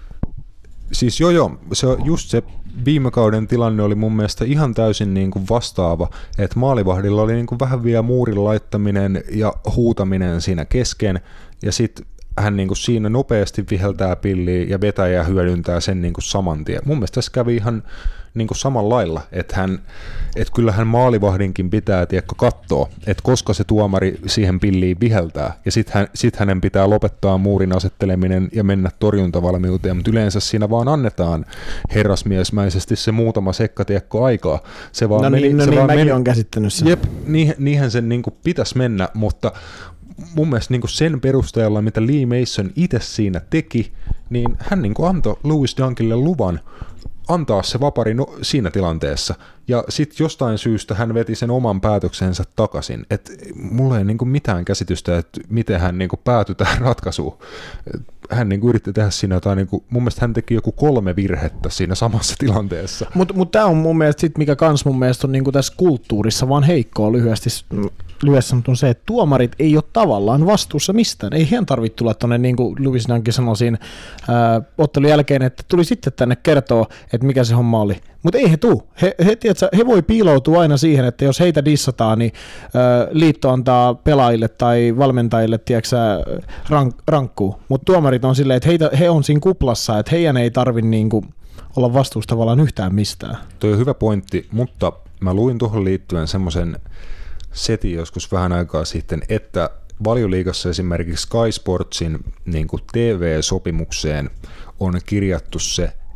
Siis se on just se viime kauden tilanne oli mun mielestä ihan täysin niin kuin vastaava, että maalivahdilla oli niin kuin vähän vielä muurin laittaminen ja huutaminen siinä kesken, ja sitten hän niin kuin siinä nopeasti viheltää pilliä ja vetäjä hyödyntää sen niin kuin saman tien. Mun mielestä tässä kävi ihan niin kuin samalla lailla, että kyllähän maalivahdinkin pitää katsoa, että koska se tuomari siihen pilliin viheltää, ja sit hänen pitää lopettaa muurin asetteleminen ja mennä torjuntavalmiuteen, mutta yleensä siinä vaan annetaan herrasmiesmäisesti se muutama sekka aikaa. Se vaan mäkin olen käsittänyt sen. Jep, niinhän sen niin kuin pitäisi mennä, mutta mun mielestä niin kuin sen perusteella, mitä Lee Mason itse siinä teki, niin hän niin kuin antoi Lewis Dunkille luvan antaa se vapari siinä tilanteessa. Ja sitten jostain syystä hän veti sen oman päätöksensä takaisin. Et mulla ei niinku mitään käsitystä, että miten hän niinku päätyi tähän ratkaisuun. Hän niinku yritti tehdä siinä jotain, niinku, mun mielestä hän teki joku 3 virhettä siinä samassa tilanteessa. Mutta tämä on mun mielestä sit, mikä kans mun mielestä on niinku tässä kulttuurissa vaan heikkoa lyhyesti sanottu on se, että tuomarit ei ole tavallaan vastuussa mistään. Ei heidän tarvitse tulla tuonne, niin kuin Lewis Dunkin sanoi siinä ottelun jälkeen, että tuli sitten tänne kertoa, että mikä se homma oli. Mutta ei he tuu. He voi piiloutua aina siihen, että jos heitä dissataan, niin liitto antaa pelaajille tai valmentajille rankkuu. Mutta tuomarit on silleen, että he on siinä kuplassa, että heidän ei tarvitse niinku olla vastuussa tavallaan yhtään mistään. Tuo on hyvä pointti, mutta mä luin tuohon liittyen semmoisen setin joskus vähän aikaa sitten, että Valioliigassa esimerkiksi Sky Sportsin niin kuin TV-sopimukseen on kirjattu se,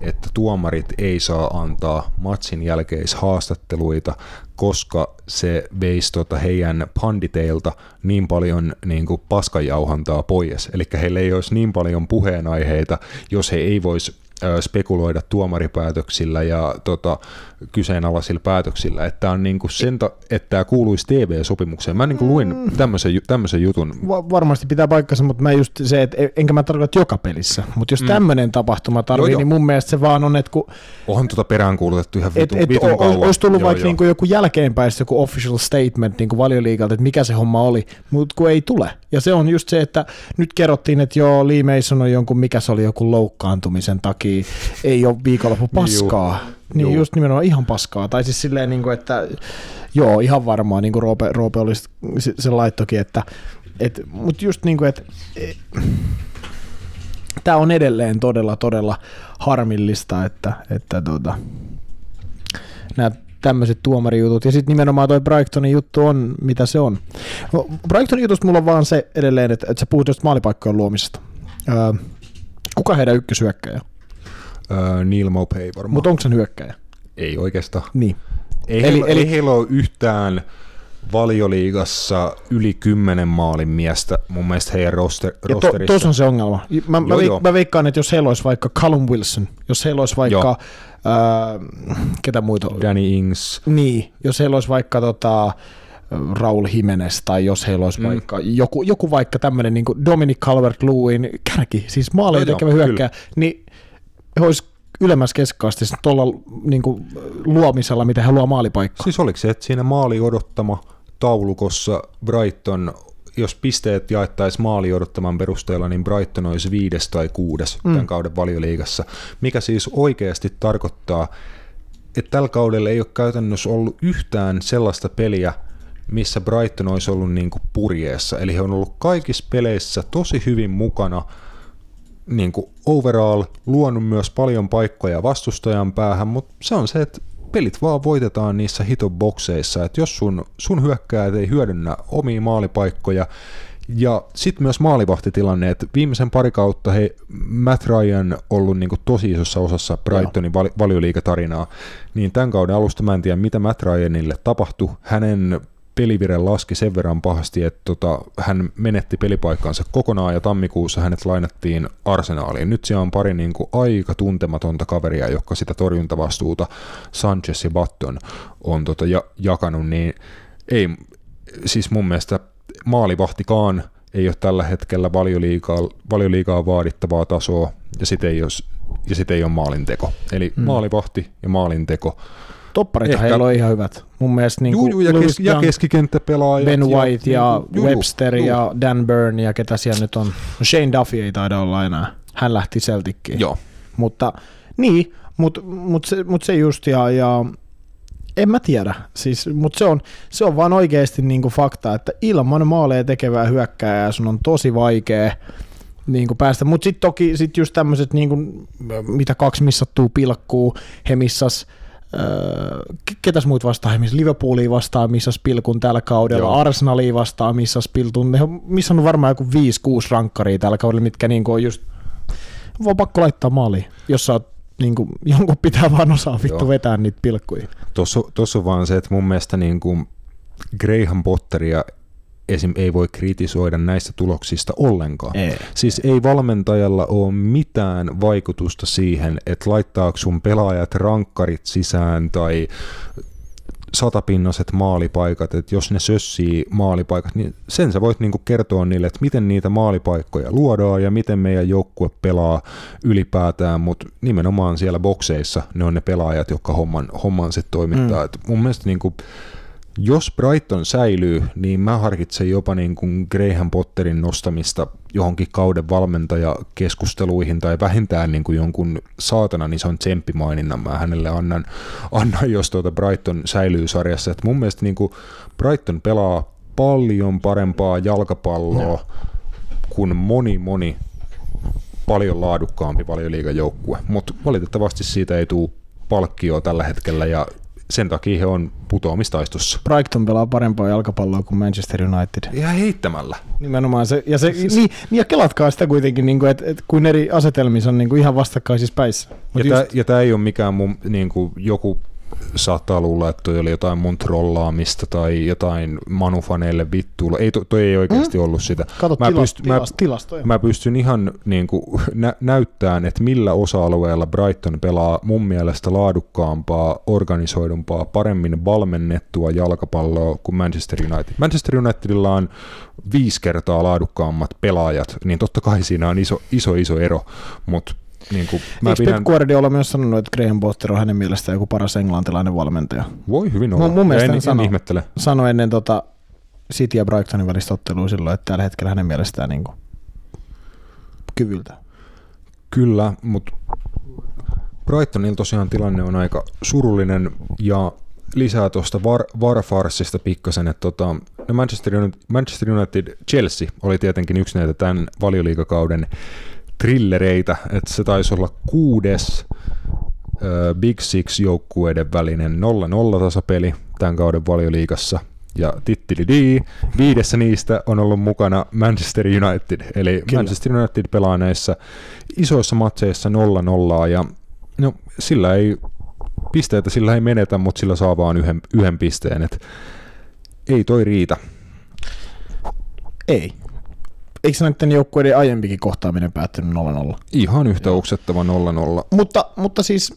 että tuomarit ei saa antaa matsin jälkeishaastatteluita, koska se veisi heidän panditeilta niin paljon niin kuin paskanjauhantaa pois. Eli heillä ei olisi niin paljon puheenaiheita, jos he ei voisi spekuloida tuomaripäätöksillä ja kyseenalaisilla päätöksillä, että on niinku että tämä kuuluisi TV-sopimukseen. Mä niinku luin tämmöisen jutun. Varmasti pitää paikkansa, mutta mä just se, että enkä mä tarkoita joka pelissä, mutta jos tämmöinen tapahtuma tarvii, niin mun mielestä se vaan on, että kun onhan peräänkuulutettu ihan vitun kauan. Olisi tullut vaikka niinku joku jälkeenpäin joku official statement niinku Valioliigalta, että mikä se homma oli, mutta kun ei tule. Ja se on just se, että nyt kerrottiin, että joo, Lee Mason on jonkun, mikä se oli, joku loukkaantumisen takia, ei ole viikonloppu paskaa. Niin just nimenomaan ihan paskaa. Tai siis silleen, niin kuin, että joo, ihan varmaan, niin kuin Roope olisi sen laittokin, mutta just niin kuin, että tämä on edelleen todella harmillista, että nämä tämmöiset tuomarijutut. Ja sitten nimenomaan toi Brightonin juttu on, mitä se on. No, Brightonin jutusta mulla on vaan se edelleen, että sä puhut jostain maalipaikkojen luomisesta. Kuka heidän ykköshyökkäjä? Neil Maupay varmaan. Mutta onko se hyökkäjä? Ei oikeastaan. Niin. Eli heillä ole yhtään Valioliigassa yli 10 maalin miestä mun mielestä heidän rosterissa. Tuossa on se ongelma. Mä veikkaan, että jos heillä olisi vaikka Callum Wilson, jos heillä olisi vaikka ketä muita? Danny Ings. Niin, jos heillä olisi vaikka Raul Jimenez tai jos heillä olisi vaikka joku vaikka tämmöinen niin kuin Dominic Calvert-Lewin kärki, siis maaleja tekevä hyökkääjä, niin he olisi ylemmässä keskikasteessa tuolla niin kuin luomisella, mitä he luo maalipaikkaa. Siis oliko se, että siinä maali odottama taulukossa Brighton, jos pisteet jaettaisiin maali odottaman perusteella, niin Brighton olisi 5. tai 6. tämän kauden Valioliigassa, mikä siis oikeasti tarkoittaa, että tällä kaudella ei ole käytännössä ollut yhtään sellaista peliä, missä Brighton olisi ollut niin kuin purjeessa, eli he on ollut kaikissa peleissä tosi hyvin mukana, niin kuin overall, luonut myös paljon paikkoja vastustajan päähän, mutta se on se, että pelit vaan voitetaan niissä hitobokseissa, että jos sun hyökkäät ei hyödynnä omia maalipaikkoja, ja sitten myös maalivahtitilanne, että viimeisen pari kautta Matt Ryan ollut niin kuin tosi isossa osassa Brightonin Valioliigatarinaa, niin tämän kauden alusta mä en tiedä, mitä Matt Ryanille tapahtui, hänen pelivire laski sen verran pahasti, että hän menetti pelipaikkansa kokonaan ja tammikuussa hänet lainattiin Arsenaaliin. Nyt siellä on pari niin kuin aika tuntematonta kaveria, jotka sitä torjuntavastuuta Sanchez ja Button on jakanut, niin ei, siis mun mielestä maalivahtikaan ei ole tällä hetkellä Valioliigaa vaadittavaa tasoa ja sit ei ole maalinteko. Eli maalivahti ja maalinteko. Topparit heillä on ihan hyvät. Mun mielestä niin kuin ja keskikenttäpelaajat. Ben White ja Webster ja Dan Burn ja ketä siellä nyt on. No Shane Duffy ei taida olla enää. Hän lähti Celtickiin. Joo. Mutta niin, mut se just ja en mä tiedä. Siis, mutta se on vaan oikeasti niin kuin fakta, että ilman maaleja tekevää hyökkääjää sun on tosi vaikea niin kuin päästä. Mutta sitten toki just tämmöiset, niin kuin, mitä 2 missattua pilkkuu, he missas ketäs muut vastaan, Liverpoolia vastaan missas pilkun tällä kaudella, joo. Arsenalia vastaan missas pilkun, ne on missannut varmaan joku 5-6 rankkaria tällä kaudella, mitkä niinku on just, vaan pakko laittaa maaliin, jos sä oot, niinku, jonkun pitää vaan osaa vittu vetää niitä pilkkuja. Tuossa on vaan se, että mun mielestä niinku Graham Potteria esim. Ei voi kritisoida näistä tuloksista ollenkaan. Siis ei valmentajalla ole mitään vaikutusta siihen, että laittaako sun pelaajat rankkarit sisään tai 100-pinnaset maalipaikat, että jos ne sössii maalipaikat, niin sen sä voit niinku kertoa niille, että miten niitä maalipaikkoja luodaan ja miten meidän joukkue pelaa ylipäätään, mutta nimenomaan siellä bokseissa ne on ne pelaajat, jotka homman sitten toimittaa. Et mun mielestä niinku jos Brighton säilyy, niin mä harkitsen jopa niin kuin Graham Potterin nostamista johonkin kauden valmentajakeskusteluihin tai vähintään niin kuin jonkun saatanan ison tsemppimaininnan mä hänelle annan jos Brighton säilyy sarjassa. Et mun mielestä niin kuin Brighton pelaa paljon parempaa jalkapalloa kuin moni paljon laadukkaampi Valioliigan joukkue, mutta valitettavasti siitä ei tule palkkioa tällä hetkellä ja sen takia he on putoamistaistossa. Brighton pelaa parempaa jalkapalloa kuin Manchester United. Ihan heittämällä. Nimenomaan se, ja kelatkaa sitä kuitenkin, niin että kuin eri asetelmissa on niin ihan vastakkaisissa päissä. Ja tämä ei ole mikään mun, niin kuin joku saattaa luulla, että toi oli jotain mun trollaamista tai jotain manufaneille vittuilla. Ei, toi ei oikeasti ollut sitä. Kato tilastoja. Mä pystyn ihan niin kuin, näyttämään, että millä osa-alueella Brighton pelaa mun mielestä laadukkaampaa, organisoidumpaa, paremmin valmennettua jalkapalloa kuin Manchester United. Manchester Unitedilla on 5 kertaa laadukkaammat pelaajat, niin totta kai siinä on iso ero, mutta niin kuin Pep Guardiola myös sanonut, että Graham Potter on hänen mielestään joku paras englantilainen valmentaja? Voi hyvin olla. Mun mielestä en ihmettele. Sanoi ennen City ja Brightonin välistä ottelua silloin, että tällä hetkellä hänen mielestään niin kuin kyvyltä. Kyllä, mutta Brightonilla tosiaan tilanne on aika surullinen ja lisää tuosta VAR-farssista pikkasen, että Manchester United Chelsea oli tietenkin yksi näitä tämän valioliigakauden trillereitä, että se taisi olla 6. Big Six joukkueiden välinen 0-0 tasapeli tämän kauden valioliigassa. Ja 5 niistä on ollut mukana Manchester United, eli kyllä. Manchester United pelaa näissä isoissa matseissa 0-0, ja no, pisteitä sillä ei menetä, mutta sillä saa vaan yhden pisteen, että ei toi riitä. Ei. Eikö näiden joukkueiden aiempikin kohtaaminen päättynyt 0-0? Ihan yhtä uksettava 0-0. Mutta siis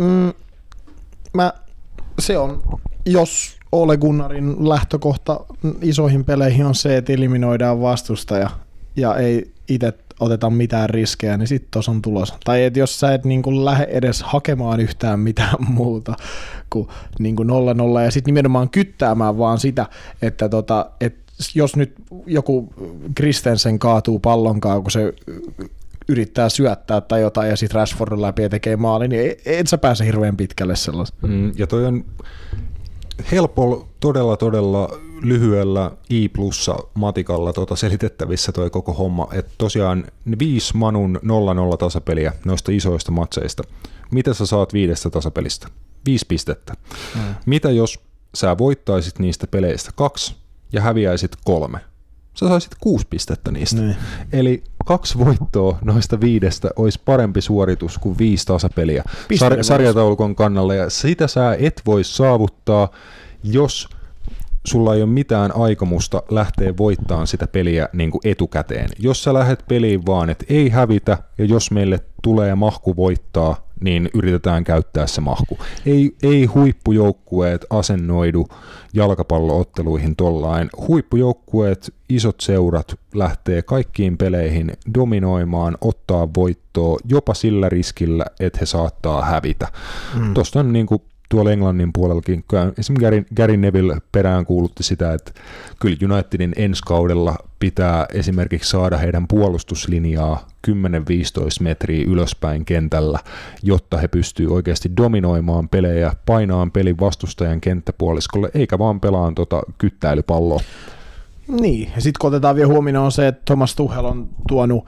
se on, jos Ole Gunnarin lähtökohta isoihin peleihin on se, että eliminoidaan vastustaja ja ei itse oteta mitään riskejä, niin sitten tuossa on tulos. Tai että jos sä et niin lähde edes hakemaan yhtään mitään muuta kuin 0-0 ja sitten nimenomaan kyttäämään vaan sitä, että jos nyt joku Christensen kaatuu pallonkaan, kun se yrittää syöttää tai jotain ja sitten Rashford läpi ja tekee maali, niin et sä pääse hirveän pitkälle sellaista. Ja toi on helpolla, todella lyhyellä I+-matikalla selitettävissä toi koko homma, että tosiaan 5 Manun 0-0 tasapeliä noista isoista matseista. Mitä sä saat 5 tasapelistä? 5 pistettä. Mitä jos sä voittaisit niistä peleistä 2 ja häviäisit 3? Sä saisit 6 pistettä niistä. Niin. Eli 2 voittoa noista 5 olisi parempi suoritus kuin 5 tasapeliä sarjataulukon kannalla, ja sitä sä et voi saavuttaa, jos sulla ei ole mitään aikomusta lähteä voittamaan sitä peliä niin kuin etukäteen. Jos sä lähdet peliin vaan, että ei hävitä, ja jos meille tulee mahku voittaa, niin yritetään käyttää se mahku. Ei huippujoukkueet asennoidu jalkapallootteluihin tollain. Huippujoukkueet, isot seurat lähtee kaikkiin peleihin dominoimaan, ottaa voittoa jopa sillä riskillä, että he saattaa hävitä. Tuosta on niin kuin tuolla Englannin puolellakin, esimerkiksi Gary Neville perään kuulutti sitä, että kyllä Unitedin ensi kaudella pitää esimerkiksi saada heidän puolustuslinjaa 10-15 metriä ylöspäin kentällä, jotta he pystyvät oikeasti dominoimaan pelejä, painaan pelin vastustajan kenttäpuoliskolle, eikä vaan pelaan kyttäilypalloa. Niin, ja sitten kun otetaan vielä huomioon on se, että Thomas Tuchel on tuonut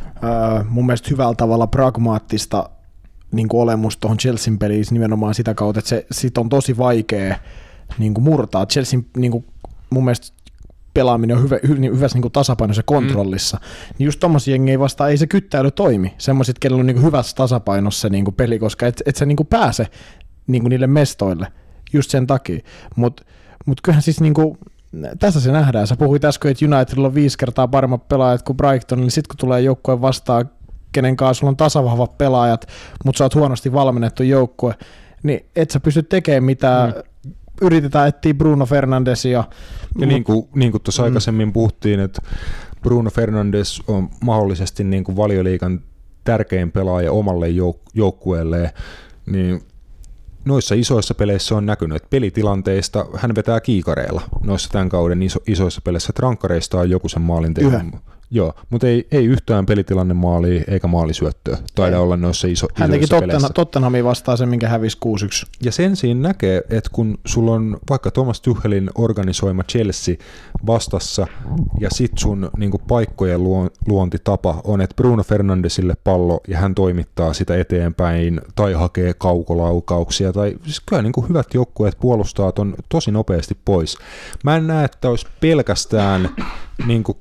mun mielestä hyvällä tavalla pragmaattista niin kuin olemus tuohon Chelsean peliin nimenomaan sitä kautta, että se sit on tosi vaikea niin kuin murtaa. Chelsean niin kuin mun mielestä pelaaminen on hyvässä niin kuin tasapainossa kontrollissa. Niin just tommosia jengiä vastaan ei se kyttäily toimi. Semmoiset, kenellä on niin kuin hyvässä tasapainossa se niin kuin peli, koska et sä niin kuin pääse niin kuin niille mestoille just sen takia. Mut kyllähän siis niin kuin, tässä se nähdään. Sä puhuit äsken, että Unitedilla on 5 kertaa paremmat pelaajat kuin Brighton, niin sitten kun tulee joukkueen vastaan, kenen kanssa sulla on tasavahvat pelaajat, mutta sä oot huonosti valmennettu joukkue, niin et sä pysty tekemään mitään. Yritetään etsiä Bruno Fernandesia. Ja niin kuin tuossa aikaisemmin puhuttiin, että Bruno Fernandes on mahdollisesti niin kuin Valioliigan tärkein pelaaja omalle joukkueelleen, niin noissa isoissa peleissä on näkynyt, että pelitilanteista hän vetää kiikareilla noissa tämän kauden isoissa peleissä. Trankkareista on joku sen maalin tehnyt. Joo, mutta ei yhtään pelitilanne maalia eikä maalisyöttöä. Taida olla noissa hän teki peleissä. Tottenhamin vastaan sen, minkä hävisi 6-1. Ja sen siinä näkee, että kun sulla on vaikka Thomas Tuchelin organisoima Chelsea vastassa ja sit sun niinku paikkojen luontitapa on, että Bruno Fernandesille pallo ja hän toimittaa sitä eteenpäin tai hakee kaukolaukauksia tai siis kyllä niinku hyvät joukkueet puolustaa ton tosi nopeasti pois. Mä en näe, että olisi pelkästään niinku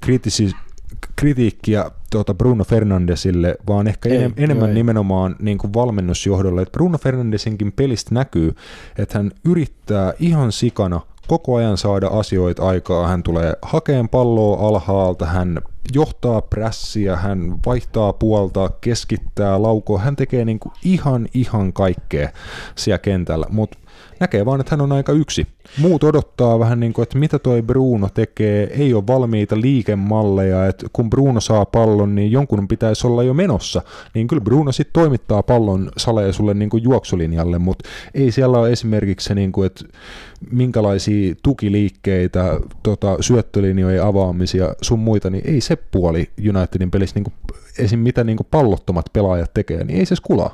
kritiikkiä Bruno Fernandesille, vaan ehkä enemmän nimenomaan niin kuin valmennusjohdolle. Että Bruno Fernandesinkin pelistä näkyy, että hän yrittää ihan sikana koko ajan saada asioita aikaa. Hän tulee hakeen palloa alhaalta, hän johtaa prässiä, hän vaihtaa puolta, keskittää laukoa. Hän tekee niin kuin ihan kaikkea siellä kentällä, mutta näkee vaan, että hän on aika yksi. Muut odottaa vähän niin kuin, että mitä toi Bruno tekee, ei ole valmiita liikemalleja, että kun Bruno saa pallon, niin jonkun pitäisi olla jo menossa, niin kyllä Bruno sitten toimittaa pallon salee sulle niin kuin juoksulinjalle, mutta ei siellä ole esimerkiksi se, niin kuin, että minkälaisia tukiliikkeitä, syöttölinjojen avaamisia, sun muita, niin ei se puoli Unitedin pelissä, niin kuin, esim. Mitä niin kuin pallottomat pelaajat tekee, niin ei se skulaa.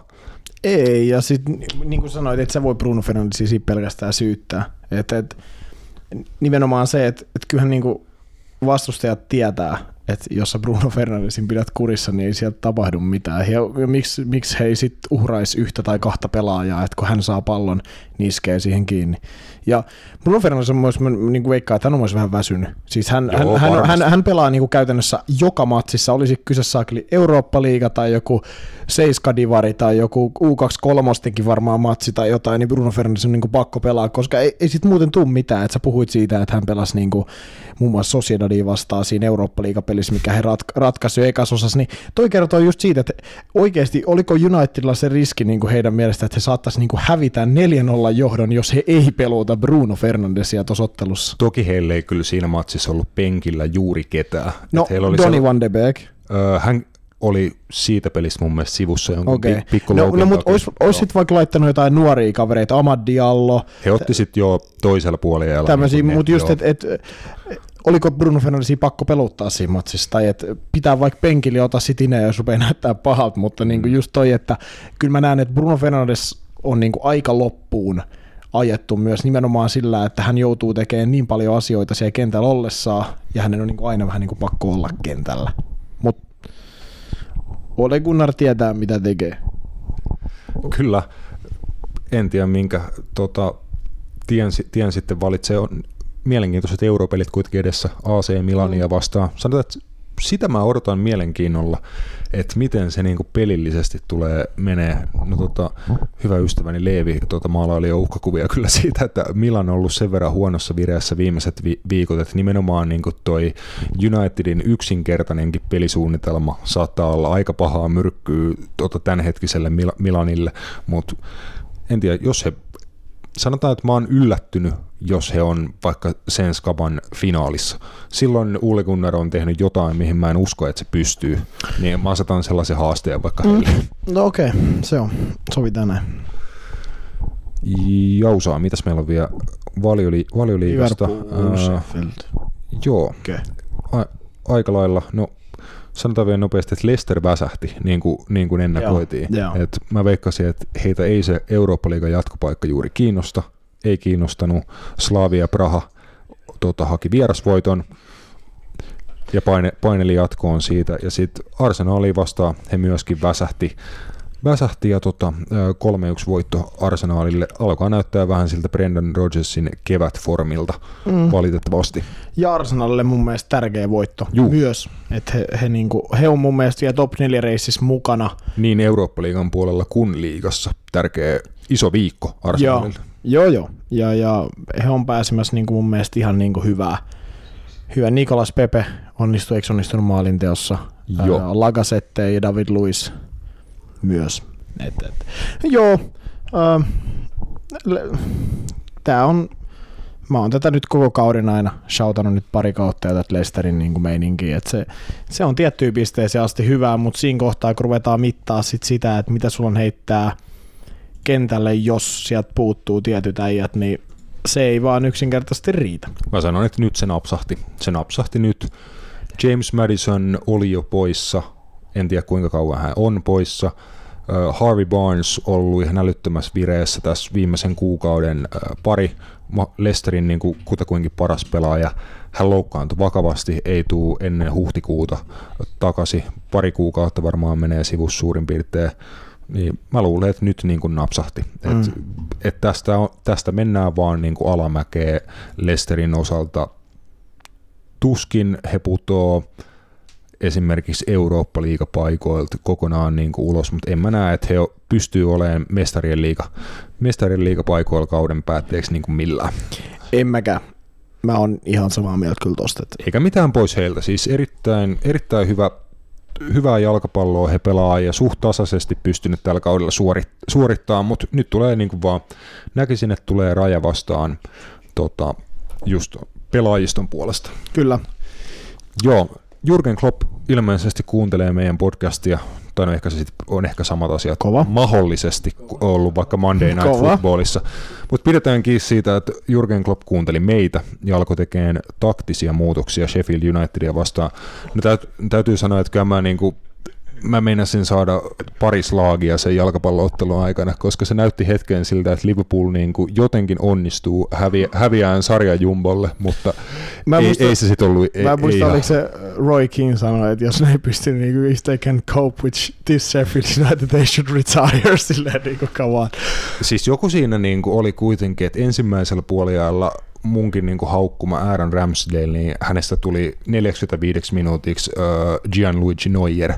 Ei, ja sitten niin kuin sanoit, että sä voi Bruno Fernandesia pelkästään syyttää. Et, nimenomaan se, että kyllähän niin kuin vastustajat tietää, että jos sä Bruno Fernandesin pidät kurissa, niin ei sieltä tapahdu mitään. Ja miksi he ei sitten uhraisi yhtä tai kahta pelaajaa, että kun hän saa pallon, niin iskee siihen kiinni. Ja Bruno Fernandes on myös, niin kuin veikkaa, että hän on myös vähän väsynyt. Siis hän pelaa niin kuin käytännössä joka matsissa, olisi kyse saakeli Eurooppa-liiga tai joku Seiskadivari tai joku U23 varmaan matsi tai jotain, niin Bruno Fernandes on niin kuin pakko pelaa, koska ei sit muuten tule mitään. Että sä puhuit siitä, että hän pelasi niin kuin muun muassa Sociedadia vastaan siinä Eurooppa-liigapelissä, mikä he ratkaisi jo ekassa osassa, niin toi kertoo just siitä, että oikeasti oliko Unitedilla se riski niin kuin heidän mielestä, että he saattaisi niin kuin hävitä 4-0 johdon, jos he ei peluuta Bruno Fernandesia tuossa ottelussa. Toki heillä ei kyllä siinä matsissa ollut penkillä juuri ketään. No, Donny van de Beek. Hän oli siitä pelistä mun mielestä sivussa jonkun pikku no mutta ois sitten vaikka laittanut jotain nuoria kavereita, Amad Diallo. He otti sitten jo toisella puolella. Tämmöisiä, mutta just, että oliko Bruno Fernandesia pakko peluttaa siinä matsissa, tai että pitää vaikka penkille ota sitineen, jos rupeaa näyttää pahalta, mutta niinku just toi, että kyllä mä näen, että Bruno Fernandes on niinku aika loppuun ajettu myös nimenomaan sillä, että hän joutuu tekemään niin paljon asioita siellä kentällä ollessaan, ja hänen on niinku aina vähän niinku pakko olla kentällä. Mutta Ole Gunnar tietää, mitä tekee. Kyllä. En tiedä, minkä tien sitten valitsee. On mielenkiintoiset europelit kuitenkin edessä AC Milania vastaan. Sanotaan, että sitä mä odotan mielenkiinnolla, että miten se niinku pelillisesti tulee menee. No hyvä ystäväni Leevi maalaili jo uhkakuvia kyllä siitä, että Milan on ollut sen verran huonossa vireessä viimeiset viikot, että nimenomaan niinku toi Unitedin yksinkertainenkin pelisuunnitelma saattaa olla aika pahaa myrkkyä tämänhetkiselle Milanille, mutta en tiedä, jos he sanotaan, että mä oon yllättynyt, jos he on vaikka Svenskapan finaalissa. Silloin Ole Gunnar on tehnyt jotain, mihin mä en usko, että se pystyy. Niin mä asetan sellaisen haasteen vaikka heille. No okei, se on. Sovitaan näin. Jousaa, mitäs meillä on vielä Valioliigasta? Joo, okay. Aika lailla. No, sanotaan vielä nopeasti, että Leicester väsähti, niin kuin ennakoitiin. Et mä veikkasin, että heitä ei se Eurooppa-liigan jatkopaikka juuri kiinnosta. Ei kiinnostanut. Slavia Praha haki vierasvoiton ja paineli jatkoon siitä. Ja sitten Arsenalia vastaan he myöskin väsähti ja 3-1 voitto Arsenalille. Alkaa näyttää vähän siltä Brendan Rodgersin kevätformilta valitettavasti. Ja Arsenalille mun mielestä tärkeä voitto myös. Että he on mun mielestä vielä top 4 reississä mukana. Niin Eurooppa-liigan puolella kuin liigassa. Tärkeä iso viikko Arsenalille. Joo. Ja he on pääsemässä niin kuin mun mielestä ihan niin kuin hyvä. Nicolas Pepe eikö onnistunut maalinteossa? Lacazette ja David Luiz myös. Tää on, mä oon tätä nyt koko kauden aina shoutannut nyt pari kautta tätä Leicesterin niin meininkiä, että se on tiettyyn pisteeseen asti hyvää, mutta siinä kohtaa kun ruvetaan mittaa sitä, että mitä sulla on heittää kentälle, jos sieltä puuttuu tietyt äijät, niin se ei vaan yksinkertaisesti riitä. Mä sanon, että nyt se napsahti nyt. James Madison oli jo poissa, en tiedä kuinka kauan hän on poissa. Harvey Barnes on ollut ihan älyttömässä vireessä tässä viimeisen kuukauden pari. Leicesterin niin kuin kutakuinkin paras pelaaja. Hän loukkaantui vakavasti, ei tule ennen huhtikuuta takaisin. Pari kuukautta varmaan menee sivussa suurin piirtein. Niin mä luulen, että nyt niin kuin napsahti. Et tästä mennään vaan niin kuin alamäkeä Leicesterin osalta. Tuskin he putoo esimerkiksi Eurooppa-liigapaikoilta kokonaan niin kuin ulos, mutta en mä näe, että he pystyy olemaan mestarien liigapaikoilla kauden päätteeksi niin kuin millään. En mäkään. Mä oon ihan samaa mieltä kyllä tosta. Eikä mitään pois heiltä. Siis erittäin hyvää jalkapalloa he pelaa ja suht tasaisesti pystynyt tällä kaudella suorittamaan, mutta nyt tulee niin kuin vaan, näkisin, että tulee raja vastaan just pelaajiston puolesta. Kyllä. Joo, Jürgen Klopp ilmeisesti kuuntelee meidän podcastia, tai no ehkä se on ehkä samat asiat mahdollisesti ollut vaikka Monday Night Footballissa, mutta pidetään kiinni siitä, että Jürgen Klopp kuunteli meitä ja alkoi tekemään taktisia muutoksia Sheffield Unitedia vastaan. No täytyy sanoa, että kyllä mä meinasin saada pari slaagia sen jalkapallo-ottelun aikana, koska se näytti hetken siltä, että Liverpool niin kuin jotenkin onnistuu häviään sarjan jumbolle, mutta ei se sitten ollut. Mä muistan, oliko se Roy King sanoi, että jos ne ei pysty, niin kuin, if they can cope with this Sheffield United, they should retire, silleen niin kuin kavaan. Siis joku siinä niin kuin oli kuitenkin, että ensimmäisellä puoliajalla munkin niin kuin haukkuma Aaron Ramsdale, niin hänestä tuli 45 minuutiksi Gianluigi Neuer.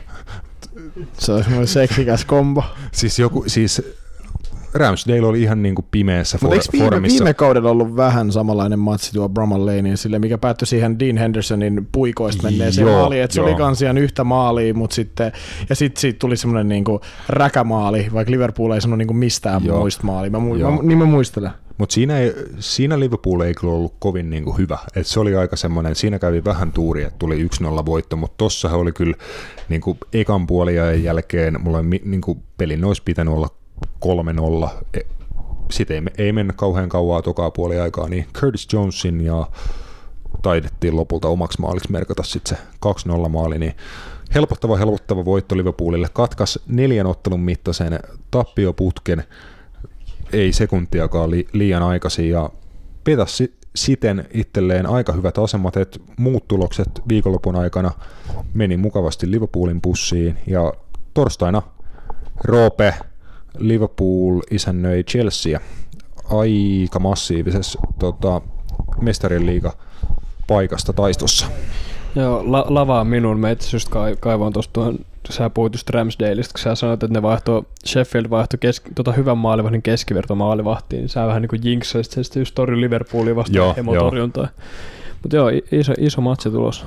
Se oli semmoinen seksikäs kombo. Siis Ramsdale oli ihan niin kuin pimeässä formissa. Mutta eikö viime kaudella ollut vähän samanlainen matsi tuo Bramall Laneen, sille mikä päättyi siihen Dean Hendersonin puikoista menneeseen maaliin, että se oli kans ihan yhtä maalia, mutta sitten siitä tuli semmoinen niin kuin räkämaali, vaikka Liverpool ei sanonut niin kuin mistään muista maalia. Mä muistelen. Mutta siinä Liverpool ei kyllä ollut kovin niin kuin hyvä. Et se oli aika semmoinen, siinä kävi vähän tuuri, että tuli 1-0 voitto, mutta tossahan oli kyllä niin kuin ekan puoliajan jälkeen, mulla niin kuin pelin olisi pitänyt olla 3-0. Sitten ei mennyt kauhean kauaa tokaa puoliaikaa, niin Curtis Jonesin ja taidettiin lopulta omaksi maaliksi merkata sitten se 2-0 maali, niin helpottava voitto Liverpoolille. Katkas 4 ottelun mittaisen tappioputken, ei sekuntiakaan liian aikaisin, ja petäsi siten itselleen aika hyvät asemat, että muut tulokset viikonlopun aikana meni mukavasti Liverpoolin pussiin, ja torstaina Roope Liverpool isännöi Chelsea aika massiivisessa mestarien liiga paikasta taistossa. Joo, lavaa minun. Mä itse just kaivoin tuosta tuon, sä puhuit just Ramsdaleista, kun sä sanoit, että Sheffield vaihtoi hyvän maalivahdin keskivertomaalivahtiin, niin sä vähän niin kuin jinksasit sen sitten just torjui Liverpoolia vastaan emotorjuntaan. Mutta joo, iso matsi tulos.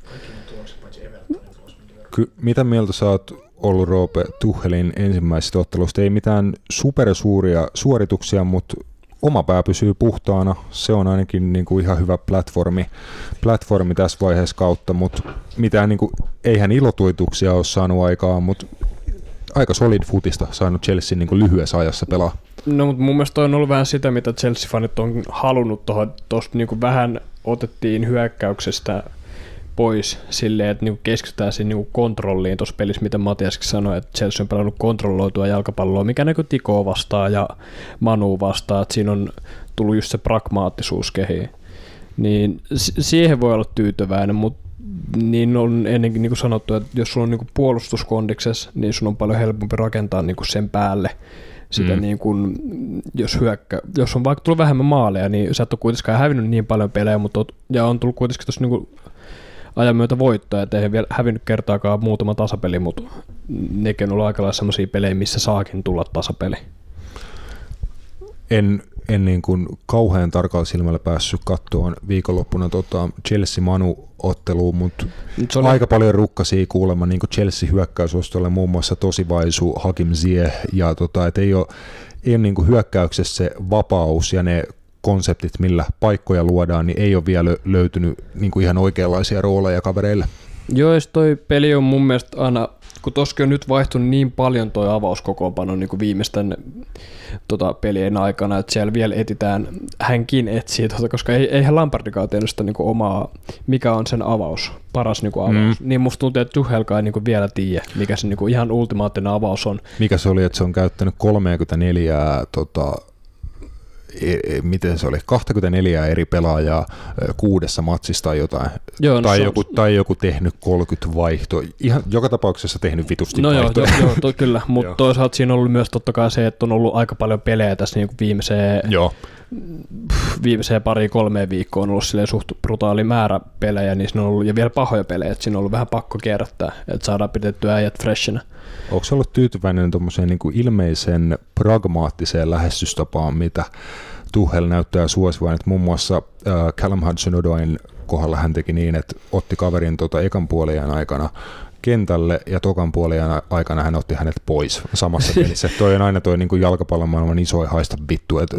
Mitä mieltä sä oot ollut Roope Tuchelin ensimmäisistä ottelusta? Ei mitään supersuuria suorituksia, mutta oma pää pysyy puhtaana. Se on ainakin niin kuin ihan hyvä platformi tässä vaiheessa kautta, mutta mitään niin kuin, eihän ilotuituksia ole saanut aikaan, mutta aika solid futista saanut Chelsea niin kuin lyhyessä ajassa pelaa. No, mutta mun mielestä toi on ollut vähän sitä, mitä Chelsea-fanit on halunnut tuosta niin kuin vähän otettiin hyökkäyksestä pois silleen, että niinku keskitytään siihen niinku kontrolliin tuossa pelissä, mitä Matiaskin sanoi, että Chelsea on pelannut kontrolloitua jalkapalloa, mikä näkyy Tikoa vastaan ja Manu vastaan, että siinä on tullut just se pragmaattisuus kehiin. Niin siihen voi olla tyytyväinen, mutta niin on ennenkin niinku sanottu, että jos sulla on niinku puolustuskondiksessa, niin sun on paljon helpompi rakentaa niinku sen päälle sitä niinku, jos on vaikka tullut vähemmän maaleja, niin sä et ole kuitenkaan hävinnyt niin paljon pelejä, ja on tullut kuitenkin tuossa niinku ajan myötä voittoa, että eihän vielä hävinnyt kertaakaan muutama tasapeli, mutta nekin on ollut aika lailla sellaisia pelejä, missä saakin tulla tasapeli. En niin kuin kauhean tarkalla silmällä päässyt katsomaan viikonloppuna Chelsea-Manu-otteluun, mutta aika paljon rukkasia kuulemma niin kuin Chelsea-hyökkäysostolle, muun muassa Tosivaisu, Hakim Ziyech, ja et ei ole niin kuin hyökkäyksessä se vapaus ja ne konseptit, millä paikkoja luodaan, niin ei ole vielä löytynyt niin kuin ihan oikeanlaisia rooleja kavereille. Joo, ja toi peli on mun mielestä aina kun toskin on nyt vaihtunut niin paljon toi avauskokoonpano niin kuin viimeisten pelien aikana, että siellä vielä hänkin etsii, koska eihän Lampardikaan tehnyt sitä niin kuin omaa, mikä on sen paras niin kuin avaus. Niin musta tuntuu, että Tuchelkaan ei niin kuin vielä tiedä, mikä se niin kuin ihan ultimaattinen avaus on. Mikä se oli, että se on käyttänyt 34 miten se oli, 24 eri pelaajaa 6 matsista tai jotain, joo, tai joku tehnyt 30 vaihtoa, ihan joka tapauksessa tehnyt vitusti vaihtoa. Joo, kyllä, mutta toisaalta siinä on ollut myös totta kai se, että on ollut aika paljon pelejä tässä niin viimeiseen 2-3 viikkoon on ollut suht brutaali määrä pelejä, niin siinä on ollut, ja vielä pahoja pelejä, että siinä on ollut vähän pakko kierrättää, että saadaan pidettyä äijät freshinä. Onko se ollut tyytyväinen tuommoiseen niin kuin ilmeisen pragmaattiseen lähestystapaan, mitä Tuchel näyttää suosivan, että muun muassa Callum Hudson-Odoin kohdalla hän teki niin, että otti kaverin ekan puoliajan aikana kentälle ja tokan puoliajan aikana hän otti hänet pois samassa pelissä. Toi on aina toi niin kuin jalkapallon maailman isoin haista vittu, että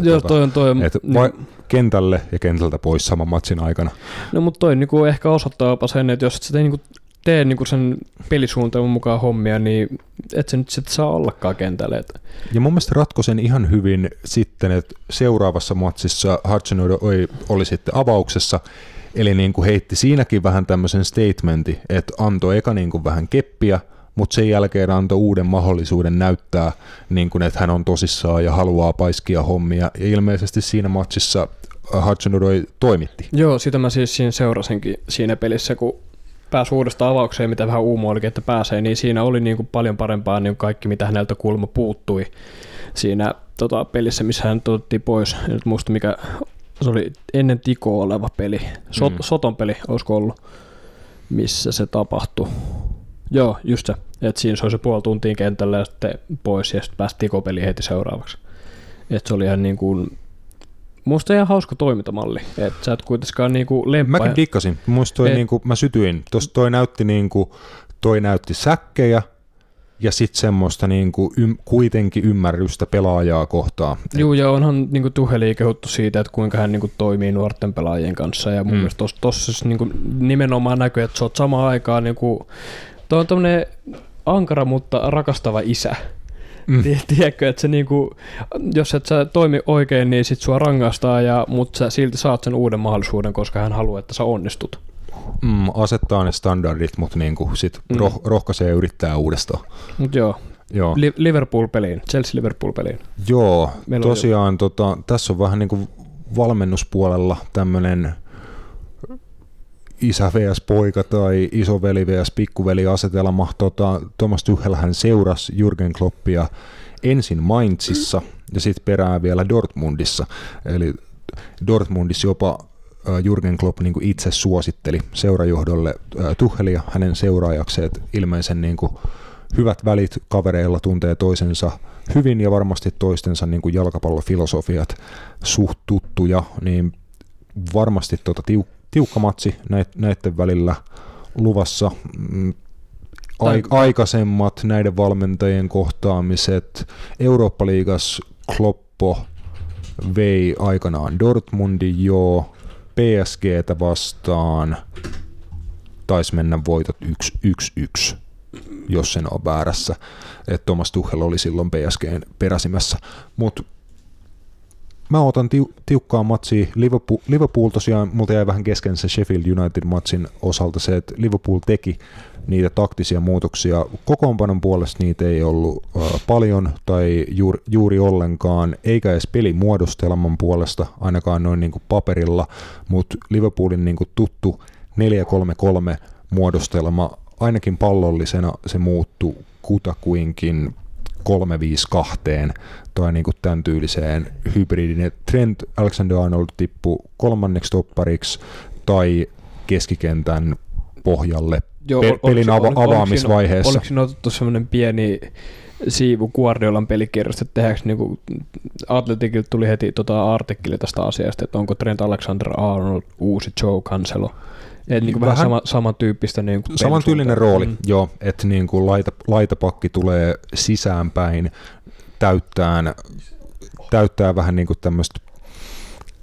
kentälle ja kentältä pois saman matsin aikana. No mutta toi niin kuin ehkä osoittaa jopa sen, että jos et sä tee niin kuin sen pelisuunnitelman mukaan hommia, niin et sä nyt sit saa ollakaan kentälle. Ja mun mielestä ratkoi sen ihan hyvin sitten, että seuraavassa matsissa Hudson-Odoi oli sitten avauksessa, eli niin kuin heitti siinäkin vähän tämmöisen statementin, että antoi eka niin kuin vähän keppiä, mutta sen jälkeen antoi uuden mahdollisuuden näyttää, niin kuin, että hän on tosissaan ja haluaa paiskia hommia. Ja ilmeisesti siinä matsissa Hudson-Odoi toimitti. Joo, sitä mä siis siinä seurasinkin siinä pelissä, kun pääsi uudestaan avaukseen, mitä vähän uumo olikin, että pääsee, niin siinä oli niin kuin paljon parempaa niin kuin kaikki, mitä häneltä kuulemma puuttui siinä pelissä, missä hän otettiin pois. En nyt muista, mikä se oli ennen Tikoa oleva peli. Soton peli, olisiko ollut, missä se tapahtui. Joo, just se. Että siinä se oli se puoli tuntia kentällä ja sitten pois ja sitten pääsi Tiko-peliin heti seuraavaksi. Että se oli ihan niin kuin musta ihan hauska toimintamalli, että sä et kuitenkaan niinku lemppaa. Mäkin dikkasin. Musta toi niinku, mä sytyin. Toi näytti säkkejä ja sitten semmoista niinku kuitenkin ymmärrystä pelaajaa kohtaan. Joo, ja onhan niinku Tuchelia kehuttu siitä, että kuinka hän niinku toimii nuorten pelaajien kanssa, ja mun mielestä tossa niinku nimenomaan näkyy, että sä oot samaan aikaan niinku, toi on tommonen ankara, mutta rakastava isä. Tiedätkö, että se niinku, jos et sä toimi oikein, niin sit sua rangaistaan, mutta sä silti saat sen uuden mahdollisuuden, koska hän haluaa, että sä onnistut. Asettaa ne standardit, mutta niinku sit rohkaisee yrittää uudestaan. Mut joo. Liverpool-peliin, Chelsea-Liverpool-peliin. Joo, tosiaan tässä on vähän niinku valmennuspuolella tämmönen isä vs. poika tai isoveli vs. pikkuveli asetelma. Thomas Tuchel hän seurasi Jürgen Kloppia ensin Mainzissa ja sitten perään vielä Dortmundissa. Eli Dortmundissa jopa Jürgen Klopp niin kuin itse suositteli seurajohdolle Tuchelia hänen seuraajakseen, että ilmeisen niin kuin hyvät välit kavereilla, tuntee toisensa hyvin ja varmasti toistensa niin kuin jalkapallofilosofiat suht tuttuja, niin varmasti tiukka matsi näiden välillä luvassa. Aikaisemmat näiden valmentajien kohtaamiset. Eurooppa-liigas Kloppo vei aikanaan Dortmundin PSG:tä vastaan. Taisi mennä voitot 1-1, jos en ole väärässä. Että Thomas Tuchel oli silloin PSG:n peräsimässä. Mutta mä otan tiukkaa matsia. Liverpool tosiaan, multa jäi vähän kesken se Sheffield United-matsin osalta se, että Liverpool teki niitä taktisia muutoksia. Kokoonpanon puolesta niitä ei ollut paljon tai juuri ollenkaan, eikä edes pelimuodostelman puolesta, ainakaan noin niin kuin paperilla, mutta Liverpoolin niin kuin tuttu 4-3-3 muodostelma, ainakin pallollisena se muuttui kutakuinkin 3-5-2 tai niin kuin tämän tyyliseen hybridin. Trent Alexander-Arnold tippui kolmanneksi toppariksi tai keskikentän pohjalle pelin avaamisvaiheessa. Oliko siinä otettu semmoinen pieni siivu Guardiolan pelikirjasta, että tehdäänkö niinku Atleticilta tuli heti artikkeli tästä asiasta, että onko Trent Alexander-Arnold uusi Joe Cancelo? Että niinku vähän samantyyppistä niinku samantyylinen rooli, joo, että niinku laitapakki tulee sisäänpäin täyttää vähän niinku tämmöistä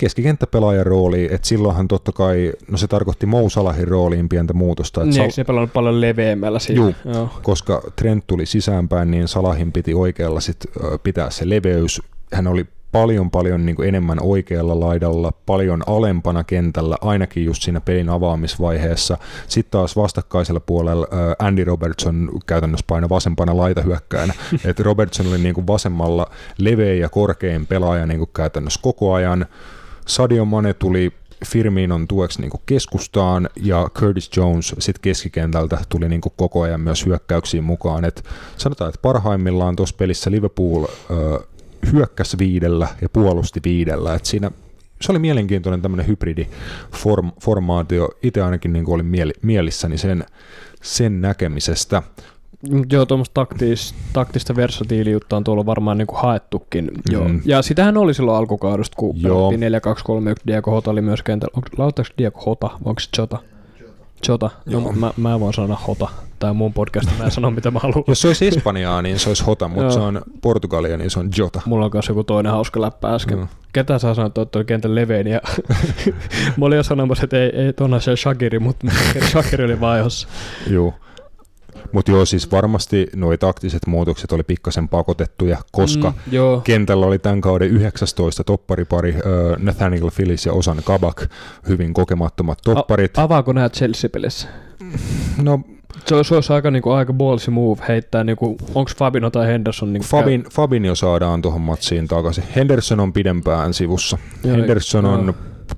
keskikenttäpelaajan rooli, että silloinhan totta kai, no se tarkoitti Mo Salahin rooliin pientä muutosta. Niin, eikö se pelannut paljon leveämmällä siinä? Joo, koska Trent tuli sisäänpäin, niin Salahin piti oikealla sit pitää se leveys. Hän oli paljon niin kuin enemmän oikealla laidalla, paljon alempana kentällä, ainakin just siinä pelin avaamisvaiheessa. Sitten taas vastakkaisella puolella Andy Robertson käytännössä painoi vasempana laitahyökkäänä. Et Robertson oli niin kuin vasemmalla leveä ja korkein pelaaja niin kuin käytännössä koko ajan. Sadio Mane tuli Firminon tueksi niin kuin keskustaan ja Curtis Jones sit keskikentältä tuli niin kuin koko ajan myös hyökkäyksiin mukaan. Et sanotaan, että parhaimmillaan tuossa pelissä Liverpool hyökkäsi 5 ja puolusti 5. Et siinä se oli mielenkiintoinen tämmöinen hybridiformaatio. Itse ainakin niin kuin olin mielissäni sen näkemisestä. Joo, tuommoista taktista versatiiliutta on tuolla varmaan niin kuin haettukin. Joo. Ja sitähän oli silloin alkukaudesta, kun pelattiin 4-2-3-1. Diego Jota oli myös kentällä. Lautaanko Diego Jota? Onko se Jota? Jota. No, mä voin sanoa Jota. Tai mun podcast, mä en sano mitä mä haluan. Jos se olisi Espanjaa, niin se olisi Jota, mutta se on Portugalia, niin se on Jota. Mulla on myös joku toinen hauska läppä äsken. Ketä sä sanoit, että oli kentän levein, ja mä olin jo sanomassa, että ei tuonna se Shaqiri, mutta Shaqiri oli vaihossa. Joo. Mutta joo, siis varmasti nuo taktiset muutokset oli pikkasen pakotettuja, koska kentällä oli tämän kauden 19 topparipari, Nathaniel Phillips ja Ozan Kabak, hyvin kokemattomat topparit. Avaako nämä Chelsea-pelissä? No, se olisi aika ballsy move heittää, onko Fabinho tai Henderson? Fabinho saadaan tuohon matsiin takaisin. Henderson on pidempään sivussa. Henderson on...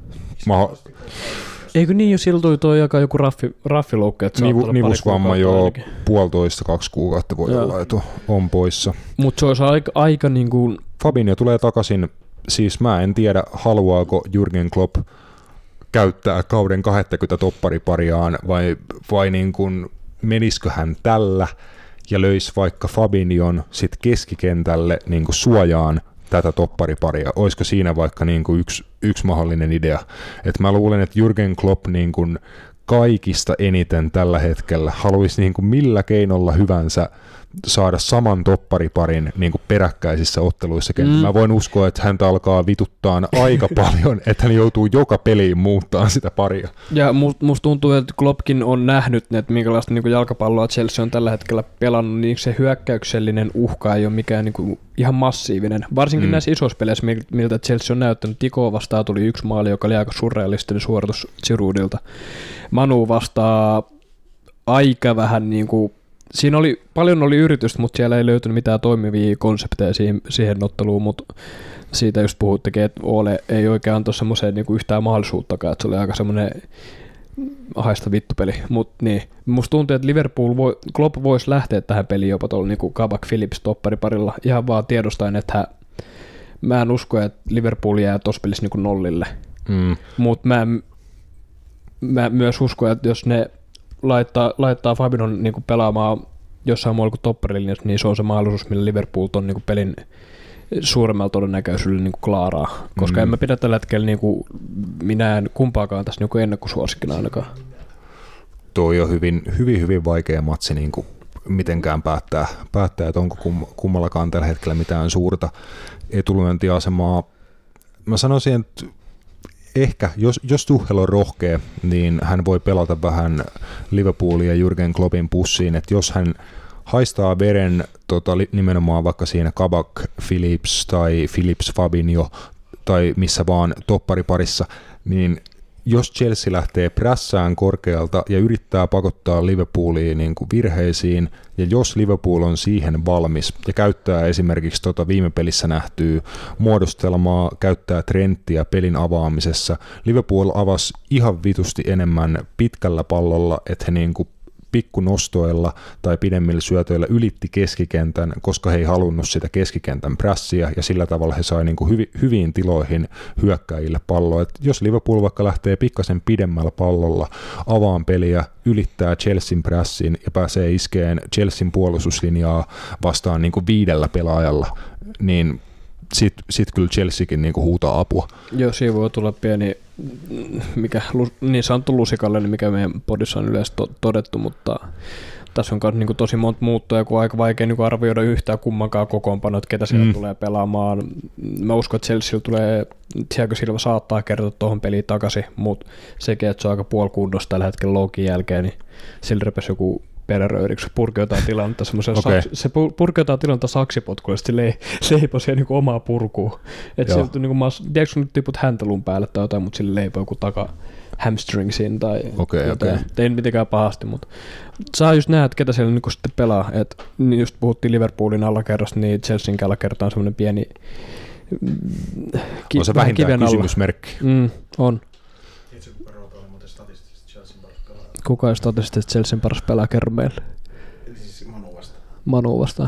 Eikö niin jo silloin toi joku raffiloukka, että nivusvamma jo 1,5-2 kuukautta voi olla, että on poissa. Mutta se olisi aika niin kuin... Fabinho tulee takaisin, siis mä en tiedä haluaako Jürgen Klopp käyttää kauden 20 topparipariaan vai niin kuin menisikö hän tällä ja löisi vaikka Fabinhon sit keskikentälle niin kuin suojaan tätä toppariparia. Olisiko siinä vaikka niin kuin yksi mahdollinen idea? Et mä luulen, että Jürgen Klopp niin kuin kaikista eniten tällä hetkellä haluaisi niin kuin millä keinolla hyvänsä saada saman toppariparin niin kuin peräkkäisissä otteluissa. Mä voin uskoa, että häntä alkaa vituttaa aika paljon, että hän joutuu joka peliin muuttaa sitä paria. Ja musta tuntuu, että Kloppkin on nähnyt, että minkälaista niin kuin jalkapalloa Chelsea on tällä hetkellä pelannut, niin se hyökkäyksellinen uhka ei ole mikään niin kuin ihan massiivinen. Varsinkin näissä isoissa peleissä, miltä Chelsea on näyttänyt. Tikoa vastaan tuli 1 maali, joka oli aika surrealistinen suoritus Giroudilta. Manu vastaa aika vähän niin kuin siinä paljon oli yritystä, mutta siellä ei löytynyt mitään toimivia konsepteja siihen otteluun, mutta siitä just puhuttekin, että Ole ei oikein antaa semmoiseen niinku yhtään mahdollisuuttakaan, että se oli aika semmoinen haista vittupeli, mutta niin. Musta tuntuu, että Klopp voisi lähteä tähän peliin jopa tuolla niinku Kabak Phillips toppariparilla, ihan vaan tiedostaen, että mä en usko, että Liverpool jää tuossa pelissä niinku nollille, mutta mä myös uskon, että jos ne laittaa Fabinhon niinku pelaamaan jossain muualla kuin topparilinjassa, niin se on se mahdollisuus, millä Liverpool on niinku pelin suuremmalla todennäköisyydellä niinku klaaraa. Koska en mä pidä tällä hetkellä, niinku, minä en kumpaakaan tässä niinku ennakkosuosikkina ainakaan. Toi on hyvin vaikea matsi niinku mitenkään päättää, että onko kummallakaan tällä hetkellä mitään suurta etulyöntiasemaa. Mä sanoisin, että ehkä, jos Tuchel on rohkea, niin hän voi pelata vähän Liverpoolia ja Jürgen Kloppin pussiin, että jos hän haistaa veren nimenomaan vaikka siinä Kabak Phillips tai Phillips Fabinho tai missä vaan toppariparissa, niin jos Chelsea lähtee prässään korkealta ja yrittää pakottaa Liverpoolia niin kuin virheisiin, ja jos Liverpool on siihen valmis ja käyttää esimerkiksi viime pelissä nähtyä muodostelmaa, käyttää Trenttiä pelin avaamisessa, Liverpool avasi ihan vitusti enemmän pitkällä pallolla, että he niin kuin pikkunostoilla tai pidemmillä syötöillä ylitti keskikentän, koska he ei halunnut sitä keskikentän prässiä, ja sillä tavalla he sai niin kuin hyviin tiloihin hyökkäjille palloa. Et jos Liverpool vaikka lähtee pikkasen pidemmällä pallolla avaan peliä, ylittää Chelsean prässin ja pääsee iskeen Chelsean puolustuslinjaa vastaan niin kuin 5 pelaajalla, niin sit kyllä Chelseakin niinku huutaa apua. Joo, siinä voi tulla pieni niin sanottu lusikallinen, mikä meidän podissa on yleensä todettu, mutta tässä on niinku tosi monta muuttoja, kun on aika vaikea niinku arvioida yhtään kummankaan kokoonpanoa, että ketä siellä tulee pelaamaan. Mä uskon, että Chelsea tulee, Thiago Silva saattaa kertoa tuohon peliin takaisin, mutta sekin, että se on aika puolikunnossa tällä hetkellä Loukin jälkeen, niin sillä repesi joku peräröyriksi, se purki jotain tilannetta se purki jotain tilannetta saksipotkulla, ja sitten se leipoi siihen niinku omaa purkuun. Että sieltä niinku, tiedätkö kun nyt tiput häntäluun päälle tai jotain, mutta sille leipoi joku hamstringsin tai jotain. Ei mitenkään pahasti, mutta saa just nähdä, että ketä siellä niinku sitten pelaa. Et, niin just puhuttiin Liverpoolin alakerrasta, niin Chelsean alakerta on semmoinen pieni on se vähintään kysymysmerkki. On. Kuka on statistisesti Chelsean paras pelaa, kerro meille. Siis Manu vastaan. Manu vastaan.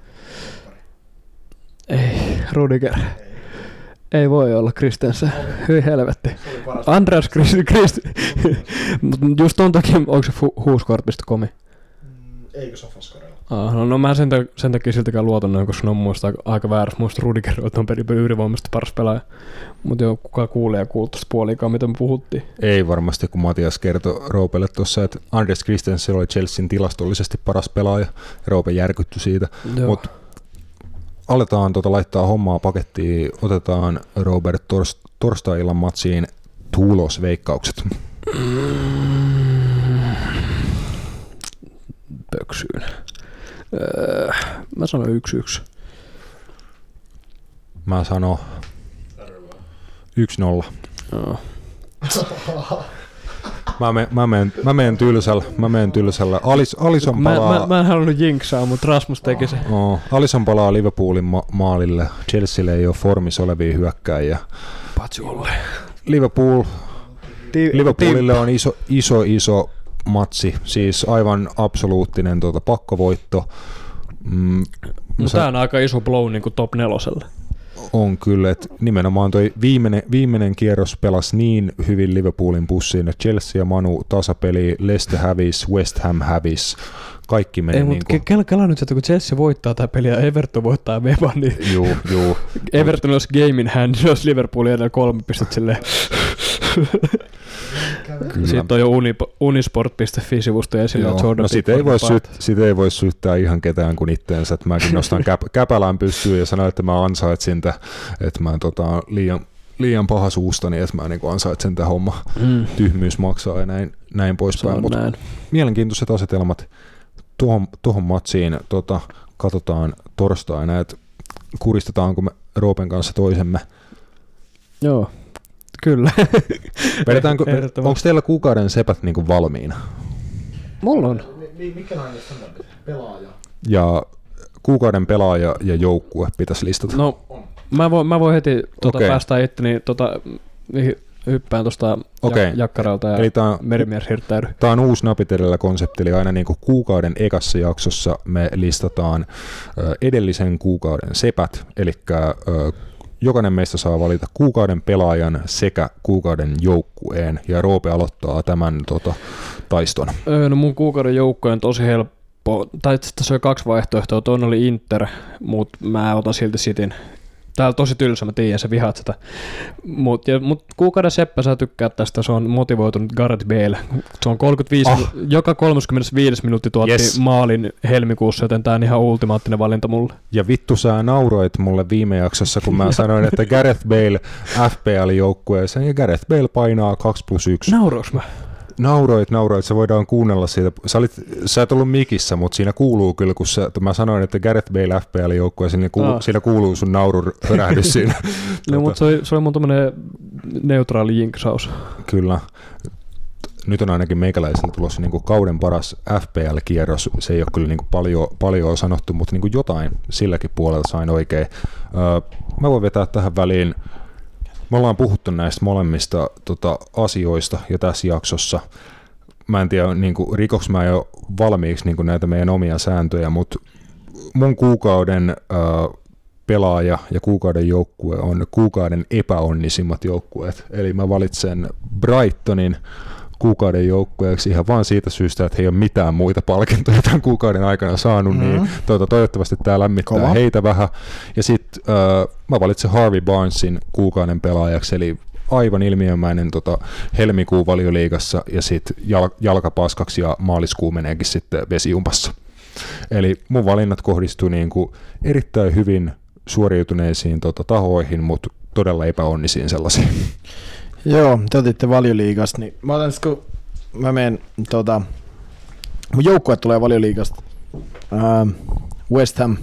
Ei, Rudiger. Ei voi olla Christensen. Hyi helvetti. Andreas Christensen. Mutta just ton takia, onko se huuskort.com? Eikö Sofaskorella? No mä sen takia siltäkään luotan noin, koska ne on muista aika väärässä. Muista Rudiger on ylivoimasta paras pelaaja. Mutta joo, kukaan kuulee ja kuuluu tuosta puoliikaan, mitä me puhuttiin. Ei varmasti, kun Matias kertoi Roopelle tuossa, että Andreas Christensen oli Chelsean tilastollisesti paras pelaaja. Roope järkyttyi siitä. Mutta aletaan laittaa hommaa pakettiin. Otetaan Robert torstai-illan matsiin tulosveikkaukset. Pöksyyn. Mä sanon 1-1. Mä sanon 1-0. No. Mä menen tylsällä. Alisson palaa. Mä en halunnut jinksaa, mutta Rasmus teki se. Alisson palaa Liverpoolin maalille. Chelsealle ei ole formissa olevia hyökkääjiä. Patsulle. Liverpoolille on iso matsi, siis aivan absoluuttinen pakkovoitto. Tämä on aika iso blow niin kuin top 4. On kyllä, että nimenomaan toi viimeinen kierros pelasi niin hyvin Liverpoolin pussiin, että Chelsea ja Manu tasapeli, Leicester hävisi, West Ham hävisi, kaikki meni niin kuin... Kela nyt, että kun Chelsea voittaa tämä peli ja Everton voittaa Weban, niin Juu. Everton olisi game in hand, jos Liverpool edellä 3 pistettä silleen. Siitä on jo unisport.fi-sivusto esillä. No siitä ei voi syyttää ihan ketään kuin itteensä, että mäkin nostan käpälään pystyyn ja sanon, että mä ansaitsin, että mä liian paha suustani, että mä niin ansaitsen tämän homma. Tyhmyys maksaa ja näin poispäin. Mutta mielenkiintoiset asetelmat tuohon matsiin katsotaan torstaina, että kuristetaanko me Roopen kanssa toisemme. Joo. Kyllä. Onko teillä kuukauden sepät niin valmiina? Mulla on. Mikä on pelaaja? Ja kuukauden pelaaja ja joukkue pitäisi listata. No, mä voin heti päästä itteni hyppään tuosta jakkaralta ja merimies hirttäydy. Tämä on uusi napit edellä konsepti, eli aina niin kuin kuukauden ekassa jaksossa me listataan edellisen kuukauden sepät, eli jokainen meistä saa valita kuukauden pelaajan sekä kuukauden joukkueen, ja Roope aloittaa tämän taiston. No mun kuukauden joukkue on tosi helppo, tai tässä on 2 vaihtoehtoa, toinen oli Inter, mutta mä otan silti Cityn. Tää on tosi tylsä, mä tiedän, sä vihaat sitä. Mut kuukauden seppä sä tykkää tästä, se on motivoitunut Gareth Bale. Se on 35, joka 35 minuutti tuotti maalin helmikuussa, joten tää on ihan ultimaattinen valinta mulle. Ja vittu sä nauroit mulle viime jaksossa, kun mä sanoin, että Gareth Bale FPL-joukkueeseen, ja Gareth Bale painaa 2+1. Nauroiks mä? Nauroit, se voidaan kuunnella siitä. Sä et ollut mikissä, mutta siinä kuuluu kyllä, kun mä sanoin, että Gareth Bale FPL-joukkueeseen, niin siinä kuuluu sun naurunrähdys siinä. No, mutta se oli mun tommonen neutraali jinksaus. Kyllä. Nyt on ainakin meikäläisellä tulossa niin kuin kauden paras FPL-kierros. Se ei ole kyllä niin kuin paljon sanottu, mutta niin kuin jotain silläkin puolella sain oikein. Mä voin vetää tähän väliin. Me ollaan puhuttu näistä molemmista asioista jo tässä jaksossa. Mä en tiedä, niin rikoks mä jo valmiiksi niin näitä meidän omia sääntöjä, mutta mun kuukauden pelaaja ja kuukauden joukkue on kuukauden epäonnisimmat joukkueet. Eli mä valitsen Brightonin kuukauden joukkueeksi ihan vaan siitä syystä, että he ei ole mitään muita palkintoja tämän kuukauden aikana saanut, niin toivottavasti tämä lämmittää heitä vähän. Ja sitten mä valitsen Harvey Barnesin kuukauden pelaajaksi, eli aivan ilmiömäinen helmikuun Valioliigassa ja sitten jalkapaskaksi ja maaliskuu meneekin sitten vesijumpassa. Eli mun valinnat kohdistuu niinku erittäin hyvin suoriutuneisiin tahoihin, mutta todella epäonnisiin sellaisiin. Joo, te otitte Valioliigasta, niin mä otan kun mä menen mun joukkue tulee Valioliigasta. West Ham,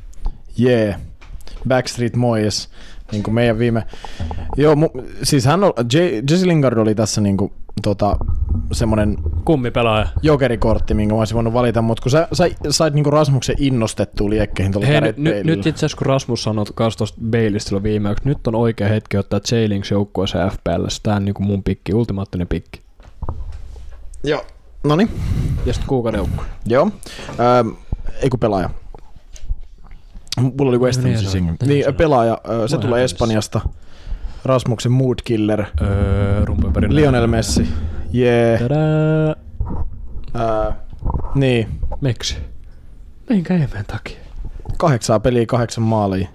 Backstreet Boys, niin kuin meidän viime... Joo, siis Jesse Lingard oli tässä niinku semmonen kummipelaaja. Jokerikortti, minkä mä olisin voinut valita, mutta kun sä sait niinku Rasmuksen innostettua liekkeihin tuolla Gareth Baleilla. Nyt itse asiassa kun Rasmus sanoi kans tosta Baleista silloin viimeksi, nyt on oikea hetki ottaa J. Links joukkueeseen FPL:ssä. Tää on niinku mun pikki, ultimaattinen pikki. Joo, noniin. Ja sit kuukauden joukkue. Joo, ei kun pelaaja. Mulla oli West Ham siis. Niin, pelaaja, se tulee Espanjasta. Rasmuksen mood killer. Lionel Messi. Niin. Miksi? Minkä ihmeen takia? 8 peliä, 8 maalia.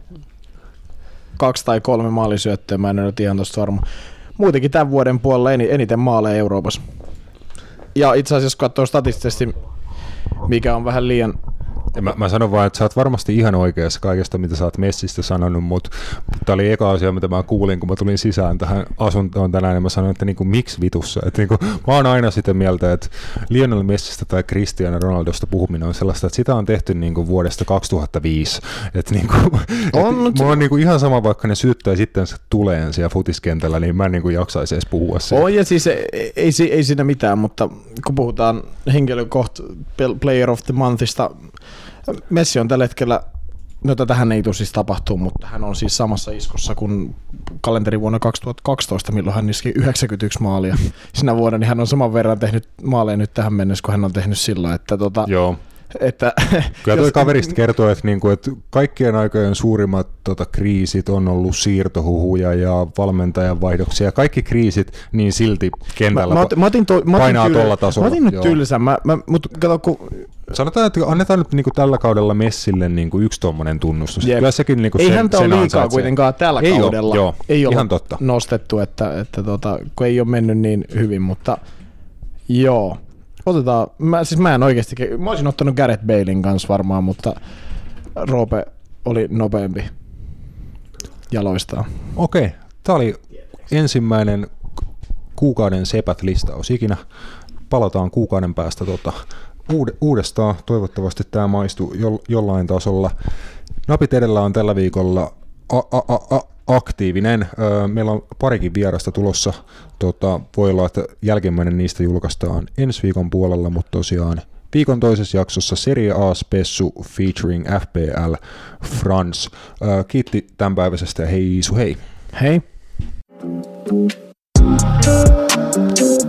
2 tai 3 maalisyöttöä, mä en ole ihan tosta varma. Muutenkin tämän vuoden puolella eniten maaleja Euroopassa. Ja itse asiassa kun katsoo statistisesti, mikä on vähän liian... Mä sanon vaan, että sä oot varmasti ihan oikeassa kaikesta, mitä sä oot Messistä sanonut, mutta tää oli eka asia, mitä mä kuulin, kun mä tulin sisään tähän asuntoon tänään, ja mä sanoin, että niinku, miksi vitussa? Että niinku, mä oon aina sitä mieltä, että Lionel Messistä tai Cristiano Ronaldosta puhuminen on sellaista, että sitä on tehty niinku vuodesta 2005. Että niinku, mulla on niinku ihan sama, vaikka ne syyttää sitten tuleen siellä futiskentällä, niin mä en niinku jaksaisi edes puhua siitä. On, ja siis ei siinä mitään, mutta kun puhutaan henkilökohta Player of the Monthista, Messi on tällä hetkellä, no tätähän ei siis tapahtuu, mutta hän on siis samassa iskussa kuin kalenterivuonna 2012, milloin hän iski 91 maalia. Sinä vuonna niin hän on saman verran tehnyt maaleja nyt tähän mennessä, kun hän on tehnyt silloin, että Joo. Että, kyllä toi kaverista kertoo, että kaikkien aikojen suurimmat kriisit on ollut siirtohuhuja ja valmentajan vaihdoksia ja kaikki kriisit, niin silti kentällä painaa tuolla tasolla. Mä otin nyt tylsän, mutta kato kun... Sanotaan, että annetaan nyt tällä kaudella Messille yksi tommonen tunnustus. Kyllä sekin ei häntä ole liikaa kuitenkaan tällä kaudella. Ei ole ihan totta. Nostettu, että kun ei ole mennyt niin hyvin, mutta joo. Otetaan, mä en oikeasti, mä olisin ottanut Gareth Balein kanssa varmaan, mutta Roope oli nopeampi jaloistaan. Okei, tää oli ensimmäinen kuukauden sepät-listaus ikinä. Palataan kuukauden päästä uudestaan. Toivottavasti tämä maistuu jollain tasolla. Napit edellä on tällä viikolla aktiivinen. Meillä on parikin vierasta tulossa. Voi olla, että jälkimmäinen niistä julkaistaan ensi viikon puolella, mutta tosiaan viikon toisessa jaksossa Serie A-spessu featuring FPL France. Kiitti tämänpäiväisestä ja hei. Hei.